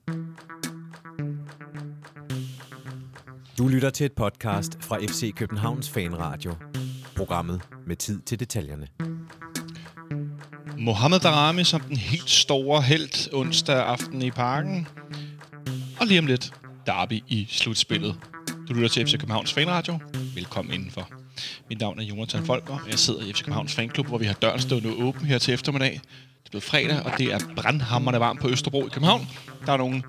Du lytter til et podcast fra FC Københavns Fanradio. Programmet med tid til detaljerne. Mohamed Daramy som den helt store helt onsdag aften i Parken. Og lige om lidt, derby i slutspillet. Du lytter til FC Københavns Fanradio. Velkommen indenfor. Mit navn er Jonathan Folker. Jeg sidder i FC Københavns Fanklub, hvor vi har døren stående åben her til eftermiddag. Det er blevet fredag, og det er brandhamrende varmt på Østerbro i København. Der er nogle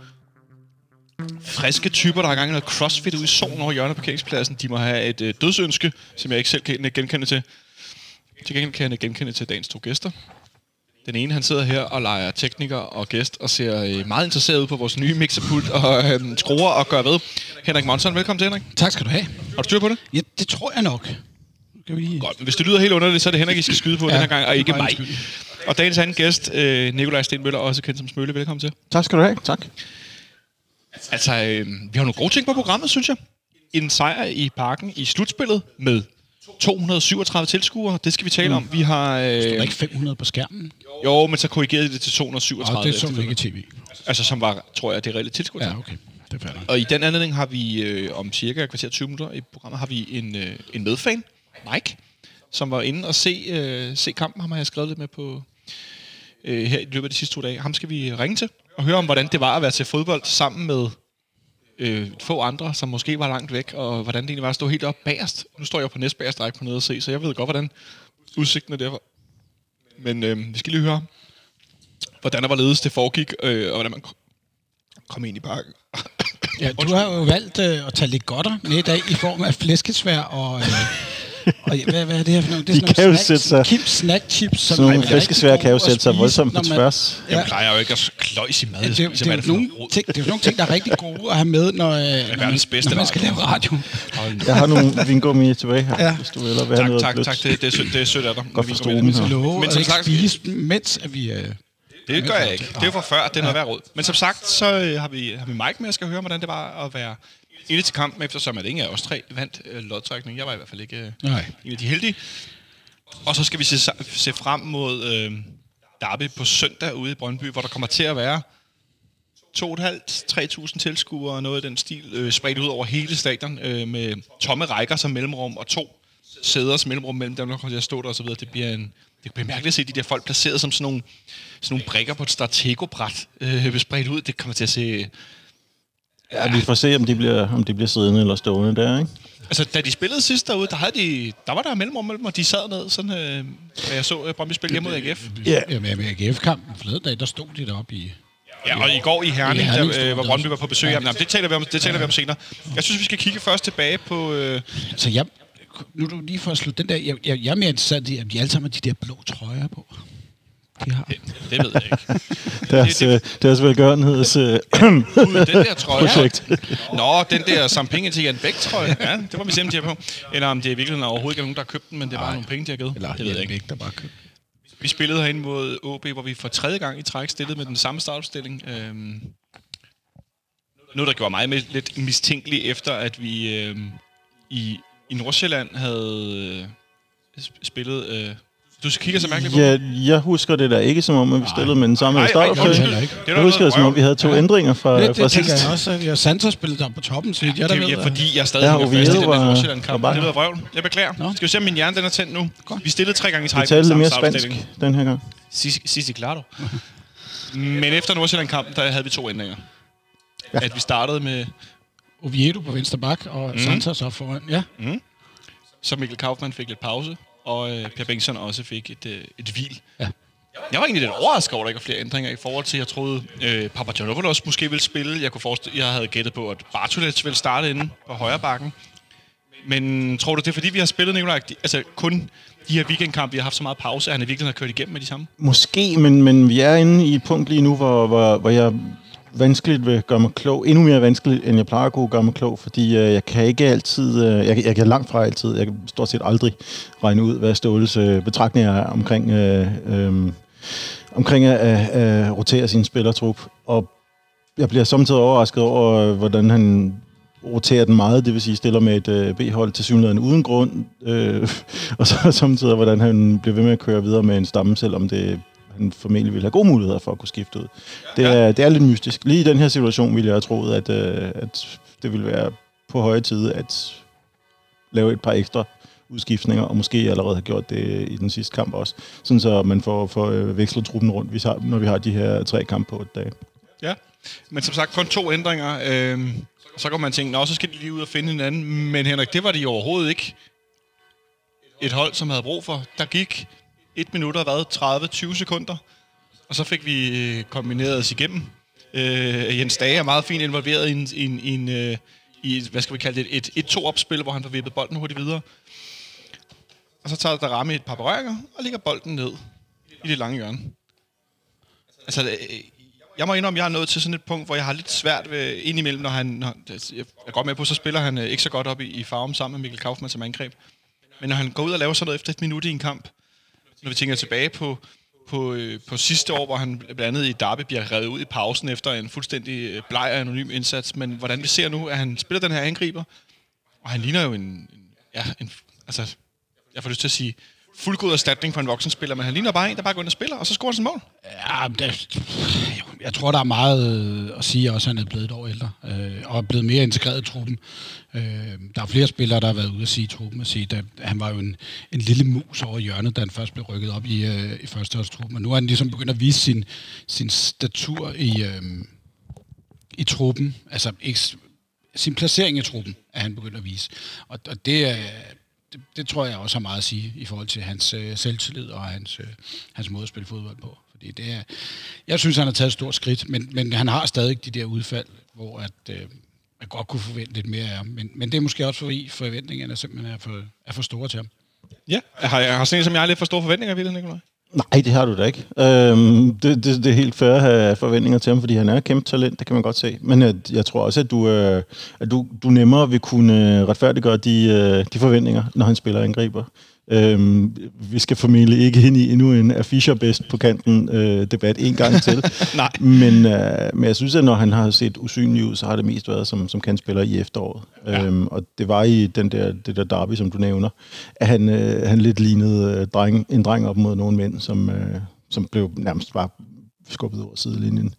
friske typer, der har gang i noget crossfit ude i Sogn over hjørnet på parkeringspladsen. De må have et dødsønske, som jeg ikke selv kan genkende til. Til gengæld kan jeg genkende til dagens to gæster. Den ene, han sidder her og leger tekniker og gæst og ser meget interesseret ud på vores nye mixerpult og skruer og gør ved. Henrik Monson, velkommen til, Henrik. Tak skal du have. Har du styr på det? Ja, det tror jeg nok. Godt, men hvis det lyder helt underligt, så er det Henrik, I skal skyde på den her gang, og ikke mig. Og dagens anden gæst, Nikolaj Stenmøller, også kendt som Smølle. Velkommen til. Tak skal du have. Tak. Altså, vi har nogle gode ting på programmet, synes jeg. En sejr i Parken i slutspillet med 237 tilskuere. Det skal vi tale om. Vi har... Står der ikke 500 på skærmen? Jo, men så korrigerede det til 237. Det så vi ikke i tv. Altså, som var, tror jeg, det reelle tilskuere. Ja, okay. Det er færdigt. Og i den anledning har vi om cirka kvarter 20 minutter i programmet, har vi en medfan, Mike, som var inde og se kampen. Ham har jeg skrevet lidt med på her i løbet af de sidste 2 dage. Ham skal vi ringe til og høre om, hvordan det var at være til fodbold sammen med få andre, som måske var langt væk, og hvordan det egentlig var at stå helt op bagerst. Nu står jeg på næstbagerst række på nede og se, så jeg ved godt, hvordan udsigten er derfor. Men vi skal lige høre, hvordan der var ledes det foregik, og hvordan man kom ind i Parken. Ja, du har jo valgt at tage lidt godter med i dag i form af flæskesvær og hvad er det her for noget? Det er sådan nogle snacks, Kims snack chips. Sådan nogle flæskesvær kan jo sætte sig voldsomt på tværs. Jeg plejer jo ikke at kløjs i mad. Det er jo nogle ting, der er rigtig gode at have med, når man skal lave radio. Jeg har nogle vingummi tilbage her, hvis du vil. Tak. Det er sødt af dig. Godt for struben her. Men som sagt, spise, mens vi... Det gør jeg ikke. Det er jo for før, det er noget værd råd. Men som sagt, så har vi Mike med, og skal høre, hvordan det var at være inde til kampen, eftersom at ingen af os 3 vandt lodtrækning. Jeg var i hvert fald ikke en af de heldige. Og så skal vi se frem mod derby på søndag ude i Brøndby, hvor der kommer til at være 2.500-3.000 tilskuere og noget af den stil spredt ud over hele stadion med tomme rækker som mellemrum og 2 sæders mellemrum mellem dem, der kommer til at stå der og så videre. Det bliver mærkeligt at se de der folk placeret som sådan nogle brikker på et Stratego-bræt spredt ud. Det kommer til at se... Ja, vi får se, om de bliver siddende eller stående der, ikke? Altså, da de spillede sidst derude, der var der mellemrum mellem, og de sad ned, sådan, da jeg så Brøndby spille hjemme mod AGF. Ja, med AGF-kampen forleden dag, der stod de deroppe i... Ja, og i går i Herning, hvor Brøndby var på besøg. Jamen, det taler vi om senere. Jeg synes, vi skal kigge først tilbage på... Så nu er du lige for at slutte den der... Jeg er mere interesseret i, at de alle sammen har de der blå trøjer på. De har. Det ved jeg ikke. Deres velgørenheds den der trøje. Projekt. Nå, den der som penge til Jan Bæk-trøje. Ja, det var vi simpelthen på. Eller om det i virkeligheden overhovedet ikke er nogen, der har købt den, men det var nogle penge, de har givet. Eller det ved jeg ikke, der bare købt. Vi spillede herinde mod OB, hvor vi for 3. gang i træk stillede med den samme startopstilling. Noget, der gjorde mig lidt mistænkelig efter, at vi i Nordsjælland havde spillet... Du kigger så mærkeligt på. Ja, jeg husker det der ikke som om, at vi stillede med den samme startopstilling. Jeg husker det som om, vi havde 2 ændringer fra sidst. Det tænker jeg også. Jeg Santos spillede der på toppen, så jeg der ved. Ja, fordi jeg stadig hænger fast i den der Nordsjælland-kamp. Det lyder vrøvl. Jeg beklager. Skal vi se, om min hjerne den er tændt nu? Vi stillede 3 gange i træk. Vi talte mere spansk den her gang. Si, claro. Men efter Nordsjælland-kampen, der havde vi 2 ændringer. Ja. At vi startede med... Oviedo på venstre bak, og Santos op foran. Ja. Så Mikkel Kaufmann fik lidt pause. Og Per Bengtsson også fik et hvil. Ja. Jeg var egentlig lidt overrasket over, at der ikke var flere ændringer i forhold til, jeg troede, Papagiannopoulos måske ville spille. Jeg havde gættet på, at Bartolets ville starte inde på højre bakken. Men tror du, det er fordi, vi har spillet, Nikolaj? Altså kun de her weekendkampe, vi har haft så meget pause, at han i virkeligheden har kørt igennem med de samme? Måske, men vi er inde i et punkt lige nu, hvor jeg vanskeligt vil gøre mig klog. Endnu mere vanskeligt, end jeg plejer at kunne gøre mig klog, fordi jeg kan ikke altid... Jeg kan langt fra altid. Jeg kan stort set aldrig regne ud, hvad Ståles betragtninger er omkring at rotere sin spillertrup. Og jeg bliver samtidig overrasket over, hvordan han roterer den meget, det vil sige stiller med et B-hold til synligheden uden grund, og så samtidig, hvordan han bliver ved med at køre videre med en stamme, selvom han formentlig ville have gode muligheder for at kunne skifte ud. Det er lidt mystisk. Lige i den her situation ville jeg have troet, at det ville være på høje tid at lave et par ekstra udskiftninger, og måske allerede har gjort det i den sidste kamp også. Sådan så man får vekslet truppen rundt, når vi har de her 3 kampe på 8 dage. Ja, men som sagt kun 2 ændringer. Så kan man tænke, så skal de lige ud og finde hinanden. Men Henrik, det var de overhovedet ikke et hold, som havde brug for. Der gik 1 minut og 30-20 sekunder, og så fik vi kombineret os igennem. Jens Dage er meget fint involveret i hvad skal vi kalde det, et 1-2-opspil, hvor han får vippet bolden hurtigt videre. Og så tager der ramme et par berøringer, og lægger bolden ned i det lange hjørne. Altså, jeg må indrømme, jeg er nået til sådan et punkt, hvor jeg har lidt svært ved indimellem, når jeg er godt med på, så spiller han ikke så godt op i Farum sammen med Mikkel Kaufmann som angreb. Men når han går ud og laver sådan noget efter 1 minut i en kamp, når vi tænker tilbage på sidste år, hvor han blandt andet i Derby bliver revet ud i pausen efter en fuldstændig bleg og anonym indsats, men hvordan vi ser nu, at han spiller den her angriber, og han ligner jo altså, jeg får lyst til at sige, fuldgod erstatning for en voksenspiller, men han ligner bare en, der bare går ind og spiller, og så scorer han sin mål. Ja, jeg tror, der er meget at sige også, at han er blevet et år ældre, og er blevet mere integreret i truppen. Der er flere spillere, der har været ude at sige i truppen, og sige, at han var jo en lille mus over hjørnet, da han først blev rykket op i førsteholdstruppen, og nu er han ligesom begyndt at vise sin statur i truppen, altså sin placering i truppen, er han begyndt at vise. Og det tror jeg også har meget at sige i forhold til hans selvtillid og hans måde at spille fodbold på. Fordi jeg synes, han har taget et stort skridt, men han har stadig de der udfald, hvor man godt kunne forvente lidt mere af ham. Men det er måske også fordi forventningerne simpelthen er for store til ham. Ja, har sådan en som jeg lidt for store forventninger ved det, Nikolaj? Nej, det har du da ikke. Det er helt fair at have forventninger til ham, fordi han er et kæmpe talent, det kan man godt se. Men jeg tror også, at du nemmere vil kunne retfærdiggøre de forventninger, når han spiller angriber. Vi skal formentlig ikke ind i endnu en er Fischer bedst på kanten debat en gang til. Nej. Men jeg synes, at når han har set usynlig ud, så har det mest været som kantspiller i efteråret. Ja. Og det var i det der derby, som du nævner, at han lidt lignede en dreng op mod nogle mænd, som blev nærmest bare skubbet over sidelinjen.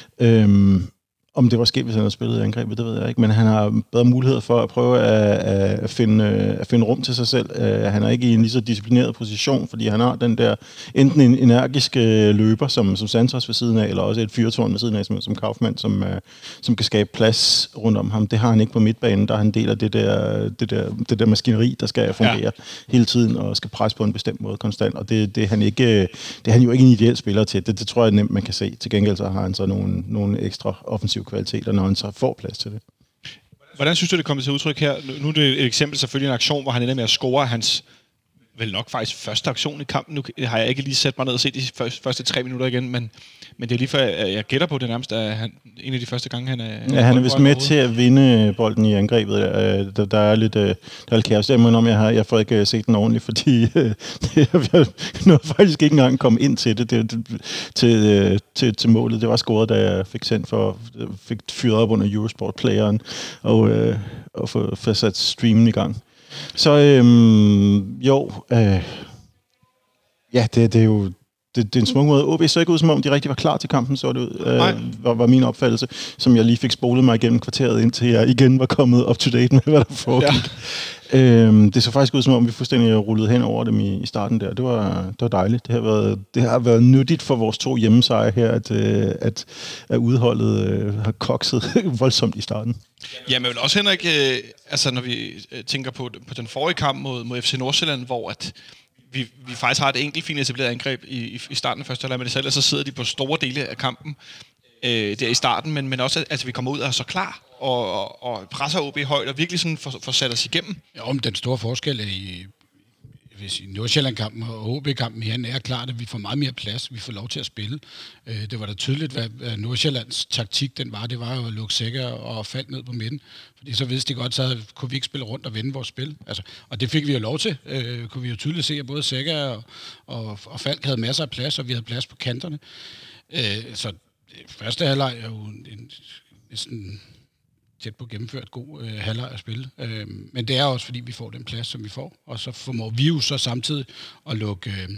Om det var sket, hvis han havde spillet i angrebet, det ved jeg ikke, men han har bedre mulighed for at prøve at finde rum til sig selv. Han er ikke i en lige så disciplineret position, fordi han har den der enten en energisk løber, som Santos ved siden af, eller også et fyrtårn ved siden af, som Kaufmann, som kan skabe plads rundt om ham. Det har han ikke på midtbanen, der er han del af det der maskineri, der skal fungere hele tiden, og skal presse på en bestemt måde konstant, og det er han jo ikke en ideel spiller til. Det tror jeg nemt, man kan se. Til gengæld så har han så nogle ekstra offensive kvaliteter, når han så får plads til det. Hvordan synes du, det kommer til udtryk her? Nu er det et eksempel selvfølgelig en aktion, hvor han ender med at score hans vel nok faktisk første aktion i kampen. Nu har jeg ikke lige sat mig ned og set de første 3 minutter igen, men det er lige før, jeg gætter på det nærmest, at en af de første gange, han er... Ja, han er vist med til at vinde bolden i angrebet. Der er lidt kaos. Jeg må om, jeg får ikke set den ordentligt, fordi jeg nåede faktisk ikke engang komme ind til det, til målet. Det var scoret, da jeg fik fyret op under Eurosport-playeren og få sat streamen i gang. Så det er jo det er en smuk måde. OB så ikke ud, som om de rigtig var klar til kampen, så det ud, var min opfattelse, som jeg lige fik spolet mig igennem kvarteret, indtil jeg igen var kommet up to date med, hvad der foregik. Ja. Det så faktisk ud, som om vi fuldstændig rullede hen over dem i starten der. Det var dejligt. Det har været nyttigt for vores 2 hjemmesejre her, at udholdet har kokset voldsomt i starten. Ja, men vel også, Henrik, når vi tænker på den forrige kamp mod FC Nordsjælland, hvor at vi faktisk har et enkelt fint etableret angreb i starten af første halvleg, men ellers så sidder de på store dele af kampen der i starten, men også, at vi kommer ud og er så klar og presser OB højt og virkelig sådan får sat os igennem. Ja, om den store forskel i Nordsjælland-kampen og OB-kampen her er klart, at vi får meget mere plads, vi får lov til at spille. Det var da tydeligt, hvad Nordsjællands taktik det var jo at lukke Sækker og falde ned på midten. Fordi så vidste de godt, så kunne vi ikke spille rundt og vende vores spil. Altså, og det fik vi jo lov til. Kunne vi jo tydeligt se, at både Sækker og Falk havde masser af plads, og vi havde plads på kanterne. Så første halvleg er jo næsten tæt på gennemført god halvleg at spille. Men det er også, fordi vi får den plads, som vi får. Og så formår vi jo så samtidig at lukke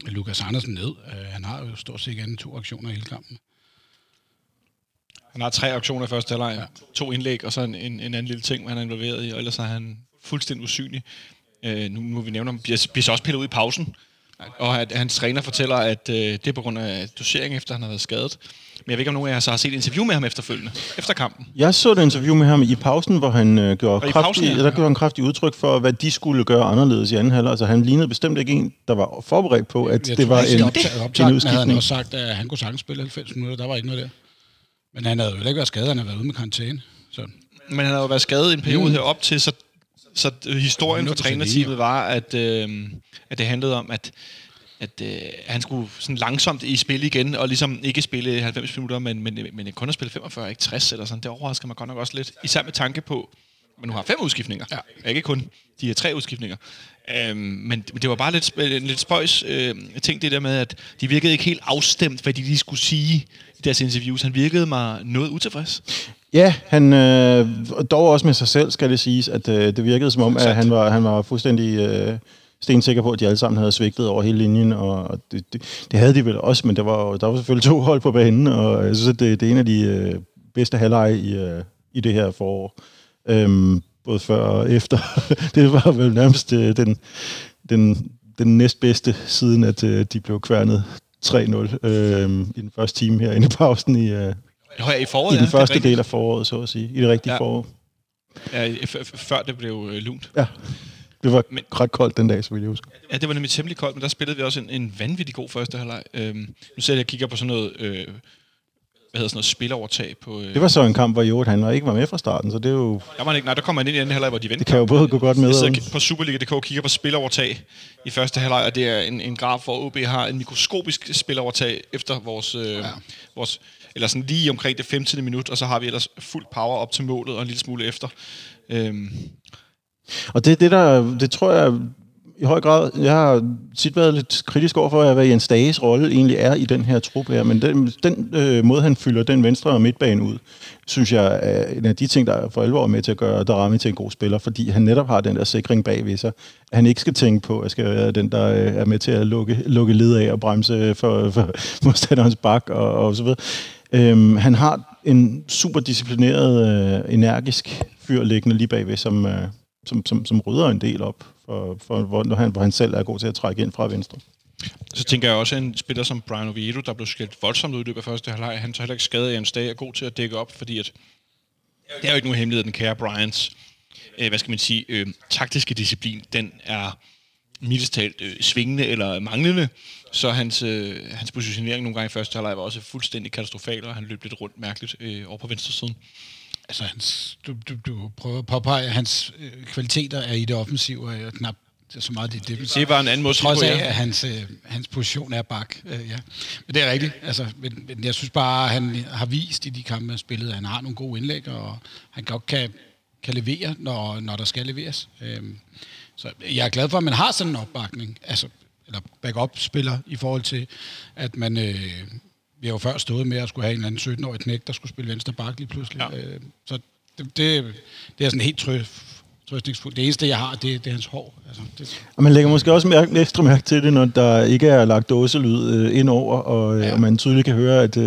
Lukas Andersen ned. Han har jo stort set igen 2 aktioner i hele kampen. Han har 3 aktioner i første halvleg, 2 indlæg, og så en anden lille ting, han er involveret i, og ellers er han fuldstændig usynlig. Nu må vi nævne, om bliver så også pillet ud i pausen, og at hans træner fortæller, at det er på grund af dosering, efter han har været skadet. Men jeg ved ikke, om nogen af jer så har set et interview med ham efterfølgende, efter kampen. Jeg så et interview med ham i pausen, hvor han gjorde kraftig udtryk for, hvad de skulle gøre anderledes i anden halvleg. Altså, han lignede bestemt ikke en, der var forberedt på, at det var en udskiftning. Han havde også sagt, at han kunne sagtens spille 90 minutter. Der var ikke noget der. Men han havde jo ikke været skadet, han havde været ude med karantæne. Så. Men han havde jo været skadet i en periode herop til, så historien for trænerteamet var, at det handlede om, at han skulle sådan langsomt i spil igen, og ligesom ikke spille 90 minutter, men kun at spille 45, ikke 60 eller sådan. Det overrasker mig godt nok også lidt. Især med tanke på, at man nu har 5 udskiftninger. Ja. Ikke kun de her 3 udskiftninger. Men det var bare lidt spøjs ting, det der med, at de virkede ikke helt afstemt, hvad de skulle sige i deres interviews. Han virkede mig noget utilfreds. Ja, han dog også med sig selv, skal det siges, at det virkede som om, at han var fuldstændig stensikker på, at de alle sammen havde svigtet over hele linjen, og det havde de vel også, men der var selvfølgelig 2 hold på banen, og jeg synes, at det er en af de bedste halvleje i det her forår. Både før og efter. Det var vel nærmest den næstbedste, siden at de blev kværnet 3-0 i den første time her inde i pausen i den første del af foråret, så at sige. I det rigtige forår. Ja, før det blev lunt. Ja. Det var ret koldt den dag, så vil jeg huske. Ja, det var nemlig temmelig koldt, men der spillede vi også en vanvittig god første halvleg. Nu ser jeg kigger på sådan noget, spilovertag på... Det var så en kamp, hvor han ikke var med fra starten, så det er jo... Der kommer han ind i anden halvleg, hvor de vendte. Det kan jo både gå godt med. Jeg sidder på Superliga.dk og kigger på spilovertag i første halvleg, og det er en graf, hvor OB har en mikroskopisk spilovertag efter vores eller sådan lige omkring det 15. minut, og så har vi ellers fuld power op til målet og en lille smule efter. Og det tror jeg i høj grad, jeg har tit været lidt kritisk over for, hvad Jens Dages rolle egentlig er i den her trup her, men den måde, han fylder den venstre og midtbane ud, synes jeg er en af de ting, der er for alvor med til at gøre Darami til en god spiller, fordi han netop har den der sikring bagved sig. Han ikke skal tænke på, at skal være den, der er med til at lukke led af og bremse for modstanderens bak og så videre. Han har en super disciplineret, energisk fyr liggende lige bagved, som rydder en del op, hvor han selv er god til at trække ind fra venstre. Så tænker jeg også, at en spiller som Brian Oviedo, der blev skældt voldsomt ud i løbet af første halvleg, han tager heller ikke skade af en dag, er god til at dække op, fordi at det er jo ikke nogen hemmelighed, den kære Brians, taktiske disciplin, den er mildest talt svingende eller manglende, så hans positionering nogle gange i første halvleg var også fuldstændig katastrofal, og han løb lidt rundt mærkeligt over på venstre siden. Altså, du prøver at påpege, at hans kvaliteter er i det offensive, og knap så meget det defensive. Det var en anden måde. Trods af, at hans position er bak. Ja. Men det er rigtigt. Altså, men jeg synes bare, at han har vist i de kampe, han spillet, at han har nogle gode indlæg, og han godt kan levere, når der skal leveres. Så jeg er glad for, at man har sådan en opbakning, altså, eller backup-spiller, i forhold til, at man... vi har jo før stået med at skulle have en eller anden 17-årig knæk, der skulle spille venstre bak lige pludselig. Ja. Så det er sådan helt trøstningsfuldt. Det eneste, jeg har, det er hans hår. Altså, og man lægger måske også ekstra mærke til det, når der ikke er lagt dåselyd ind over, og man tydeligt kan høre, at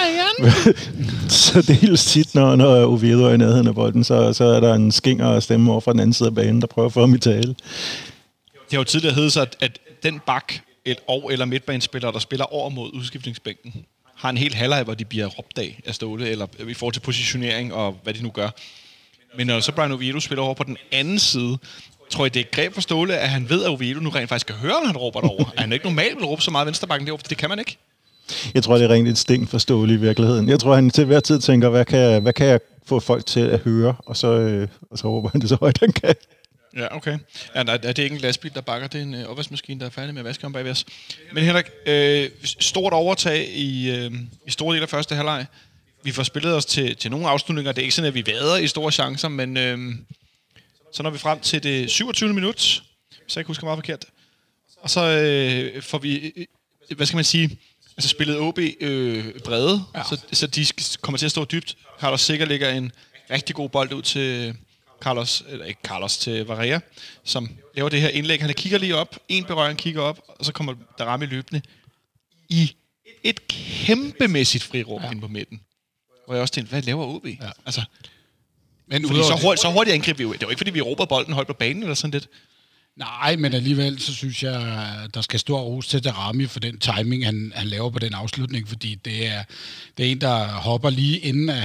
så det er helt tit, når Oviedo er i nærheden af bolden, så er der en skinger og stemme over fra den anden side af banen, der prøver at få ham i tale. Det har jo tidligere heddet sig, at den bak eller midtbanespillere, der spiller over mod udskiftningsbænken, har en hel halvleg, hvor de bliver råbt af Ståle, eller i forhold til positionering og hvad de nu gør. Men når så Brian Oviedo spiller over på den anden side, tror jeg, det er et greb for Ståle, at han ved, at Oviedo nu rent faktisk kan høre, når han råber derover. Er han ikke normalt vil råbe så meget venstrebakken derovre, for det kan man ikke. Jeg tror, det er rent et sting for Ståle i virkeligheden. Jeg tror, han til hver tid tænker, hvad kan jeg få folk til at høre, og så råber han det så højt, han kan. Ja, okay. Ja, det er ikke en lastbil, der bakker. Det er en opvaskemaskine, der er færdig med at vaske om bagved os. Men Henrik, stort overtag i store del af første halvleg. Vi får spillet os til nogle afslutninger. Det er ikke sådan, at vi vader i store chancer, men så når vi frem til det 27. minut, så jeg ikke husker meget forkert. Og så får vi, hvad skal man sige, altså spillet OB brede, ja. så de kommer til at stå dybt. Carlos Sikker lægger en rigtig god bold ud til til Varela, som laver det her indlæg. Han kigger lige op, en berøring kigger op, og så kommer Darami løbende i et kæmpemæssigt frirum ind på midten. Hvor jeg også tænkte, hvad laver OB? Ja. Altså, men så hurtigt angriber vi jo. Det var ikke, fordi vi råber bolden højt på banen eller sådan lidt. Nej, men alligevel, så synes jeg, der skal stor ros til Darami for den timing, han laver på den afslutning, fordi det er en, der hopper lige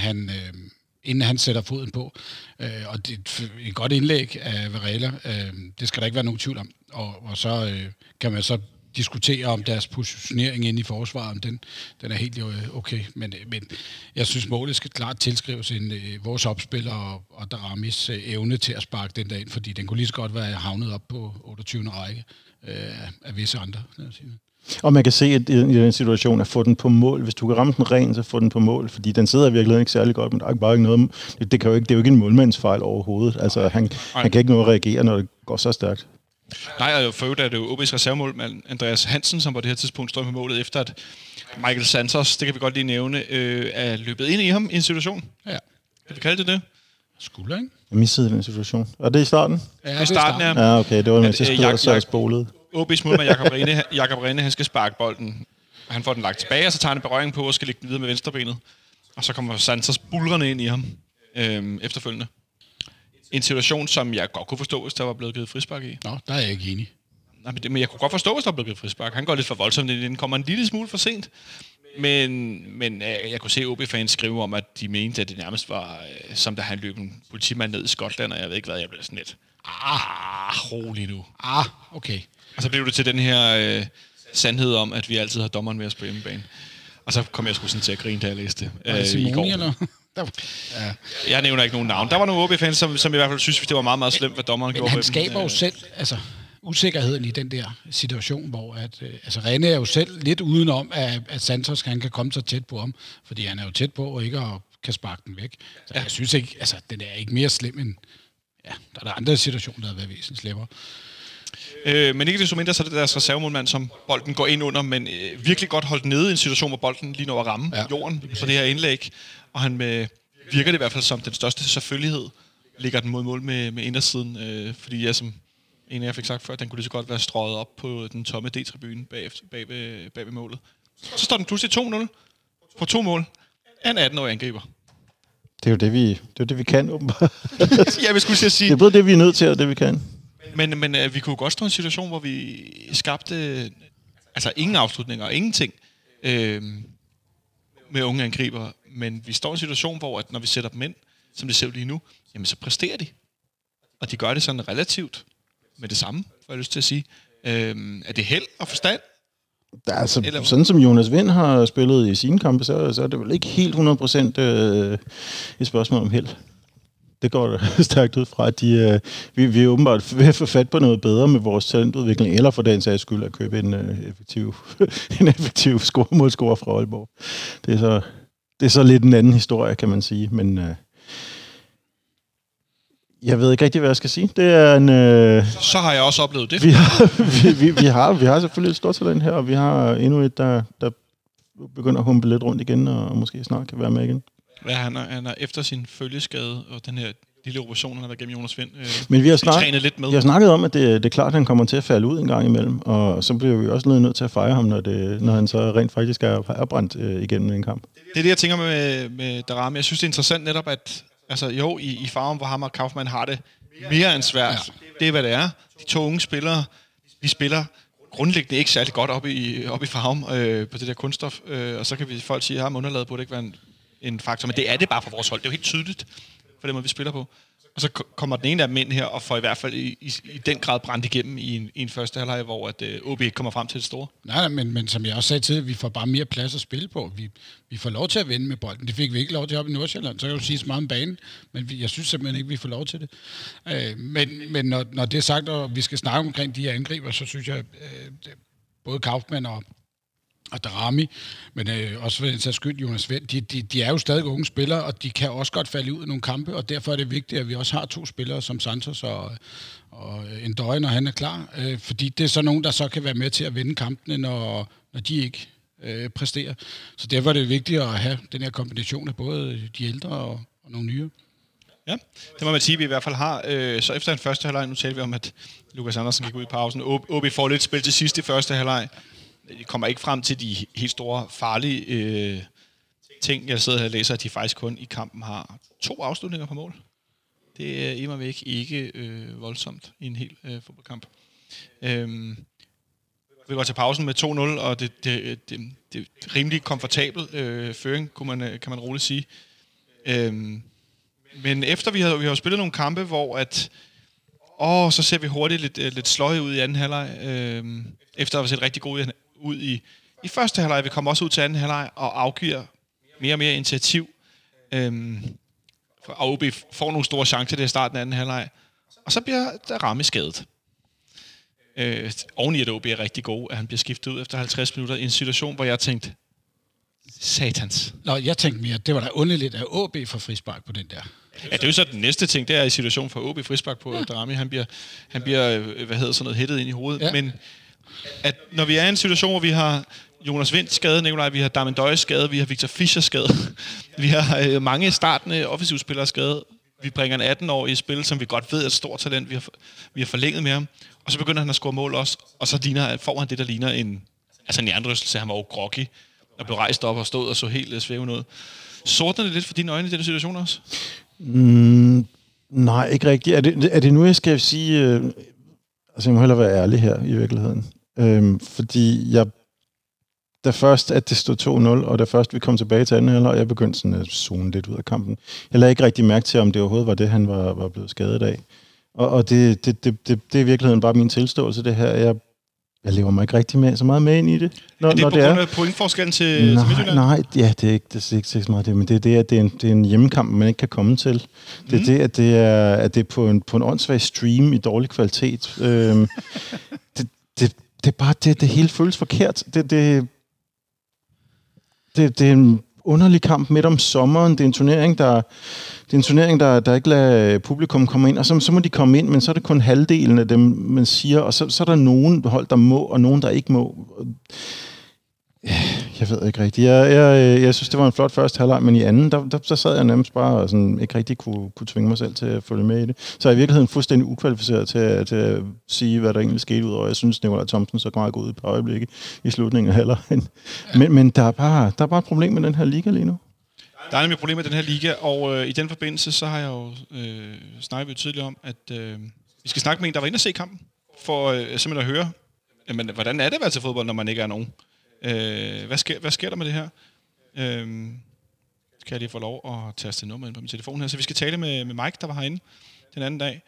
inden han sætter foden på. Og det er et godt indlæg af Varela. Det skal der ikke være nogen tvivl om. Og så kan man så diskutere om deres positionering inde i forsvaret, den er helt okay. Men jeg synes, målet skal klart tilskrives vores opspiller og Daramis evne til at sparke den der ind, fordi den kunne lige så godt være havnet op på 28. række af visse andre. Og man kan se at i den situation at få den på mål. Hvis du kan ramme den ren, så få den på mål, fordi den sidder virkelig ikke særlig godt, men der er bare ikke noget. Det er jo ikke en målmandsfejl overhovedet. Altså han kan ikke nå at reagere, når det går så stærkt. Nej, og for øvrigt er det jo OB's reservemål, Andreas Hansen, som på det her tidspunkt står på målet, efter at Michael Santos, det kan vi godt lige nævne, er løbet ind i ham i en situation. Ja. Kan vi kalde det? Skulle, ikke? Jeg missede den situation. Er det i starten? Ja, i starten, ja. Ja, okay, det var med til spillet, så spolet. OB's målmand Jakob Rene, han skal sparke bolden. Han får den lagt tilbage, og så tager han en berøring på og skal lægge den videre med venstrebenet. Og så kommer Santos bulrende ind i ham efterfølgende. En situation, som jeg godt kunne forstå, hvis der var blevet givet frispark i. Nå, der er jeg ikke enig. Nej, men jeg kunne godt forstå, hvis der var blevet givet frispark. Han går lidt for voldsomt ind. Den kommer en lille smule for sent. Men jeg kunne se OB-fans skrive om, at de mente, at det nærmest var, som da han løb en politimand ned i Skotland, og jeg ved ikke hvad, jeg blev sådan lidt. Rolig nu. Okay. Og så blev det til den her sandhed om, at vi altid har dommeren med os på hjemmebane. Og så kom jeg sgu sådan til at grine, da jeg læste i går. Eller? Ja. Jeg nævner ikke nogen navn. Der var nogle OB-fans, som i hvert fald synes, det var meget, meget slemt, hvad dommeren gjorde. Men han skaber jo selv usikkerheden i den der situation, hvor Rene er jo selv lidt udenom, at Santos han kan komme så tæt på ham, fordi han er jo tæt på og ikke kan sparke den væk. Så jeg synes ikke, den er ikke mere slem end... Ja, der er andre situationer, der har været væsentligt slemmere. Men ikke desto mindre, så er det deres reservemålmand, som bolden går ind under, men virkelig godt holdt nede i en situation, hvor bolden lige når at ramme jorden på det her indlæg. Og han virker det i hvert fald som den største selvfølgelighed, ligger den mod mål med indersiden, fordi jeg som en af jer fik sagt før, den kunne lige så godt være strøget op på den tomme D-tribune bag ved målet. Så står den pludselig 2-0 på 2 mål af en 18-årig angriber. Det er jo det, vi kan, åbenbart. Ja, vi skulle sige. Det er både det, vi er nødt til, og det, vi kan. Men vi kunne godt stå i en situation, hvor vi skabte ingen afslutninger og ingenting med unge angriber. Men vi står i en situation, hvor at når vi sætter dem ind, som det ser ud lige nu, jamen så præsterer de. Og de gør det sådan relativt med det samme, får jeg lyst til at sige. Er det held og forstand? Altså, sådan som Jonas Vind har spillet i sine kampe, så er det vel ikke helt 100% et spørgsmål om held. Det går stærkt ud fra, at vi er åbenbart ved at få fat på noget bedre med vores talentudvikling, eller for den sags skyld at købe en effektiv målscorer fra Aalborg. Det er så lidt en anden historie, kan man sige, men jeg ved ikke rigtig, hvad jeg skal sige. Det er en... Så har jeg også oplevet det. Vi har selvfølgelig et stort talent her, og vi har endnu et, der begynder at humpe lidt rundt igen, og måske snart kan være med igen. Ja, han er efter sin følgeskade, og den her lille operation, han har været gennem Jonas Vind, men vi har snakket om, at det er klart, at han kommer til at falde ud en gang imellem, og så bliver vi også nødt til at fejre ham, når han så rent faktisk er brændt igennem en kamp. Det er det, jeg tænker med Darami. Jeg synes, det er interessant netop, at i Farum, hvor ham og Kaufmann har det mere end svært. Ja. Det er, hvad det er. De 2 unge spillere, vi spiller grundlæggende ikke særlig godt op i Farum på det der kunststof, og så kan folk sige, at underlaget burde ikke være en faktor, men det er det bare for vores hold. Det er jo helt tydeligt for den måde, vi spiller på. Og så kommer den ene af dem ind her, og får i hvert fald i den grad brændt igennem i en første halvleg, hvor at OB ikke kommer frem til det store. Nej, men som jeg også sagde til, vi får bare mere plads at spille på. Vi får lov til at vinde med bolden. Det fik vi ikke lov til op i Nordsjælland. Så kan du sige så meget om banen, men jeg synes simpelthen ikke, vi får lov til det. Men når det er sagt, og vi skal snakke omkring de her angriber, så synes jeg, både Kaufmann og Darami, men også for den sags skyld, Jonas Vind, de er jo stadig unge spillere, og de kan også godt falde ud af nogle kampe, og derfor er det vigtigt, at vi også har 2 spillere som Santos og Ndøje, når han er klar, fordi det er så nogen, der så kan være med til at vinde kampene, når de ikke præsterer. Så derfor er det vigtigt at have den her kombination af både de ældre og nogle nye. Ja, det må man sige, vi i hvert fald har. Så efter den første halvleg, nu talte vi om, at Lukas Andersen gik ud i pausen. OB får lidt spil til sidst i første halvleg. De kommer ikke frem til de helt store, farlige ting. Jeg sidder her og læser, at de faktisk kun i kampen har 2 afslutninger på mål. Det er immer væk ikke voldsomt i en hel fodboldkamp. Vi går til pausen med 2-0, og det er rimelig komfortabel føring, kan man roligt sige. Men efter vi har spillet nogle kampe, hvor så ser vi hurtigt lidt sløje ud i anden halvleg. Efter at have set rigtig gode ud i første halvleg. Vi kommer også ud til anden halvleg og afgiver mere og mere initiativ. Og OB får nogle store chancer til at starte den anden halvleg. Og så bliver der Rami skadet. Oveni at OB er rigtig god, at han bliver skiftet ud efter 50 minutter i en situation, hvor jeg tænkte, satans. Nå, jeg tænkte mere, det var da underligt, at OB får frispark på den der. Ja, det er jo så den næste ting, det er i situation for OB frispark på Rami. Han bliver hættet ind i hovedet. Ja. Men at når vi er i en situation, hvor vi har Jonas Vind skade, Nikolaj, vi har Darmen Døjes skade, vi har Victor Fischer skade, vi har mange startende offensive spillere skade. Vi bringer en 18-årig i spil, som vi godt ved er et stort talent. Vi har forlænget med ham. Og så begynder han at score mål også. Og så får han det, der ligner en hjernerystelse. Han var jo groggy og blev rejst op og stod og så helt svævende ud. Sortner det lidt for dine øjne i den situation også? Nej, ikke rigtigt. Er det nu, jeg skal sige... jeg må hellere være ærlig her i virkeligheden. Fordi da først, at det stod 2-0, og da først vi kom tilbage til anden halvleg, og jeg begyndte sådan at zone lidt ud af kampen. Jeg lagde ikke rigtig mærke til, om det overhovedet var det, han var blevet skadet af. Og det er i virkeligheden bare min tilståelse, det her. Jeg lever mig ikke rigtig så meget med ind i det. Er det på grund af pointforskellen til Midtjylland? Nej, ja, det er ikke så meget det, men det er det, at det er en hjemmekamp, man ikke kan komme til. Det er det, at det er på en åndssvag stream i dårlig kvalitet. Det er bare det hele føles forkert. Det er en underlig kamp midt om sommeren. Det er en turnering, der ikke lader publikum komme ind, og så må de komme ind, men så er det kun halvdelen af dem, man siger, og så er der nogen hold, der må, og nogen, der ikke må. Jeg ved ikke rigtigt. Jeg synes, det var en flot første halvleg, men i anden, der sad jeg nærmest bare og sådan, ikke rigtig kunne tvinge mig selv til at følge med i det. Så jeg er i virkeligheden fuldstændig ukvalificeret til at sige, hvad der egentlig skete ud over. Jeg synes, Nikolaj Thomsen så meget god ud på øjeblikket i slutningen af halvlegen. Men der er bare et problem med den her liga lige nu. Der er nemlig et problem med den her liga, og i den forbindelse, så har jeg jo snakket tydeligt om, at vi skal snakke med en, der var inde og se kampen, for simpelthen at høre, jamen, hvordan er det at være til fodbold, når man ikke er nogen? Hvad sker der med det her? Skal jeg lige få lov at taste nummer ind på min telefon her? Så vi skal tale med Mike, der var herinde den anden dag.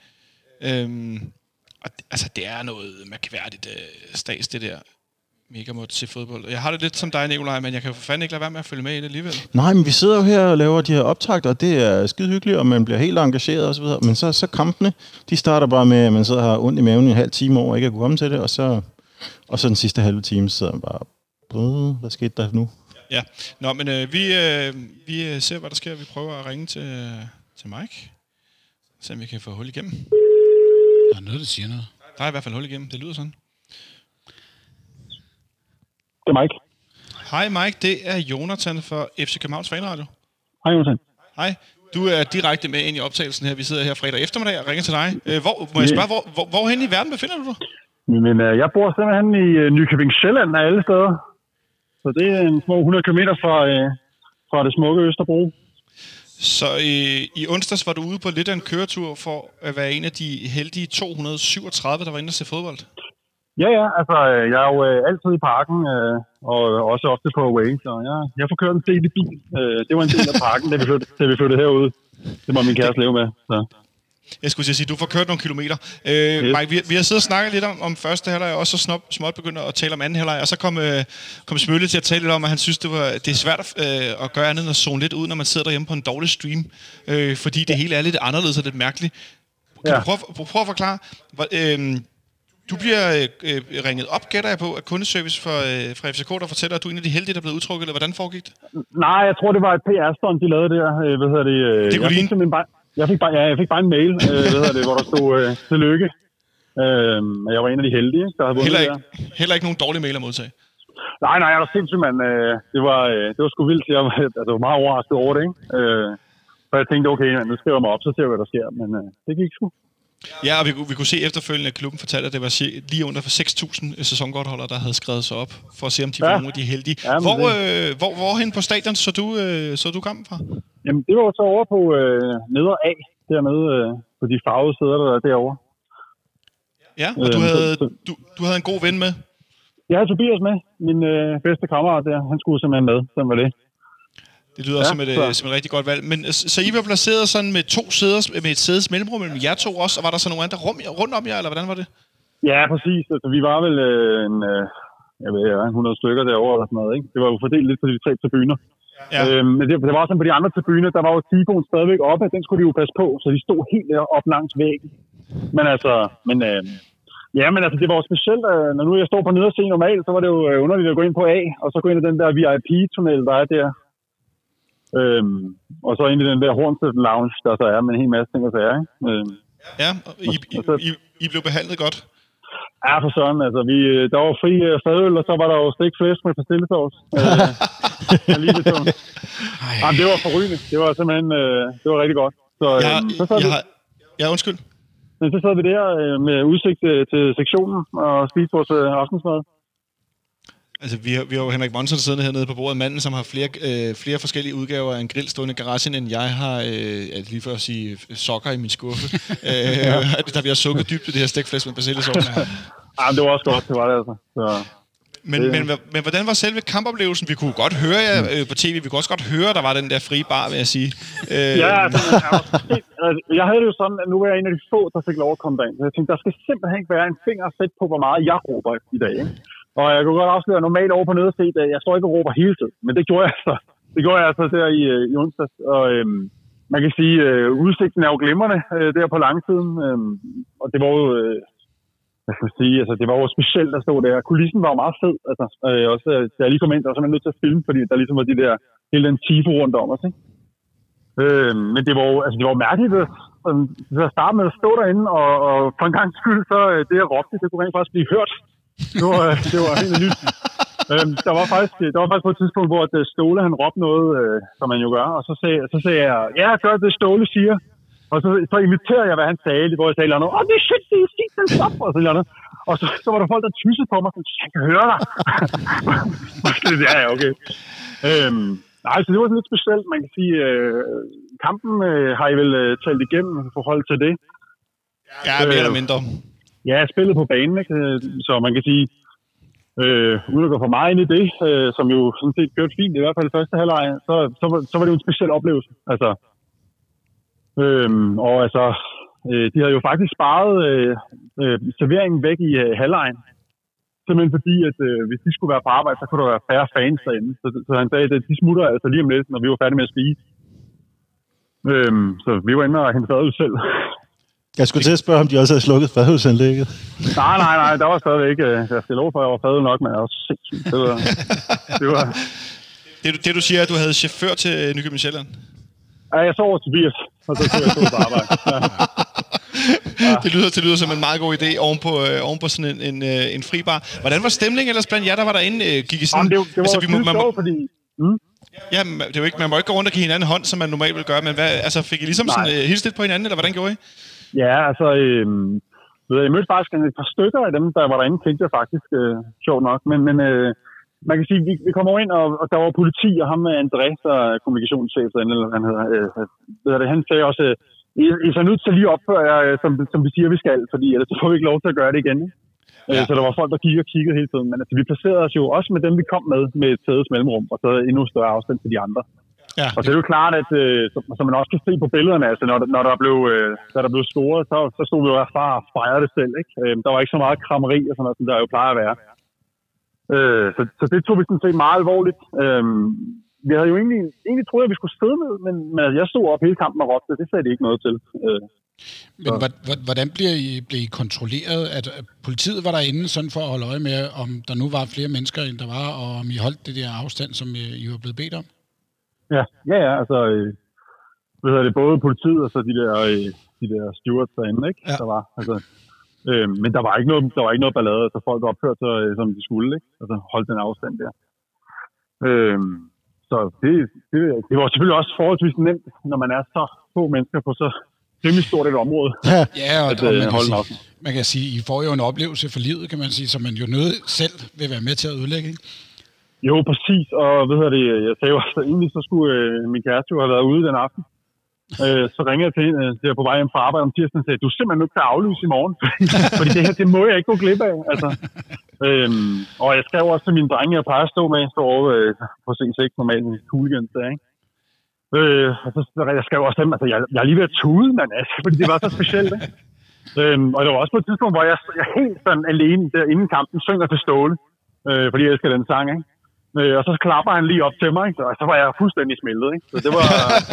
Og det er noget mærkværdigt stads, det der mega mod til fodbold. Jeg har det lidt som dig, Nikolaj, men jeg kan jo for fanden ikke lade være med at følge med i det alligevel. Nej, men vi sidder jo her og laver de her optagter, og det er skide hyggeligt, og man bliver helt engageret og så videre. Men så kampene, de starter bare med, at man sidder her ondt i maven i en halv time over, ikke at kunne komme til det, og så den sidste halve time sidder man bare, hvad skete der nu? Ja, nå, men vi ser, hvad der sker. Vi prøver at ringe til Mike, så vi kan få hul igennem. Der er noget, der siger noget. Der er i hvert fald hul igennem. Det lyder sådan. Det er Mike. Hej Mike, det er Jonathan fra FC Københavns Fanradio. Hej Jonathan. Hej, du er direkte med ind i optagelsen her. Vi sidder her fredag eftermiddag og ringer til dig. Må jeg spørge, hvorhen i verden befinder du dig? Men jeg bor simpelthen i Nykøbing Sjælland af alle steder. Så det er en små 100 km fra det smukke Østerbro. Så i onsdags var du ude på lidt af en køretur for at være en af de heldige 237, der var inde og se fodbold. Ja, altså jeg er jo altid i parken, og også ofte på away, så jeg får kørt en del i bil. Det var en del af parken, da vi flyttede herude. Det må min kæreste leve med, så... Jeg skulle sige, du får kørt nogle kilometer. Mike, vi har siddet og snakket lidt om første halvleg, og også så småt begynder at tale om anden halvleg, og så kom Smølle til at tale lidt om, at han synes, det er svært at gøre andet end at zone lidt ud, når man sidder derhjemme på en dårlig stream, fordi det hele er lidt anderledes og lidt mærkeligt. Kan du prøve at forklare? Du bliver ringet op, gætter jeg på, af kundeservice fra FCK, der fortæller, at du er en af de heldige, der er blevet udtrukket, eller hvordan foregik det? Nej, jeg tror, det var et PR-stunt, de lavede der. Det kunne ligne. Jeg fik bare en mail, hvor der stod tillykke. Jeg var en af de heldige, der havde vundet der. Heller ikke nogen dårlige mail at modtage? Nej, jeg var sindssygt, mand. Det var sgu vildt. Jeg var meget overrasket over det, ikke? Så jeg tænkte, okay, nu skriver jeg mig op, så ser vi, hvad der sker. Men det gik sgu. Ja, og vi kunne se efterfølgende, at klubben fortalte, at det var lige under 6.000 sæsonkortholdere, der havde skrevet sig op, for at se, om de var nogle af de heldige. Ja, hvorhen på stadion så du kampen fra? Jamen, det var så over på nedre A, dernede på de farvede sæder, der er derovre. Ja, og du havde en god ven med? Jeg havde Tobias med, min bedste kammerat der. Han skulle simpelthen med, sådan var det. Det lyder som et rigtig godt valg. Men så I var placeret sådan med 2 sæder, med et sædes mellemrum mellem jer to også, og var der så nogle andre rundt om jer, eller hvordan var det? Ja, præcis. Altså, vi var vel 100 stykker derovre eller sådan noget, ikke? Det var jo fordelt lidt på de 3 tribuner. Ja. Men det var sådan på de andre tribuner, der var jo Tifoen stadigvæk oppe, den skulle de jo passe på, så de stod helt op langs væggen. Men altså, det var jo specielt, når nu jeg står på nederse normalt, så var det jo underligt at gå ind på A, og så gå ind i den der VIP-tunnel, der er der. Og så ind i den der Hornstedt Lounge, der så er med en hel masse ting og sager, ikke? Ja, og I blev behandlet godt? Ja, for sådan. Altså, der var fri fadøl, og så var der jo stegt flæsk med persillesauce. Jamen, det var forrygende. Det var simpelthen det var rigtig godt. Så, undskyld. Men så sad vi der med udsigt til sektionen og spiste vores aftensmad. Altså, vi har jo Henrik Monsen siddende hernede på bordet. Manden, som har flere forskellige udgaver af en grill stående i garagen, end jeg har, lige for at sige, sokker i min skuffe. Der bliver sukket dybt i det her stegflæsk med persillesauce. Ja, det var også godt, det var det altså. Så. Men hvordan var selve kampoplevelsen? Vi kunne godt høre jer på tv, vi kunne også godt høre, der var den der frie bar, vil jeg sige. Ja, jeg havde det jo sådan, at nu var jeg en af de få, der fik lov at komme derind. Så jeg tænkte, der skal simpelthen ikke være en finger sæt på, hvor meget jeg råber i dag, ikke? Og jeg kunne godt afsløre normalt over på nederste, at jeg står ikke og råber hele tiden, men det gjorde jeg altså. Det gjorde jeg altså der i onsdags. Og man kan sige, udsigten er jo glimrende der på langsiden. Og det var jo, hvad skal man sige, altså det var jo specielt at stå der. Kulissen var jo meget fed. Altså, også da jeg lige kom ind, der var simpelthen nødt til at filme, fordi der ligesom var de der, hele den tifo rundt om os, ikke? Men det var jo altså, mærkeligt at starte med at stå derinde, og for en gang skyld, så det jeg råbte, det kunne rent faktisk blive hørt. Det var helt nyt. Der var faktisk på et tidspunkt, hvor Ståle han råbte noget, som man jo gør, og så sagde jeg, ja, gør det Ståle siger. Og så imiterede jeg, hvad han sagde, hvor jeg sagde noget, det er shit, det er shit, den stop, og sådan noget. Og så var der folk, der tyssede på mig, så jeg kan høre dig. Ja, okay. Nej, så det var sådan lidt specielt, man kan sige, kampen har I vel talt igennem i forhold til det. Ja, mere eller mindre. Ja, jeg spillede på banen, ikke? Så man kan sige, uden at gå for meget ind i det, som jo sådan set kørte fint, i hvert fald i første halvleg, så var det jo en speciel oplevelse. Altså, de havde jo faktisk sparet serveringen væk i halvlegen. Simpelthen fordi, at hvis de skulle være på arbejde, så kunne der være færre fans derinde. Så han sagde, at de smutter altså lige om lidt, når vi var færdige med at spise. Så vi var inde og hente fadøl selv. Jeg skulle til at spørge, om de også havde slukket fadølsanlægget. Nej, der var stadigvæk ikke. Jeg skal love for, at jeg var fadøl nok, men jeg var sindssygt. Det var... Det du siger, at du havde chauffør til Nykøbing Sjælland? Ja, jeg sov over Tobias, og så tog jeg på arbejde. Ja. Ja. Det lyder som en meget god idé oven på sådan en fribar. Hvordan var stemningen ellers blandt jer, der var derinde? Gik I sådan... Jamen, det var sjovt, fordi... Ja, det er jo ikke, man må ikke gå rundt og give hinanden hånd, som man normalt vil gøre, men fik I ligesom sådan hilst lidt på hinanden, eller hvordan gjorde I? Ja, altså, jeg mødte faktisk et par stykker af dem, der var derinde, tænkte jeg faktisk sjovt nok, men man kan sige, vi kommer ind, og der var politi, og ham med André, der er kommunikationschef derinde, eller hvad han hedder, han sagde også, I er så nødt til lige at opføre jer, som vi siger, vi skal, fordi ellers så får vi ikke lov til at gøre det igen. Ja. Så der var folk, der kiggede hele tiden, men altså, vi placerede os jo også med dem, vi kom med et sædes mellemrum, og så endnu større afstand til de andre. Ja. Og det er jo klart, at som man også kan se på billederne, altså når der blev scoret, så stod vi jo bare og fejrede det selv, ikke? Der var ikke så meget krammeri og sådan noget, som der jo plejer at være. Så det tog vi sådan set meget alvorligt. Vi havde jo egentlig troet, at vi skulle sidde med, men jeg stod op hele kampen og råbte, det sagde de ikke noget til. Men hvordan blev I kontrolleret? At politiet var derinde sådan for at holde øje med, om der nu var flere mennesker, end der var, og om I holdt det der afstand, som I var blevet bedt om? Ja, altså, både politiet og så de der stewards derinde, ikke? Ja. Der var, altså, men der var ikke noget ballade, så folk opførte sig, som de skulle, ikke? Altså, holdt den afstand der. Så det var selvfølgelig også forholdsvis nemt, når man er så få mennesker på så rimelig stort et område. Ja, og man kan sige, I får jo en oplevelse for livet, kan man sige, som man jo nødt selv vil være med til at ødelægge, ikke? Jo, præcis. Og jeg sagde jo også, at egentlig så skulle min kæreste jo have været ude den aften. Så ringede jeg til hende, jeg på vej hjem fra arbejde om tirsdagen, og sagde, du er simpelthen nødt til at aflyse i morgen. Fordi det her, det må jeg ikke gå glip af. Altså. Og jeg skrev også til mine drenge, jeg plejer at stå med, jeg står over på C6 normalt i hooligans der, ikke? Og så jeg skrev også dem, altså jeg er lige ved at tude, men altså, fordi det var så specielt, ikke? Og det var også på et tidspunkt, hvor jeg helt sådan alene der inden kampen synger til Ståle, fordi jeg elsker den sang, ikke? Og så klapper han lige op til mig, ikke? Og så var jeg fuldstændig smeltet, ikke? Så det var...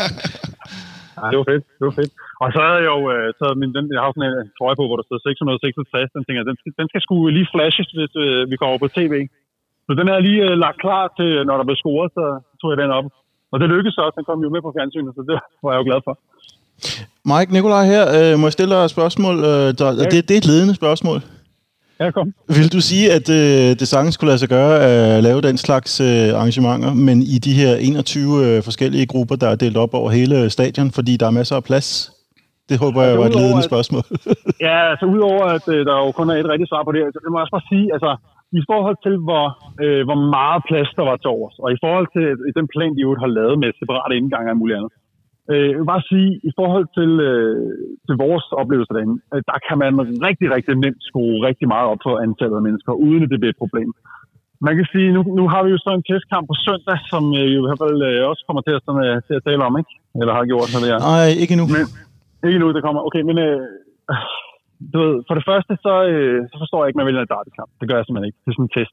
Ja, det var fedt. Og så havde jeg jo taget jeg har sådan en trøje på, hvor der stod 666, den tænker den skal sgu lige flashes, hvis vi kommer over på tv. Så den er lige lagt klar til, når der blev scoret, så tog jeg den op. Og det lykkedes så også, den kom jo med på fjernsynet, så det var jeg jo glad for. Mike, Nikolaj her, må jeg stille dig et spørgsmål? Det er et ledende spørgsmål. Ja, kom. Vil du sige, at det sagtens skulle lade sig gøre at lave den slags arrangementer, men i de her 21 forskellige grupper, der er delt op over hele stadion, fordi der er masser af plads? Det håber jeg var et ledende spørgsmål. Ja, altså udover at der jo kun er et rigtigt svar på det, så det må jeg også bare sige, altså i forhold til hvor meget plads der var til overs, og i forhold til den plan, de jo har lavet med separate indgange og muligt andet. Jeg vil bare sige, i forhold til vores oplevelser derinde, der kan man rigtig, rigtig nemt skrue rigtig meget op for antallet af mennesker, uden at det bliver et problem. Man kan sige, nu har vi jo så en testkamp på søndag, som jo i hvert fald også kommer til at tale om, ikke? Eller har gjort, så det er. Nej, ikke endnu. Men, ikke endnu, det kommer. Okay, men du ved, for det første, så forstår jeg ikke, man vil have en derbykamp. Det gør jeg simpelthen ikke. Det er sådan en test.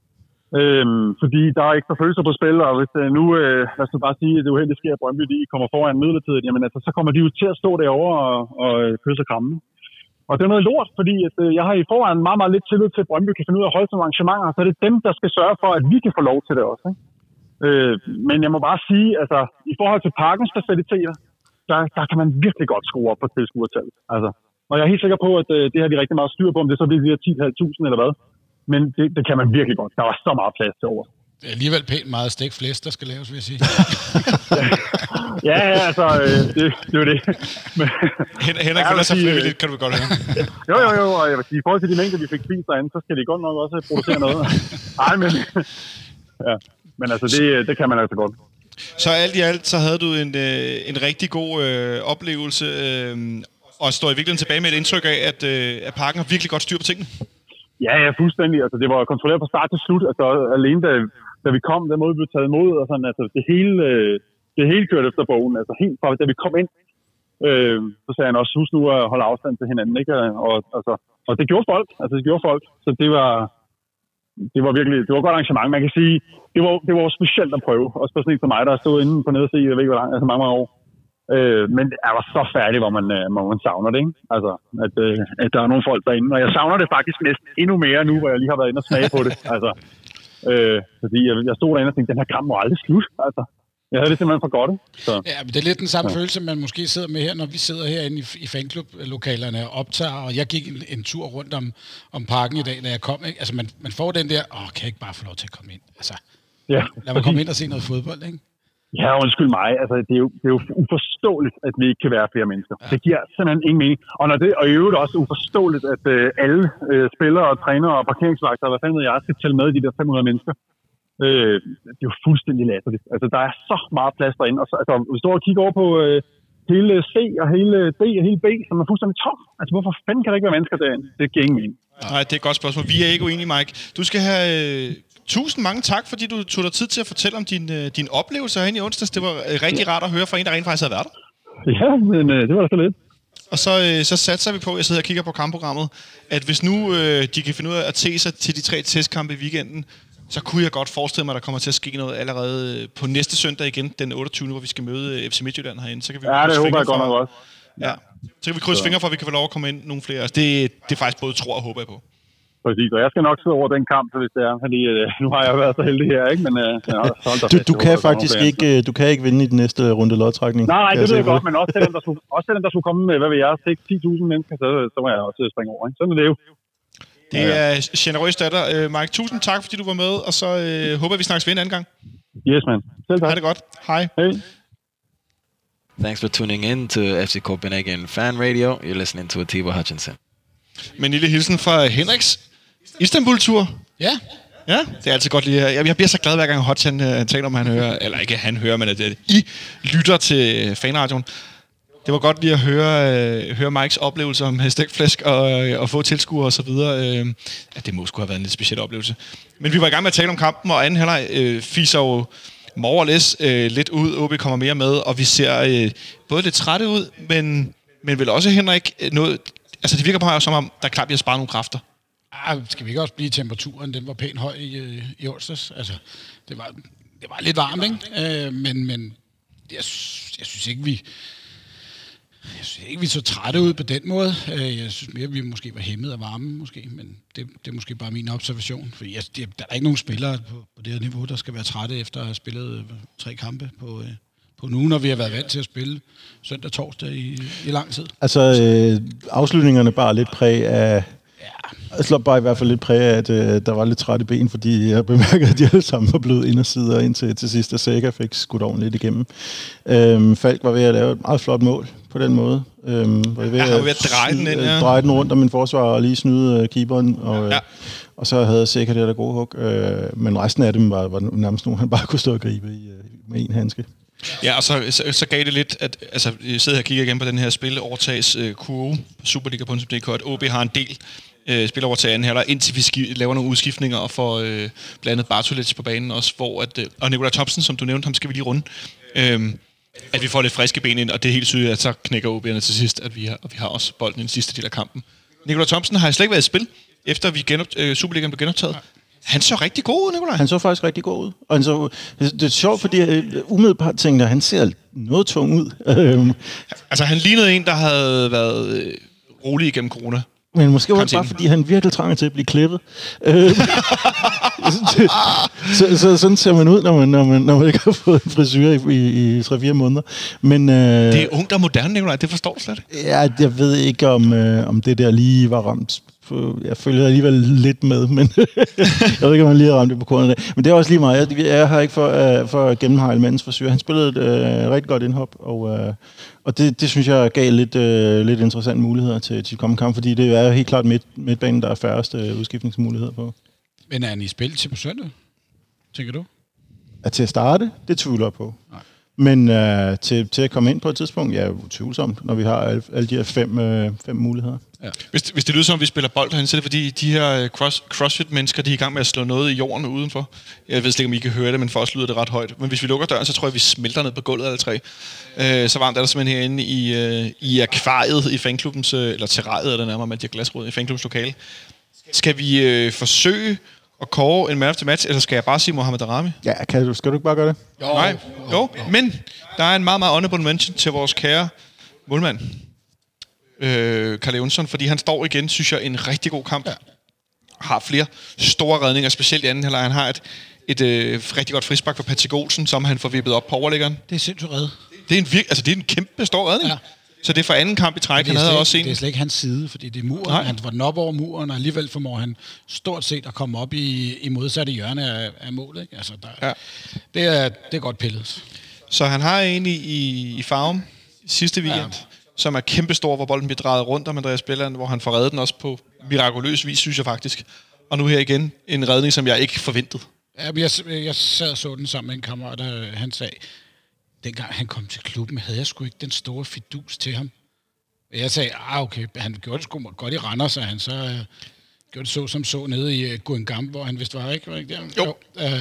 Fordi der er ikke for følelser på spil, og hvis nu, lad os bare sige, at det uheldigt sker, at Brøndby de kommer foran midlertidigt, jamen altså, så kommer de jo til at stå derovre og kysse og kramme. Og det er noget lort, fordi at, jeg har i forvejen meget, meget lidt tillid til, at Brøndby kan finde ud af at holde sådan nogle arrangementer, så det er dem, der skal sørge for, at vi kan få lov til det også. Ikke? Men jeg må bare sige, altså, i forhold til parkens faciliteter, der kan man virkelig godt skrue op på tilskuertallet. Altså, og jeg er helt sikker på, at det har de rigtig meget styr på, om det så bliver 10.500 eller hvad. Men det kan man virkelig godt. Der var så meget plads til over. Det er alligevel pænt meget stegt flæsk, der skal laves, vil jeg sige. Ja, altså, det er jo det. Henrik føler sig frivilligt, kan du godt høre. Jo, og jeg vil sige, i forhold til de mængder, vi fik spist derinde, så skal de godt nok også producere noget. Ej, men... Ja, men altså, det kan man altså godt. Så alt i alt, så havde du en rigtig god oplevelse, og står i virkeligheden tilbage med et indtryk af, at parken har virkelig godt styr på tingene. Ja, fuldstændig. Altså, det var kontrolleret fra start til slut. Altså, alene da vi kom, den måde vi blev taget imod, og sådan, altså, det hele kørte efter bogen. Altså, helt fra da vi kom ind, så sagde han også, husk nu at holde afstand til hinanden, ikke? Og det gjorde folk. Altså, det gjorde folk. Så det var virkelig, det var et godt arrangement. Man kan sige, det var specielt at prøve. Også for sådan en som mig, der har stået inde på nede og se, jeg ved ikke hvor langt, altså mange år. Men det er så færdigt, hvor man savner det, ikke? Altså, at der er nogle folk derinde. Og jeg savner det faktisk næsten endnu mere nu, hvor jeg lige har været inde og smage på det. Altså, fordi jeg stod derinde og tænkte, den her kamp må aldrig slutte. Altså, jeg havde det simpelthen for godt. Så. Ja, men det er lidt den samme følelse, man måske sidder med her, når vi sidder herinde i fanklublokalerne og optager. Og jeg gik en tur rundt om parken i dag, da jeg kom. Ikke? Altså, man får den der, kan jeg ikke bare få lov til at komme ind? Altså, lad mig komme ind og se noget fodbold, ikke? Ja, undskyld mig. Altså, det er jo uforståeligt, at vi ikke kan være flere mennesker. Ja. Det giver simpelthen ingen mening. Og i øvrigt også uforståeligt, at alle spillere og trænere og parkeringsvagter, hvad fanden ved jeg, skal tælle med de der 500 mennesker. Det er jo fuldstændig latterligt. Altså, der er så meget plads derinde. Og så, altså, hvis du står og kigger over på hele C og hele D og hele B, som er fuldstændig tom. Altså, hvorfor fanden kan der ikke være mennesker derinde? Det giver ingen mening. Nej, det er et godt spørgsmål. Vi er ikke uenige, Mike. Du skal have... Tusind mange tak, fordi du tog dig tid til at fortælle om din oplevelse herinde i onsdags. Det var rigtig rart at høre fra en, der rent faktisk havde været der. Ja, men det var da så lidt. Og så satser vi på, jeg sidder og kigger på kampprogrammet, at hvis nu de kan finde ud af at tage sig til de 3 testkampe i weekenden, så kunne jeg godt forestille mig, at der kommer til at ske noget allerede på næste søndag igen, den 28. hvor vi skal møde FC Midtjylland herinde. Så kan vi det håber jeg godt nok også. Ja. Så kan vi krydse fingre for, at vi kan få lov at komme ind nogle flere. Altså, det er faktisk både tror og håber jeg på. Præcis, og jeg skal nok sidde over den kamp, hvis det er, fordi nu har jeg været så heldig her, ikke? Men du kan faktisk ikke, du kan ikke vinde i den næste runde lodtrækning. Nej, det ved jeg godt, men også til dem, der skulle komme med, hvad ved jeg, 10.000 mennesker, så må jeg også springe over, ikke? Sådan er det jo. Det er generøst af dig, Mike. Tusind tak, fordi du var med, og så håber vi snakkes ved en anden gang. Yes, man. Selv tak. Ha' det godt. Hej. Hej. Thanks for tuning in to FC Copenhagen Fan Radio. You're listening to Atiba Hutchinson. Med en lille hilsen fra Henriks Istanbul-tur. Ja, Ja, det er altid godt lige. Jeg bliver så glad, hver gang Hutch han taler om, han hører, eller ikke han hører, men at I lytter til fanradioen. Det var godt lige at høre Mikes oplevelser om stegt og få tilskuere og så videre. Det må sgu have været en lidt speciel oplevelse. Men vi var i gang med at tale om kampen, og anden halvleg fiser jo more or less lidt ud. OB kommer mere med, og vi ser både lidt trætte ud, men vel også, Henrik, noget... Altså, det virker på som om, der er klart, vi har sparet nogle kræfter. Skal vi ikke også blive temperaturen? Den var pænt høj i onsdags. Altså, det var lidt varmt, ikke? Men jeg synes ikke, vi så trætte ud på den måde. Jeg synes mere, vi måske var hæmmet af varmen, måske. Men det er måske bare min observation. Fordi der er ikke nogen spillere på det her niveau, der skal være trætte efter at have spillet 3 kampe på nu, når vi har været vant til at spille søndag og torsdag i lang tid. Altså, afslutningerne bare lidt præg af... Jeg slår bare i hvert fald lidt præg af, at der var lidt trætte ben, fordi jeg bemærkede, at de alle sammen var blevet indersider indtil til sidst, at Sega fik skudt ordentligt igennem. Falk var ved at lave et meget flot mål på den måde. Han var ved at dreje den ind, ja. Dreje den rundt om min forsvar og lige snyde keeperen, og så havde Sega det der gode hug. Men resten af dem var nærmest nogen, han bare kunne stå og gribe med en handske. Ja, og så gav det lidt, at altså, jeg sidder her og kigger igen på den her spilleovertagskurve på Superliga.dk, at OB har en del spilleovertag anden halvleg, indtil vi laver nogle udskiftninger og får blandet Bartolets på banen også, hvor og Nikolaj Thomsen, som du nævnte, ham skal vi lige runde, at vi får lidt friske ben ind, og det er helt tydeligt, at så knækker OB'erne til sidst, at vi har også bolden i den sidste del af kampen. Nikolaj Thomsen har slet ikke været i spil, efter Superligaen blev genoptaget. Han så rigtig god ud, Nikolaj. Han så faktisk rigtig god ud. Og det er sjovt, fordi umiddelbart tænkte, at han ser noget tung ud. Altså, han lignede en, der havde været rolig igennem corona. Men måske var det bare, fordi han virkelig trænger til at blive klippet. Sådan ser man ud, når man ikke har fået en frisyr i 3-4 måneder. Men, det er ungt og moderne, Nikolaj. Det forstår du slet. Ja, jeg ved ikke, om det der lige var ramt. Jeg følger alligevel lidt med, men jeg ved ikke, om han lige har ramt det på kornet af. Men det er også lige meget. Jeg har ikke for at gennemhejle mandens frisyr. Han spillede et rigtig godt indhop, og det synes jeg gav lidt interessante muligheder til kommende kamp, fordi det er helt klart midtbanen, der er færreste udskiftningsmuligheder på. Men er han i spil til på søndag, tænker du? Til at starte, det tvivler jeg på. Nej. Men til at komme ind på et tidspunkt, ja, utvivlsomt, når vi har alle de her fem muligheder. Ja. Hvis det lyder som, vi spiller bold herinde, så er det fordi, de her CrossFit-mennesker, de er i gang med at slå noget i jorden udenfor. Jeg ved ikke, om I kan høre det, men for os lyder det ret højt. Men hvis vi lukker døren, så tror jeg, vi smelter ned på gulvet alle 3. Så varmt er der simpelthen herinde i akvariet i fanklubbens, eller terrariet er det nærmere, med de her glasrød i fanklubbens lokale. Skal vi forsøge at kåre en man of the match, eller skal jeg bare sige Mohamed Darami? Ja, skal du ikke bare gøre det? Jo. Men der er en meget, meget honorable mention til vores kære målmand, Carl Jonsson, fordi han står igen, synes jeg, en rigtig god kamp. Ja. Har flere store redninger, specielt i anden halvleg. Han har et rigtig godt frispark for Patrick Olsen, som han får vippet op på overliggeren. Det er sindssygt reddet. Det er en kæmpe stor redning. Ja. Så det er for anden kamp i træk, han havde også en. Det er slet ikke hans side, fordi det er muren. Nej. Han var den op over muren, og alligevel formår han stort set at komme op i modsatte hjørne af målet. Ikke? Altså, det er godt pillet. Så han har en i Farum sidste weekend, som er kæmpestor, hvor bolden bliver drejet rundt om Andreas Bjelland, hvor han får reddet den også på mirakuløs vis, synes jeg faktisk. Og nu her igen en redning, som jeg ikke forventede. Ja, jeg sad og så den sammen med en kammerat, og han sagde, dengang han kom til klubben, havde jeg sgu ikke den store fidus til ham. Jeg sagde, okay, han gjorde det sgu godt i Randers, og han så gjorde det så nede i Guingamp, hvor han vist var, ikke der? Jo.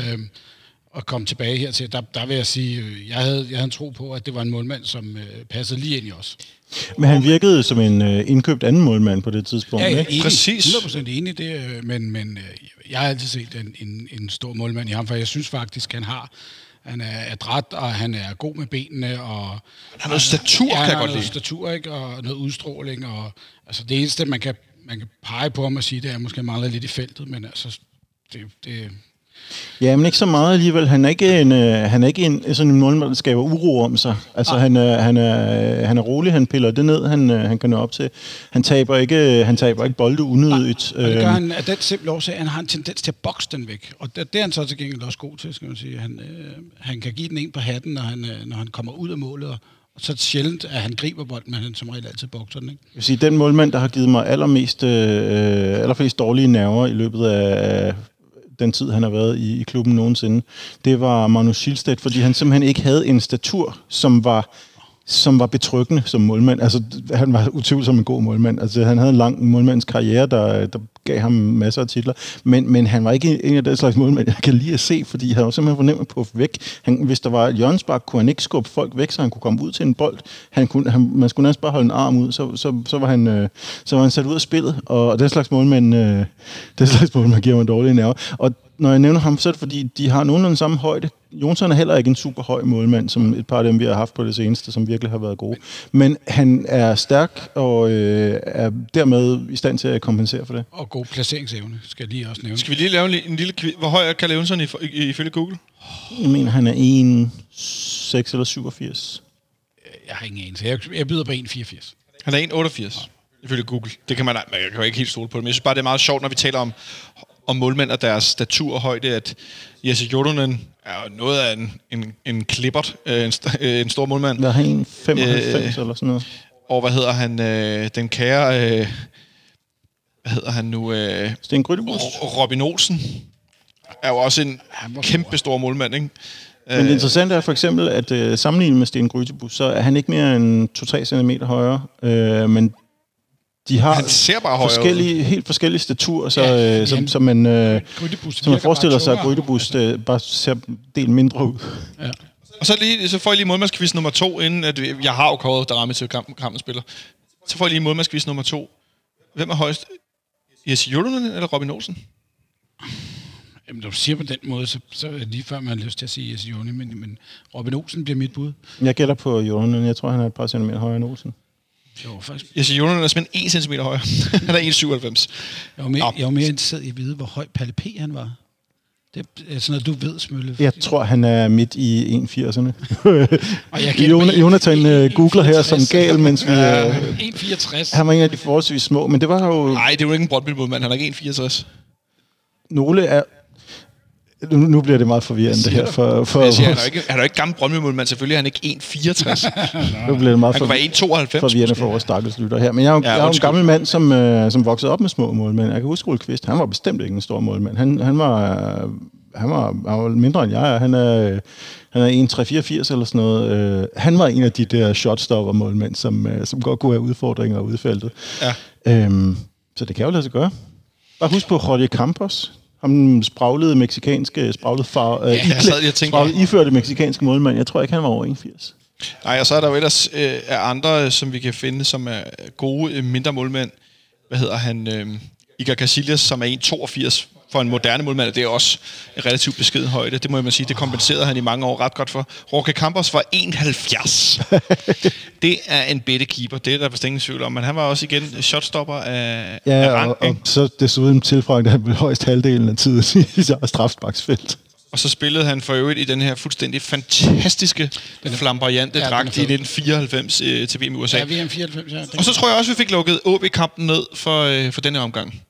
Og kom tilbage hertil. Der vil jeg sige, jeg havde en tro på, at det var en målmand, som passede lige ind i os. Men han virkede som en indkøbt anden målmand på det tidspunkt, ja, ikke? Præcis. 100% enig i det, men jeg har altid set en stor målmand i ham, for jeg synes faktisk, han er adræt, og han er god med benene, og han har noget statur, kan jeg godt lide. Statur, ikke? Og noget udstråling, og altså det eneste, man kan pege på ham og sige, det er, at måske mangler lidt i feltet, men altså Ja, men ikke så meget alligevel. Han er ikke en sådan en målmand, der skaber uro om sig. Altså, han er rolig, han piller det ned, han kan nå op til. Han taber ikke bolde unødigt. Og det gør han af den simple årsag, han har en tendens til at bokse den væk. Og det er han så til gengæld også god til, skal man sige. Han kan give den en på hatten, når han kommer ud af målet, og så er det sjældent, at han griber bolden, men han som regel altid bokser den, ikke? Jeg vil sige, den målmand, der har givet mig allerflest dårlige nerver i løbet af den tid, han har været i klubben nogensinde, det var Manu Schildstedt, fordi han simpelthen ikke havde en statur, som var betryggende som målmand. Altså, han var utvivlsomt en god målmand. Altså, han havde en lang målmandskarriere, der gav ham masser af titler. Men han var ikke en af den slags målmænd, jeg kan lide at se, fordi han var simpelthen for nem at puffe væk. Hvis der var et hjørnespark, kunne han ikke skubbe folk væk, så han kunne komme ud til en bold. Man skulle næsten bare holde en arm ud, så var han sat ud af spillet. Og den slags målmænd giver mig dårlige nerver. Og når jeg nævner ham, så er det fordi, de har nogenlunde samme højde. Jonsson er heller ikke en super høj målmand, som et par af dem, vi har haft på det seneste, som virkelig har været gode. Men han er stærk og er dermed i stand til at kompensere for det. Og god placeringsevne, skal jeg lige også nævne. Skal vi lige lave en lille quiz? Hvor høj er Kalle Jonsson ifølge Google? Jeg mener, han er 1,6 eller 87. Jeg har ingen anelse. Jeg byder på 1,84. Han er 1,88 ifølge Google. Det kan man kan ikke helt stole på det, men jeg synes bare, det er meget sjovt, når vi taler om målmænd og deres statur og højde, at Jesse Joronen er noget af en klippert, en stor målmand. Der har en 95 eller sådan noget. Og hvad hedder han? Den kære... hvad hedder han nu? Sten Grydebus. Robin Olsen er jo også en kæmpe stor målmand, ikke? Men det interessante er for eksempel, at sammenlignet med Sten Grydebus, så er han ikke mere end 2-3 cm højere, men de har helt forskellige statur, så man forestiller sig, at Grydebus bare ser del mindre ud. Ja. Og så får jeg lige målmandsquiz nummer 2, inden at jeg har jo kåret Darami til kampens spiller. Så får jeg lige målmandsquiz nummer 2. Hvem er højst? Jesse Joronen eller Robin Olsen? Jamen, når du siger på den måde, så er det lige før, man har lyst til at sige Jesse Joronen, men Robin Olsen bliver mit bud. Jeg gætter på Joronen. Jeg tror, han er et par centimeter højere end Olsen. Jo, faktisk. Jesse Joronen er simpelthen 1 cm højere. Han er 1,97. Jeg var mere interesseret i at vide, hvor høj Palle P. han var. Det er sådan noget, du ved, Smølle. Jeg tror, han er midt i 1,80'erne. Jonathan googler her som gal, mens vi... 1,64. Han var en af de forholdsvis små, men det var jo... Nej, det er jo ikke en Brøndby-målmand. Han er ikke 1,64. Nogle er... Nu bliver det meget forvirrende det her. Han er jo ikke gammel Brøndby-målmand. Selvfølgelig er han ikke 1,64. Nu bliver det meget han kan være 1,92. Forvirrende for vores stakkels lytter her. Men jeg er jo en gammel mand, som voksede op med små målmænd. Jeg kan huske Ole Kvist. Han var bestemt ikke en stor målmand. Han var mindre end jeg er. Han er 1,384 eller sådan noget. Han var en af de der shotstopper-målmænd, som godt kunne have udfordringer ude i feltet. Ja. Så det kan jo lade sig gøre. Bare husk på Jorge Campos. Ham spraglede iførte mexikanske målmand. Jeg tror ikke, han var over 81. Nej, og så er der jo ellers andre, som vi kan finde, som er gode mindre målmænd. Hvad hedder han? Iker Casillas, som er 1,82 for en moderne målmand. Det er også en relativt beskeden højde. Det må man sige. Det kompenserede han i mange år ret godt for. Jorge Campos var 1,70. Det er en bedte keeper. Det er der vist ingen tvivl om. Men han var også igen shotstopper af rang. Og så desuden tilfragt, at han blev højst halvdelen af tiden i straffesparksfelt. Og så spillede han for øvrigt i den her fuldstændig fantastiske, flamboyante dragt i 1994 til VM i USA. Ja, VM 94, ja. Og så tror jeg også, vi fik lukket OB-kampen ned for denne omgang.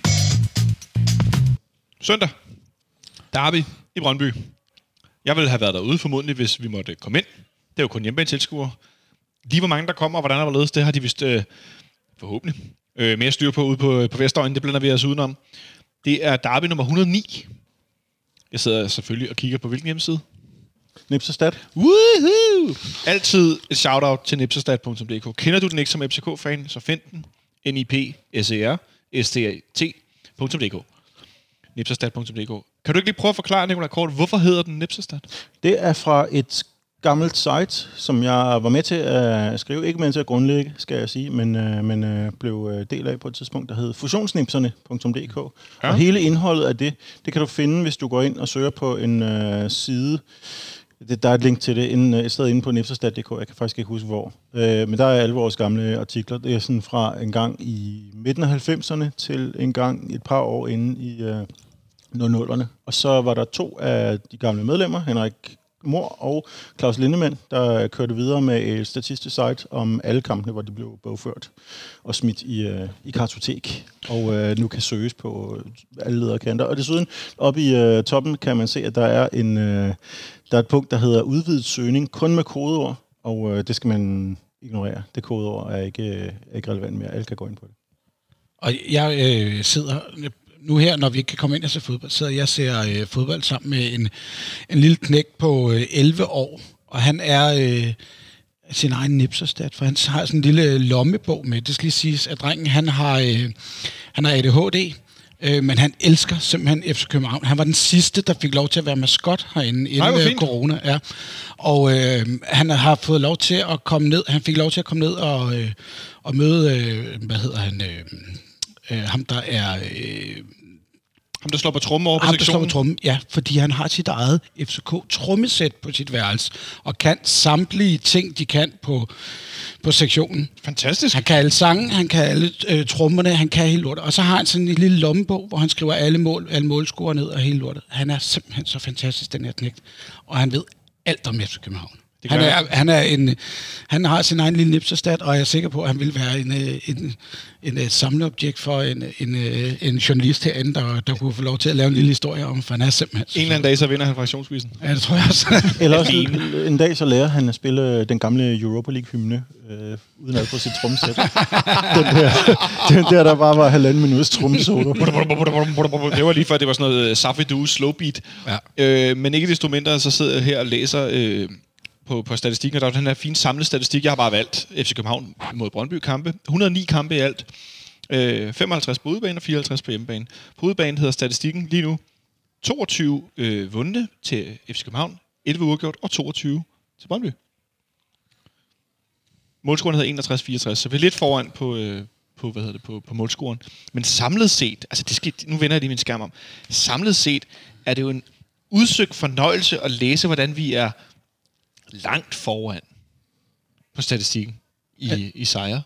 Søndag. Derby i Brøndby. Jeg ville have været derude formodentlig, hvis vi måtte komme ind. Det er jo kun hjemmebanetilskuere. Lige hvor mange der kommer, og hvordan der var ledes, det har de vist forhåbentlig mere styr på ude på Vestøjen. Det blænder vi os udenom. Det er Derby nummer 109. Jeg sidder selvfølgelig og kigger på hvilken hjemmeside. Nipserstad. Woohoo! Altid et shout-out til nipserstad.dk. Kender du den ikke som FCK-fan, så find den. nipserstat.dk. Nipserstad.dk. Kan du ikke lige prøve at forklare, Nicolai Kort, hvorfor hedder den Nipserstad? Det er fra et gammelt site, som jeg var med til at skrive, ikke med til at grundlægge, skal jeg sige, men blev del af på et tidspunkt, der hed fusionsnipserne.dk. Ja. Og hele indholdet af det kan du finde, hvis du går ind og søger på en side. Der er et link til det et sted inde på nipserstad.dk. Jeg kan faktisk ikke huske hvor. Men der er alle vores gamle artikler. Det er sådan fra en gang i midten af 90'erne til en gang et par år inde 00'erne. Og så var der 2 af de gamle medlemmer, Henrik Mor og Claus Lindemann, der kørte videre med et statistisk site om alle kampene, hvor de blev bogført og smidt i kartotek, og nu kan søges på alle lederkanter. Og desuden, oppe i toppen kan man se, at der er et punkt, der hedder udvidet søgning, kun med kodeord, og det skal man ignorere. Det kodeord er ikke relevant mere. Alle kan gå ind på det. Og jeg sidder nu her, når vi ikke kan komme ind og se fodbold, sidder jeg og ser fodbold sammen med en lille knægt på 11 år, og han er sin egen nipserstat, for han har sådan en lille lommebog med. Det skal lige siges, at drengen, han har ADHD, men han elsker simpelthen FC København. Han var den sidste, der fik lov til at være maskot herinde inden corona. Ja. Og han har fået lov til at komme ned. Han fik lov til at komme ned og møde, hvad hedder han, ham der er... Ham, der slår på trommen over på sektionen? Ham, der slår på trommen, ja, fordi han har sit eget FCK-trommesæt på sit værelse, og kan samtlige ting, de kan på sektionen. Fantastisk. Han kan alle sange, han kan alle trommerne, han kan hele lortet. Og så har han sådan en lille lommebog, hvor han skriver alle målscorer ned og hele lortet. Han er simpelthen så fantastisk, den her knægt. Og han ved alt om FC København. Han har sin egen lille nipserstat, og jeg er sikker på, at han vil være en samleobjekt for en journalist herinde, der kunne få lov til at lave en lille historie om, for han er simpelthen... En eller anden dag, så vinder han fraktionsquizzen. Ja, det tror jeg også. Eller også en dag, så lærer han at spille den gamle Europa League-hymne, uden at få sit trommesæt. den der bare var 1,5 minuts trommesolo. Det var lige før, det var sådan noget Safri slow beat. Ja. Men ikke desto mindre, så sidder jeg her og læser... På statistikken, og der er den her fine samlede statistik. Jeg har bare valgt FC København mod Brøndby kampe. 109 kampe i alt. 55 på udebane og 54 på hjemmebane. På udebane hedder statistikken lige nu 22 vundne til FC København, 11 uafgjort og 22 til Brøndby. Målscoren hedder 61-64, så vi er lidt foran på målscoren. Men samlet set, altså nu vender jeg lige min skærm om. Samlet set er det jo en udsøgt fornøjelse at læse, hvordan vi er langt foran på statistikken i sejre.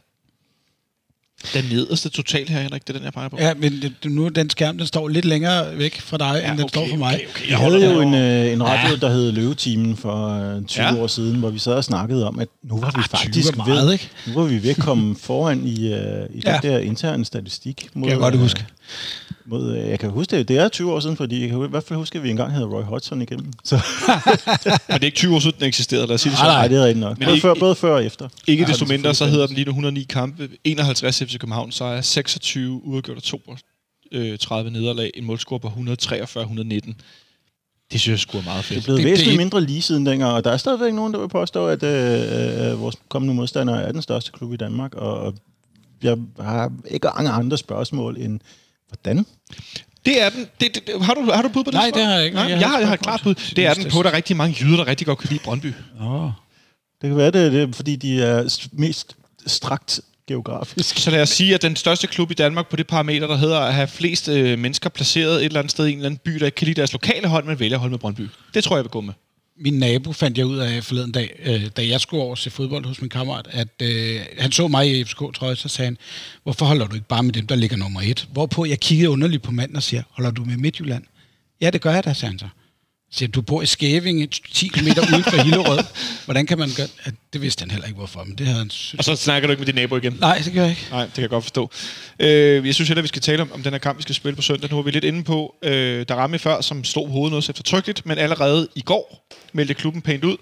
Den nederste total her, Henrik, det er den, jeg peger på. Ja, men nu den skærm, den står lidt længere væk fra dig, end den står for mig. Okay. Jeg havde jo en radio, der hed Løvetimen for 20 år siden, hvor vi sad og snakkede om, at nu var vi faktisk ved at komme foran i den der interne statistik. Kan jeg godt huske. Jeg kan huske det er 20 år siden, fordi jeg kan i hvert fald huske, at vi engang havde Roy Hodgson igennem. Så. Men det er ikke 20 år siden, den eksisterede, lad os sige det sådan. Nej, det er rigtigt nok. Både før og efter. Ikke desto mindre, så hedder den lige nu 109 kampe, 51 FC København sejre, 26 uafgjort og 32 nederlag, en målscore på 143-119. Det synes jeg sgu er meget fedt. Det er blevet væsentligt mindre lige siden dengang, og der er stadigvæk nogen, der vil påstå, at vores kommende modstandere er den største klub i Danmark, og jeg har ikke andre spørgsmål end hvordan? Det er den. Har du bud på det? Nej, det har jeg ikke. Nej, jeg har et klart bud. Det er den på, der er rigtig mange jyder, der rigtig godt kan lide Brøndby. Det kan være, det er fordi de er mest strakt geografisk. Så lad os sige, at den største klub i Danmark på det parameter, der hedder at have flest mennesker placeret et eller andet sted i en eller anden by, der ikke kan lide deres lokale hold, men vælger at holde med Brøndby. Det tror jeg vil gå med. Min nabo fandt jeg ud af forleden dag, da jeg skulle over se fodbold hos min kammerat, at han så mig i FCK-trøje, så sagde han, hvorfor holder du ikke bare med dem, der ligger nummer 1? Hvorpå jeg kiggede underligt på manden og siger, holder du med Midtjylland? Ja, det gør jeg da, sagde han så. Så du bor i Skævinge, 10 km uden for Hillerød. Hvordan kan man gøre? Det vidste han heller ikke, hvorfor. Men det havde han og så snakker du ikke med din nabo igen? Nej, det gør jeg ikke. Nej, det kan jeg godt forstå. Jeg synes heller, vi skal tale om den her kamp, vi skal spille på søndag. Nu er vi lidt inde på Darami før, som slog hovedet noget eftertrykkeligt, men allerede i går meldte klubben pænt ud.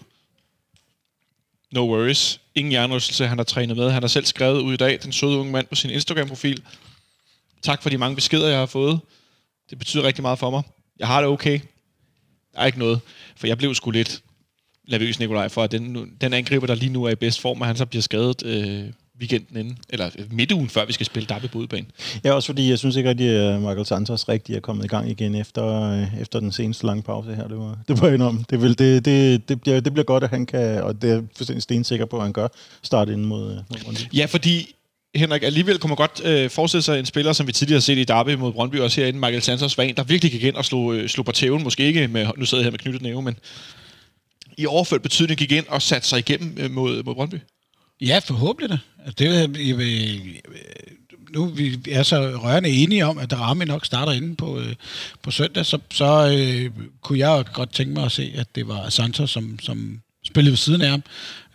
No worries. Ingen hjernerystelse, han har trænet med. Han har selv skrevet ud i dag, den søde unge mand på sin Instagram-profil. Tak for de mange beskeder, jeg har fået. Det betyder rigtig meget for mig. Jeg har det okay. Der er ikke noget, for jeg blev sgu lidt nervøs, Nikolaj, for at den angriber, der lige nu er i bedst form, at han så bliver skadet weekenden inden, eller midtugen, før vi skal spille Derby på udebane. Ja, også fordi jeg synes ikke rigtig, at Michael Santos rigtig er kommet i gang igen efter den seneste lange pause her. Det var enormt. Det bliver godt, at han kan, og det er fuldstændig stensikker på, at han gør, starte ind mod Brøndby. Ja, fordi Henrik, alligevel kunne man godt forestille sig en spiller, som vi tidligere har set i Derby mod Brøndby, også herinde, Michael Santos, var en, der virkelig gik ind og slog på tæven, måske ikke med, nu sidder jeg her med knyttet næve, men i overført betydning gik ind og satte sig igennem mod Brøndby. Ja, forhåbentlig det. nu vi er så rørende enige om, at Daramy nok starter inde på søndag, så kunne jeg godt tænke mig at se, at det var Santos, som spillede ved siden af ham.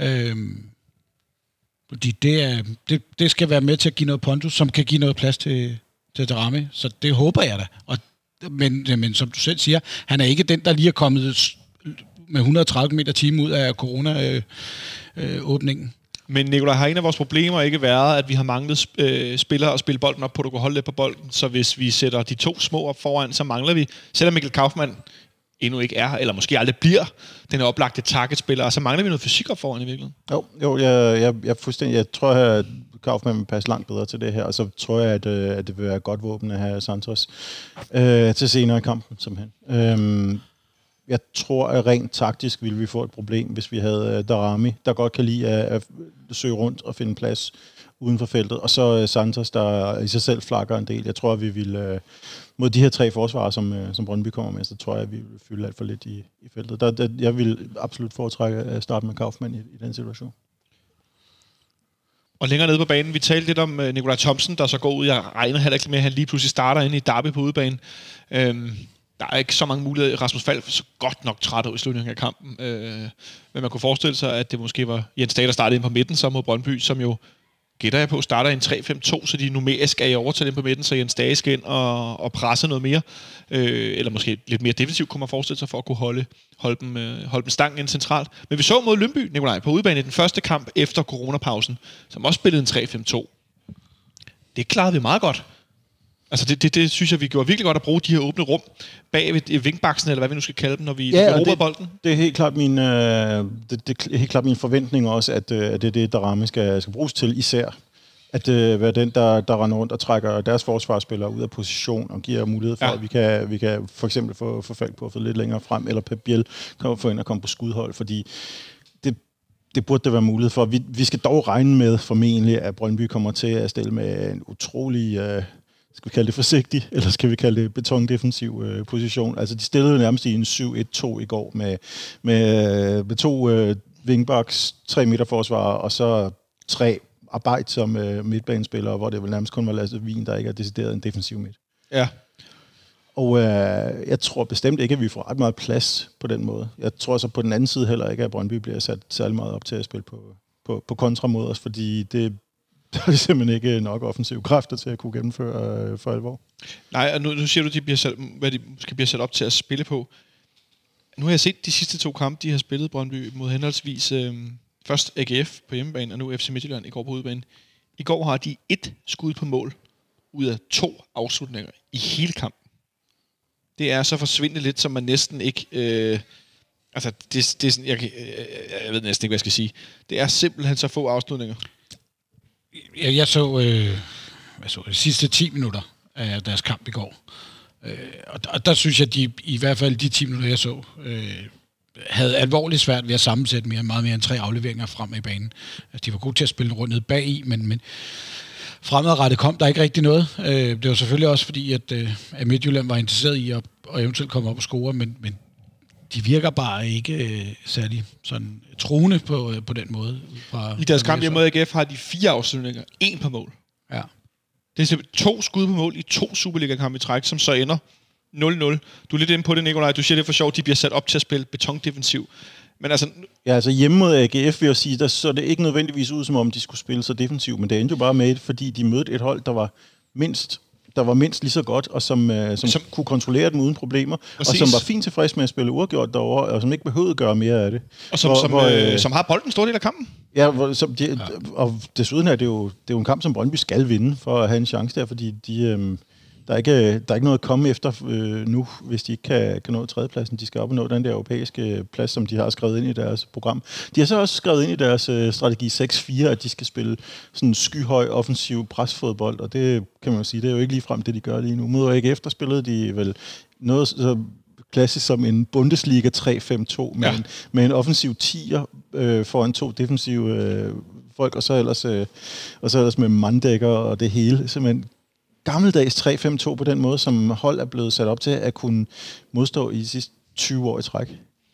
Fordi det skal være med til at give noget pondus, som kan give noget plads til Daramy. Så det håber jeg da. Men som du selv siger, han er ikke den, der lige er kommet med 130 km/t ud af corona-åbningen. Men Nikolaj, har en af vores problemer ikke været, at vi har manglet spillere at spille bolden op på, du kan holde lidt på bolden. Så hvis vi sætter de to små op foran, så mangler vi, selvom Mikkel Kaufmann endnu ikke er, eller måske aldrig bliver, den oplagte targetspiller, og så mangler vi noget fysik op foran i virkeligheden. Jo, jeg fuldstændig. Jeg tror, at Kaufmann vil passe langt bedre til det her, og så tror jeg, at det vil være et godt våben at have Santos til senere i kampen, simpelthen. Jeg tror, at rent taktisk ville vi få et problem, hvis vi havde Daramy, der godt kan lide at søge rundt og finde plads uden for feltet, og så Santos, der i sig selv flakker en del. Jeg tror, at vi vil mod de her 3 forsvarer, som Brøndby kommer med, så tror jeg, at vi vil fylde alt for lidt i feltet. Jeg vil absolut foretrække at starte med Kaufmann i den situation. Og længere nede på banen, vi talte lidt om Nikolaj Thomsen, der så går ud. Jeg regner heller ikke med, at han lige pludselig starter inde i Derby på udebane. Der er ikke så mange muligheder. Rasmus Falk så godt nok træt ud i slutningen af kampen. Men man kunne forestille sig, at det måske var Jens Dage, der startede ind på midten, så mod Brøndby, som jo, gætter jeg på, starter i en 3-5-2, så de numerisk er i overtal ind på midten, så Jens Dage skal ind og presse noget mere. Eller måske lidt mere defensivt, kunne man forestille sig, for at kunne holde dem stangen ind centralt. Men vi så mod Lyngby, Nikolaj, på udebane i den første kamp efter coronapausen, som også spillede en 3-5-2. Det klarede vi meget godt. Altså det synes jeg, vi gjorde virkelig godt at bruge de her åbne rum bag ved vingbaksen, eller hvad vi nu skal kalde dem, når vi råber bolden. Det er helt klart helt klart min forventning også, at det er det, Daramy skal bruges til især. At være den, der render rundt og trækker deres forsvarsspillere ud af position og giver mulighed for, at vi kan for eksempel få Falk på at få lidt længere frem, eller Pep Biel kan få ind og komme på skudhold, fordi det burde der være mulighed for. Vi skal dog regne med formentlig, at Brøndby kommer til at stille med en utrolig... skal vi kalde det forsigtig, eller skal vi kalde det betondefensiv position? Altså, de stillede nærmest i en 7-1-2 i går med 2 wingbacks, 3 midterforsvarer, og så 3 arbejdsomme midtbanespillere, hvor det vel nærmest kun var Lasse Wien, der ikke er decideret en defensiv midt. Ja. Og jeg tror bestemt ikke, at vi får ret meget plads på den måde. Jeg tror så på den anden side heller ikke, at Brøndby bliver sat særlig meget op til at spille på kontra mod os, fordi der er simpelthen ikke nok offensive kræfter til at kunne gennemføre for alvor. Nej, og nu siger du, hvad de måske bliver sat op til at spille på. Nu har jeg set de sidste 2 kampe, de har spillet Brøndby mod henholdsvis først AGF på hjemmebane, og nu FC Midtjylland i går på udebane. I går har de 1 skud på mål ud af 2 afslutninger i hele kampen. Det er så forsvindende lidt, som man næsten ikke... altså, det er sådan, jeg ved næsten ikke, hvad jeg skal sige. Det er simpelthen så få afslutninger. Jeg så de sidste 10 minutter af deres kamp i går. Og der synes jeg, at de, i hvert fald de 10 minutter, jeg så, havde alvorligt svært ved at sammensætte meget mere end 3 afleveringer frem i banen. Altså, de var gode til at spille rundt ned bag i, men fremadrettet kom der ikke rigtig noget. Det var selvfølgelig også fordi, at Midtjylland var interesseret i at eventuelt komme op og score, men de virker bare ikke særlig sådan truende på den måde. I deres kamp hjemme mod AGF har de 4 afslutninger, 1 på mål. Ja. Det er simpelthen 2 skud på mål i 2 Superliga-kampe i træk, som så ender 0-0. Du er lidt inde på det, Nikolaj. Du siger det for sjovt, de bliver sat op til at spille betondefensiv. Men altså... Ja, altså hjemme mod AGF vil jeg sige, der så det ikke nødvendigvis ud, som om de skulle spille så defensivt, men det endte jo bare med, fordi de mødte et hold, der var mindst lige så godt, og som kunne kontrollere dem uden problemer, præcis. Og som var fint tilfreds med at spille uafgjort derovre, og som ikke behøvede at gøre mere af det. Og som har bolden en stor del af kampen. Ja, og desuden er det jo en kamp, som Brøndby skal vinde, for at have en chance der, fordi der er ikke noget at komme efter nu, hvis de ikke kan nå tredjepladsen. De skal op og nå den der europæiske plads, som de har skrevet ind i deres program. De har så også skrevet ind i deres strategi 6-4, at de skal spille sådan skyhøj offensiv presfodbold, og det kan man jo sige, det er jo ikke ligefrem det, de gør lige nu. Mod AGF, der spillede de vel noget så klassisk som en Bundesliga 3-5-2, med en offensiv 10'er foran 2 defensive folk, og så ellers med manddækker og det hele. Simpelthen gammeldags 3-5-2 på den måde, som hold er blevet sat op til at kunne modstå i de sidste 20 år i træk.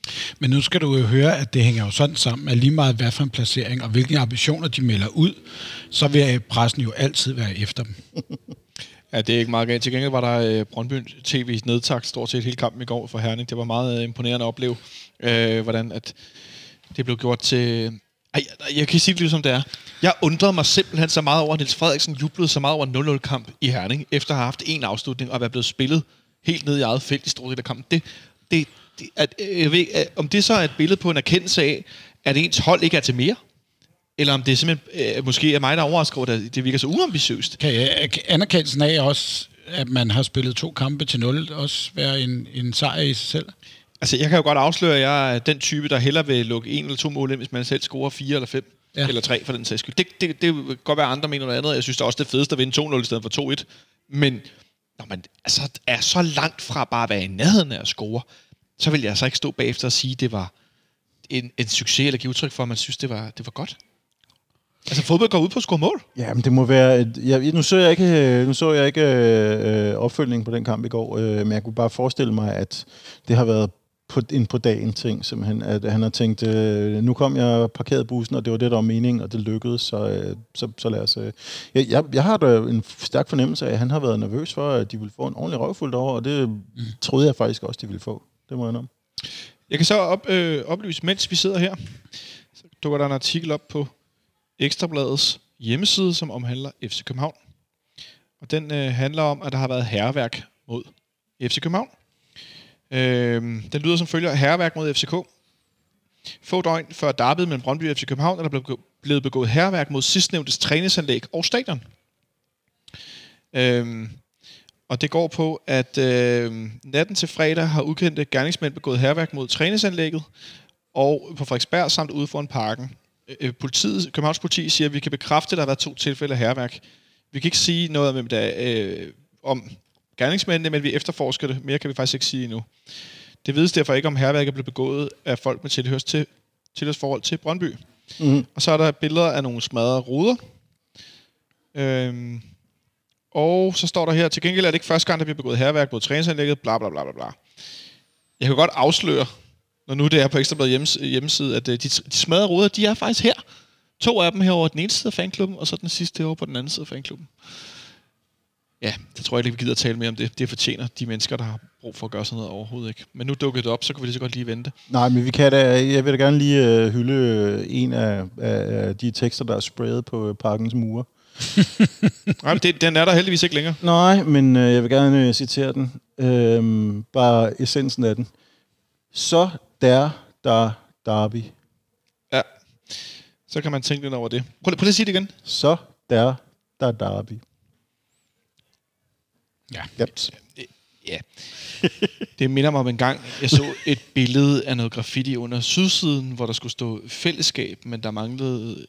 Men nu skal du jo høre, at det hænger jo sådan sammen, at lige meget hvad for en placering og hvilke ambitioner de melder ud, så vil pressen jo altid være efter dem. Ja, det er ikke meget galt. Til gengæld var der Brøndby TV's nedtakt stort set hele kampen i går for Herning. Det var meget imponerende at opleve, hvordan at det blev gjort til... Jeg kan sige det som det er. Jeg undrede mig simpelthen så meget over, at Niels Frederiksen jublede så meget over en 0-0-kamp i Herning, efter at have haft en afslutning og være blevet spillet helt ned i eget felt i store del af kampen. Jeg ved, om det så er et billede på en erkendelse af, at ens hold ikke er til mere, eller om det er simpelthen måske er mig, der overrasker over, at det virker så uambitiøst. Kan anerkendelsen af også, at man har spillet 2 kampe til 0, også være en sejr i sig selv? Altså, jeg kan jo godt afsløre, at jeg er den type, der hellere vil lukke 1 eller 2 mål ind, hvis man selv scorer 4 eller 5, eller 3 for den sags skyld. Det kan godt være, andre mener noget andet. Jeg synes det er også det fedeste at vinde 2-0 i stedet for 2-1. Men når man altså er så langt fra bare at være i nærheden af at score, så vil jeg altså ikke stå bagefter og sige, at det var en succes, eller give udtryk for, at man synes, det var godt. Altså, fodbold går ud på at score mål. Ja, men det må være... Nu så jeg ikke opfølgningen på den kamp i går, men jeg kunne bare forestille mig, at det har været på dagen ting, simpelthen. At han har tænkt, nu kom jeg parkeret bussen, og det var det, der var meningen, og det lykkedes, så lad os... Jeg har da en stærk fornemmelse af, at han har været nervøs for, at de ville få en ordentlig røvfuld over, og det troede jeg faktisk også, de ville få. Det må jeg om. Jeg kan så oplyse, mens vi sidder her, så dukker der en artikel op på Ekstrabladets hjemmeside, som omhandler FC København. Og den handler om, at der har været hærværk mod FC København. Den lyder som følger: hærværk mod FCK. Få døgn før derbyet mellem Brøndby og FC København, er der blevet begået hærværk mod sidstnævntes træningsanlæg og stadion. Og det går på, at natten til fredag har ukendte gerningsmænd begået hærværk mod træningsanlægget og på Frederiksberg samt ude foran parken. Københavns politi siger, at vi kan bekræfte, at der har været 2 tilfælde af hærværk. Vi kan ikke sige noget om gerningsmændene, men vi efterforsker det. Mere kan vi faktisk ikke sige endnu. Det vides derfor ikke, om hærværket blev begået af folk med tilhørsforhold til Brøndby. Mm. Og så er der billeder af nogle smadrede ruder. Og så står der her, til gengæld er det ikke første gang, der bliver begået hærværk mod træningsanlægget, bla bla bla bla bla. Jeg kan godt afsløre, når nu det er på Ekstrabladets hjemmeside, at de smadrede ruder, de er faktisk her. 2 af dem herovre den ene side af fanklubben, og så den sidste herovre på den anden side af fanklubben. Ja, det tror jeg ikke, vi gider at tale mere om det. Det fortjener de mennesker, der har brug for at gøre sådan noget overhovedet ikke. Men nu dukker det op, så kan vi lige så godt lige vente. Nej, men jeg vil da gerne lige hylde en af de tekster, der er sprayet på parkens mure. Nej, den er der heldigvis ikke længere. Nej, men jeg vil gerne citere den. Bare essensen af den. Så der derby. Ja, så kan man tænke lidt over det. Prøv lige at sige det igen. Så der derby. Ja. Yep. Ja. Det minder mig om en gang, jeg så et billede af noget graffiti under sydsiden, hvor der skulle stå fællesskab, men der manglede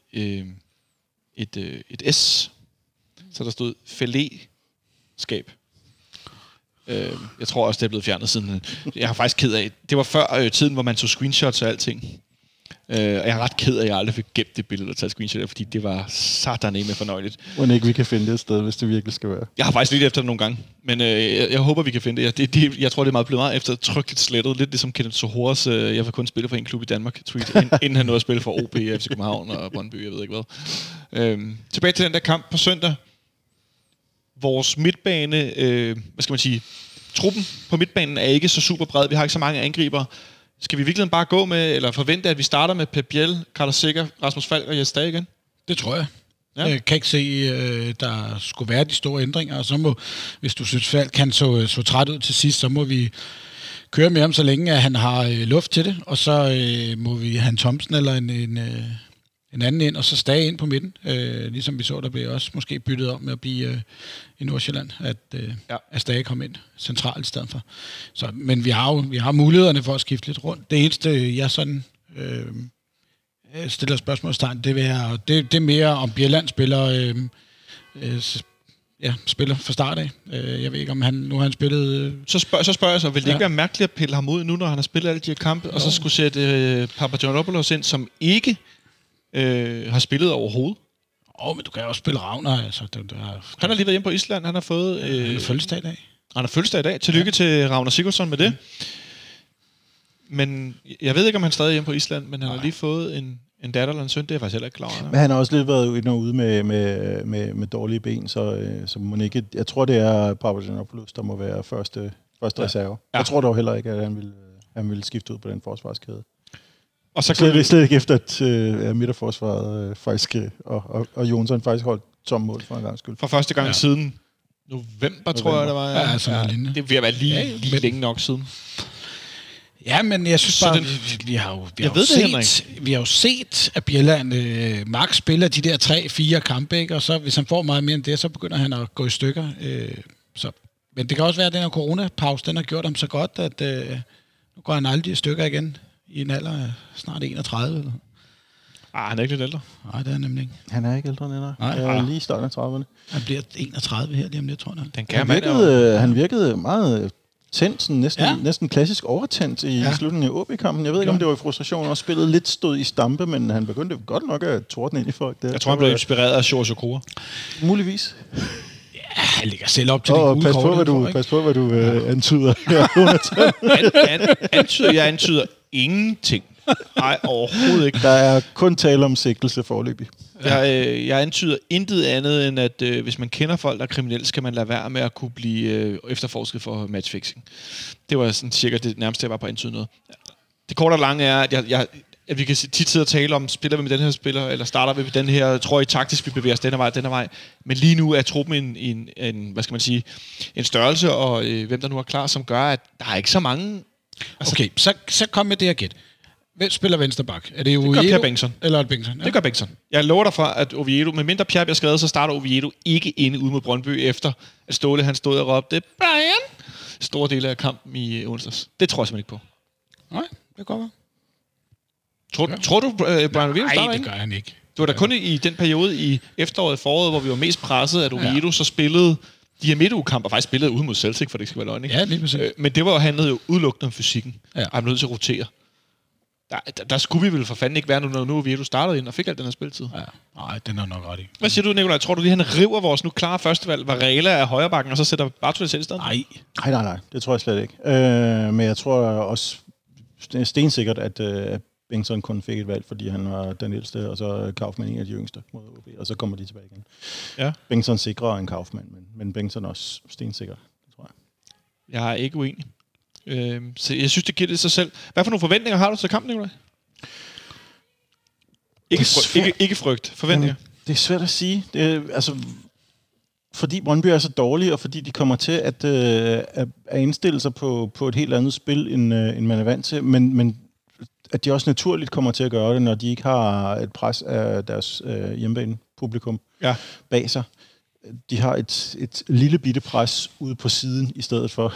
et S. Så der stod fællesskab. Jeg tror også, det er blevet fjernet siden. Jeg har faktisk ked af. Det var før tiden, hvor man tog screenshots og alting. Og jeg er ret ked af, at jeg aldrig fik gemt det billede og taget screenshot af, fordi det var sataneme med fornøjeligt. Hvordan ikke vi kan finde det et sted, hvis det virkelig skal være. Jeg har faktisk lidt efter det nogle gange, men jeg håber, vi kan finde det. Jeg tror, det er blevet meget eftertrykkeligt slettet. Lidt ligesom Kenneth Sohoras, jeg vil kun spille for en klub i Danmark tweet, inden han nåede at spille for OB, FC København og Brøndby, jeg ved ikke hvad. Tilbage til den der kamp på søndag. Vores midtbane, hvad skal man sige, truppen på midtbanen er ikke så super bred. Vi har ikke så mange angribere. Skal vi virkelig bare gå med, eller forvente, at vi starter med Pep Biel, Carlos Sikker, Rasmus Falk og Jes Dage igen? Det tror jeg. Ja. Jeg kan ikke se, der skulle være de store ændringer, og så må, hvis du synes, Falk kan så træt ud til sidst, så må vi køre med ham, så længe at han har luft til det, og så må vi have en Thomsen eller en anden ind, og så Stage ind på midten. Ligesom vi så, der blev også måske byttet om med at blive i Nordsjælland, at Stage kom ind centralt i stedet for. Så, men vi har mulighederne for at skifte lidt rundt. Det eneste, jeg sådan stiller spørgsmålstegn, det er mere om Bjelland spiller fra start af. Jeg ved ikke, om nu har han spillet... Så spørger jeg så, vil det ikke være mærkeligt at pille ham ud nu, når han har spillet alle de her kampe, og så skulle sætte Papagiannopoulos ind, som ikke har spillet overhovedet? Men du kan jo også spille Ragnar. Altså, han har lige været hjemme på Island. Han har fået... han har fødselsdag i dag. Han har fødselsdag i dag. Tillykke til Ragnar Sigurdsson med det. Men jeg ved ikke, om han stadig er hjemme på Island, men han har lige fået en datter eller en søn. Det er jeg faktisk heller ikke klar over. Men han har også lidt været ude med dårlige ben, så man ikke... Jeg tror, det er Papagiannopoulos, der må være første reserve. Ja. Jeg tror dog heller ikke, at han vil skifte ud på den forsvarskæde. Og så kan det slet ikke efter, at midterforsvaret faktisk... Og Jonsson faktisk holdt tom mål for en gang skyld. For første gang siden november, tror jeg, det var. Ja, sådan noget lignende. Det vil være lige længe nok siden. Ja, men jeg synes bare, vi har jo set, at Bjelland Max spiller de der 3-4 kampe, ikke? Og så hvis han får meget mere end det, så begynder han at gå i stykker. Men det kan også være, at den her coronapause, den har gjort ham så godt, at nu går han aldrig i stykker igen i en alder af snart 31. Eller? Han er ikke lidt ældre. Nej, det er nemlig ikke. Han er ikke ældre end ældre. Jeg er lige i starten af 30'erne. Han bliver 31 her lige om lidt, tror jeg. Han virkede meget... tændt, sådan næsten klassisk overtændt i slutningen af OB-kampen. Jeg ved ikke, om det var i frustration, og spillet lidt stod i stampe, men han begyndte godt nok at tordne ind i folk. Jeg tror, han blev inspireret af Sjors Okura. Muligvis. Ja, han ligger selv op til det gule kort. Pas på, hvad du antyder. Jeg antyder ingenting. Nej, overhovedet ikke. Der er kun tale om sigtelse foreløbig. Jeg antyder intet andet, end at hvis man kender folk, der er kriminelle, skal man lade være med at kunne blive efterforsket for matchfixing. Det var sådan cirka det nærmeste, jeg var på at antyde noget. Det korte og lange er, at vi kan tit sidde og tale om, spiller vi med den her spiller, eller starter vi med den her, tror jeg taktisk, vi bevæger os denne vej. Men lige nu er truppen en hvad skal man sige, en størrelse, og hvem der nu er klar, som gør, at der er ikke så mange... Altså, okay, så kom med det her gæt. Hvem spiller vensterbak? Er det Oviedo? Det gør Per Bengtsson. Eller Bengtsson? Ja. Det gør Bengtsson. Jeg lover dig for, at Oviedo, med mindre Pierre bliver skadet, så starter Oviedo ikke inde ude mod Brøndby, efter at Ståle han stod og råbte Brian! Store dele af kampen i onsdags. Det tror jeg simpelthen ikke på. Nej, det kan godt være. Tror du, Brian Oviedo starter? Nej, det gør han ikke. Det var da kun i den periode i efteråret, foråret, hvor vi var mest presset, at Oviedo så spillede de her midtugekamper, faktisk spillede ude mod Celtic, for det ikke skal være løgn, ikke? Ja, lige præcis. Men det var jo handlede jo udelukkende om fysikken. Ja. Og han blev nødt til at rotere. Der skulle vi vel for fanden ikke være, når nu Oviedo startede ind og fik alt den her spilletid. Ja. Nej, den er nok ret i. Hvad siger du, Nikolaj? Tror du lige, han river vores nu klare førstevalg, Varela af højrebakken, og så sætter Bartolets selv i stedet? Nej. Det tror jeg slet ikke. Men jeg tror også stensikkert, at Bengtsson kun fik et valg, fordi han var den ældste, og så Kaufmann en af de yngste mod OB, og så kommer de tilbage igen. Ja. Bengtsson sikrer en Kaufmann, men Bengtsson også stensikker, det tror jeg. Jeg er ikke uenig. Så jeg synes, det giver det sig selv. Hvad for nogle forventninger har du til kampen, Nikolaj? Ikke frygt. Forventninger? Det er svært at sige. Fordi Brøndby er så dårlige, og fordi de kommer til at indstille sig på et helt andet spil, end man er vant til, men at de også naturligt kommer til at gøre det, når de ikke har et pres af deres hjemmebane-publikum bag sig. De har et lille bitte pres ude på siden i stedet for.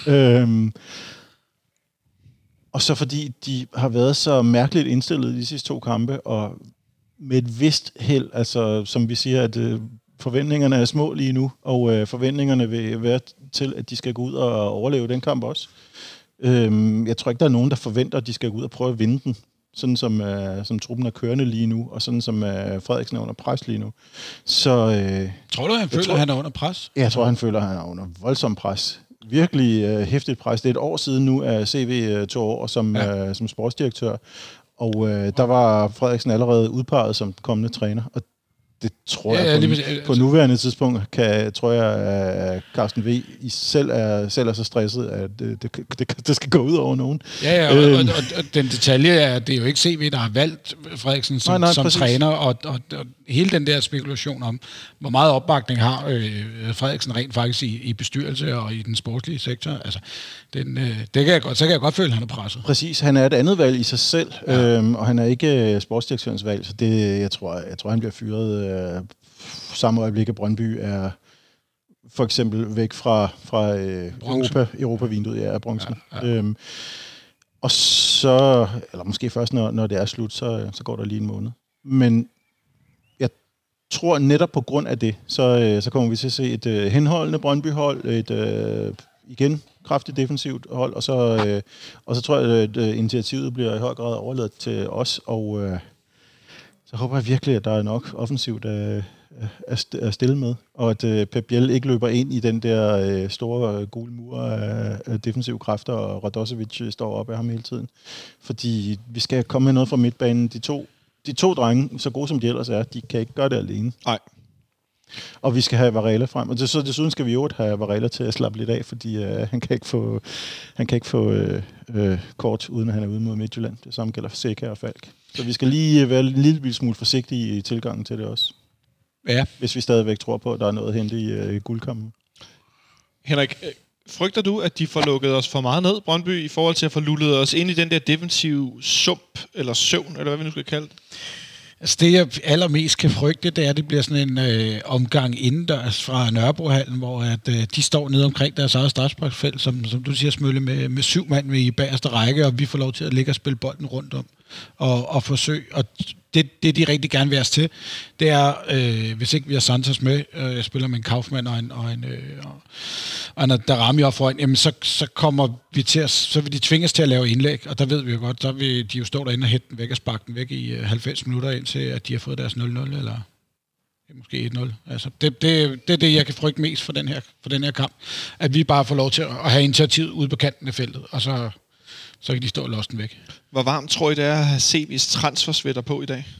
Og så fordi de har været så mærkeligt indstillet i de sidste 2 kampe, og med et vist held, altså som vi siger, at forventningerne er små lige nu, og forventningerne vil være til, at de skal gå ud og overleve den kamp også. Jeg tror ikke, der er nogen, der forventer, at de skal gå ud og prøve at vinde den, sådan som truppen er kørende lige nu, og sådan som Frederiksen er under pres lige nu. Så, tror du, han føler, at han er under pres? Jeg tror, han føler, at han er under voldsom pres. Virkelig hæftigt pres. Det er et år siden nu, at CV 2 år som sportsdirektør, og der var Frederiksen allerede udpeget som kommende træner, og det tror jeg på nuværende tidspunkt, tror jeg, at Carsten V. selv er så stresset, at det skal gå ud over nogen. Ja, og den detalje er, at det er jo ikke CV, der har valgt Frederiksen som træner, og hele den der spekulation om, hvor meget opbakning har Frederiksen rent faktisk i bestyrelse og i den sportslige sektor. Altså, så kan jeg godt føle, at han er presset. Præcis, han er et andet valg i sig selv, og han er ikke sportsdirektørens valg, så jeg tror, han bliver fyret samme øjeblik, at Brøndby er for eksempel væk fra Europa-vinduet af bronzen. Ja. Og så, eller måske først, når det er slut, så går der lige en måned. Men jeg tror netop på grund af det, så kommer vi til at se et henholdende Brøndby-hold, et igen kraftigt defensivt hold, og så tror jeg, at initiativet bliver i høj grad overladt til os, og så håber jeg virkelig, at der er nok offensivt at stille med, og at Pep Biel ikke løber ind i den der store gule mur af defensive kræfter, og Radosevic står op af ham hele tiden. Fordi vi skal komme med noget fra midtbanen. De to drenge, så gode som de ellers er, de kan ikke gøre det alene. Nej. Og vi skal have Varela frem, og desuden skal vi jo have Varela til at slappe lidt af, fordi han kan ikke få kort, uden at han er ude mod Midtjylland. Det samme gælder for Seca og Falk. Så vi skal lige være en lille smule forsigtige i tilgangen til det også. Ja. Hvis vi stadigvæk tror på, at der er noget at hente i guldkampen. Henrik, frygter du, at de får lukket os for meget ned, Brøndby, i forhold til at få lullet os ind i den der defensive sump, eller søvn, eller hvad vi nu skal kalde det? Altså det, jeg allermest kan frygte, det er, at det bliver sådan en omgang indendørs fra Nørrebrohallen, hvor at, de står nede omkring deres eget straffesparksfelt, som du siger, Smølle, med 7 mand i bagerste række, og vi får lov til at ligge og spille bolden rundt om og forsøge. Og det de rigtig gerne vil have til, det er, hvis ikke vi har Santos med, jeg spiller med en Kaufmann og en Darami op foran, jamen så kommer vi til så vil de tvinges til at lave indlæg, og der ved vi jo godt, så vil de jo stå derinde og hætte den væk og sparke den væk i 90 minutter, indtil at de har fået deres 0-0, eller måske 1-0. Altså, det er det, jeg kan frygte mest for den her kamp, at vi bare får lov til at have initiativet ude på kanten af feltet, og så kan de stå og låse den væk. Hvor varmt tror I, det er at have CV's transfersvætter på i dag?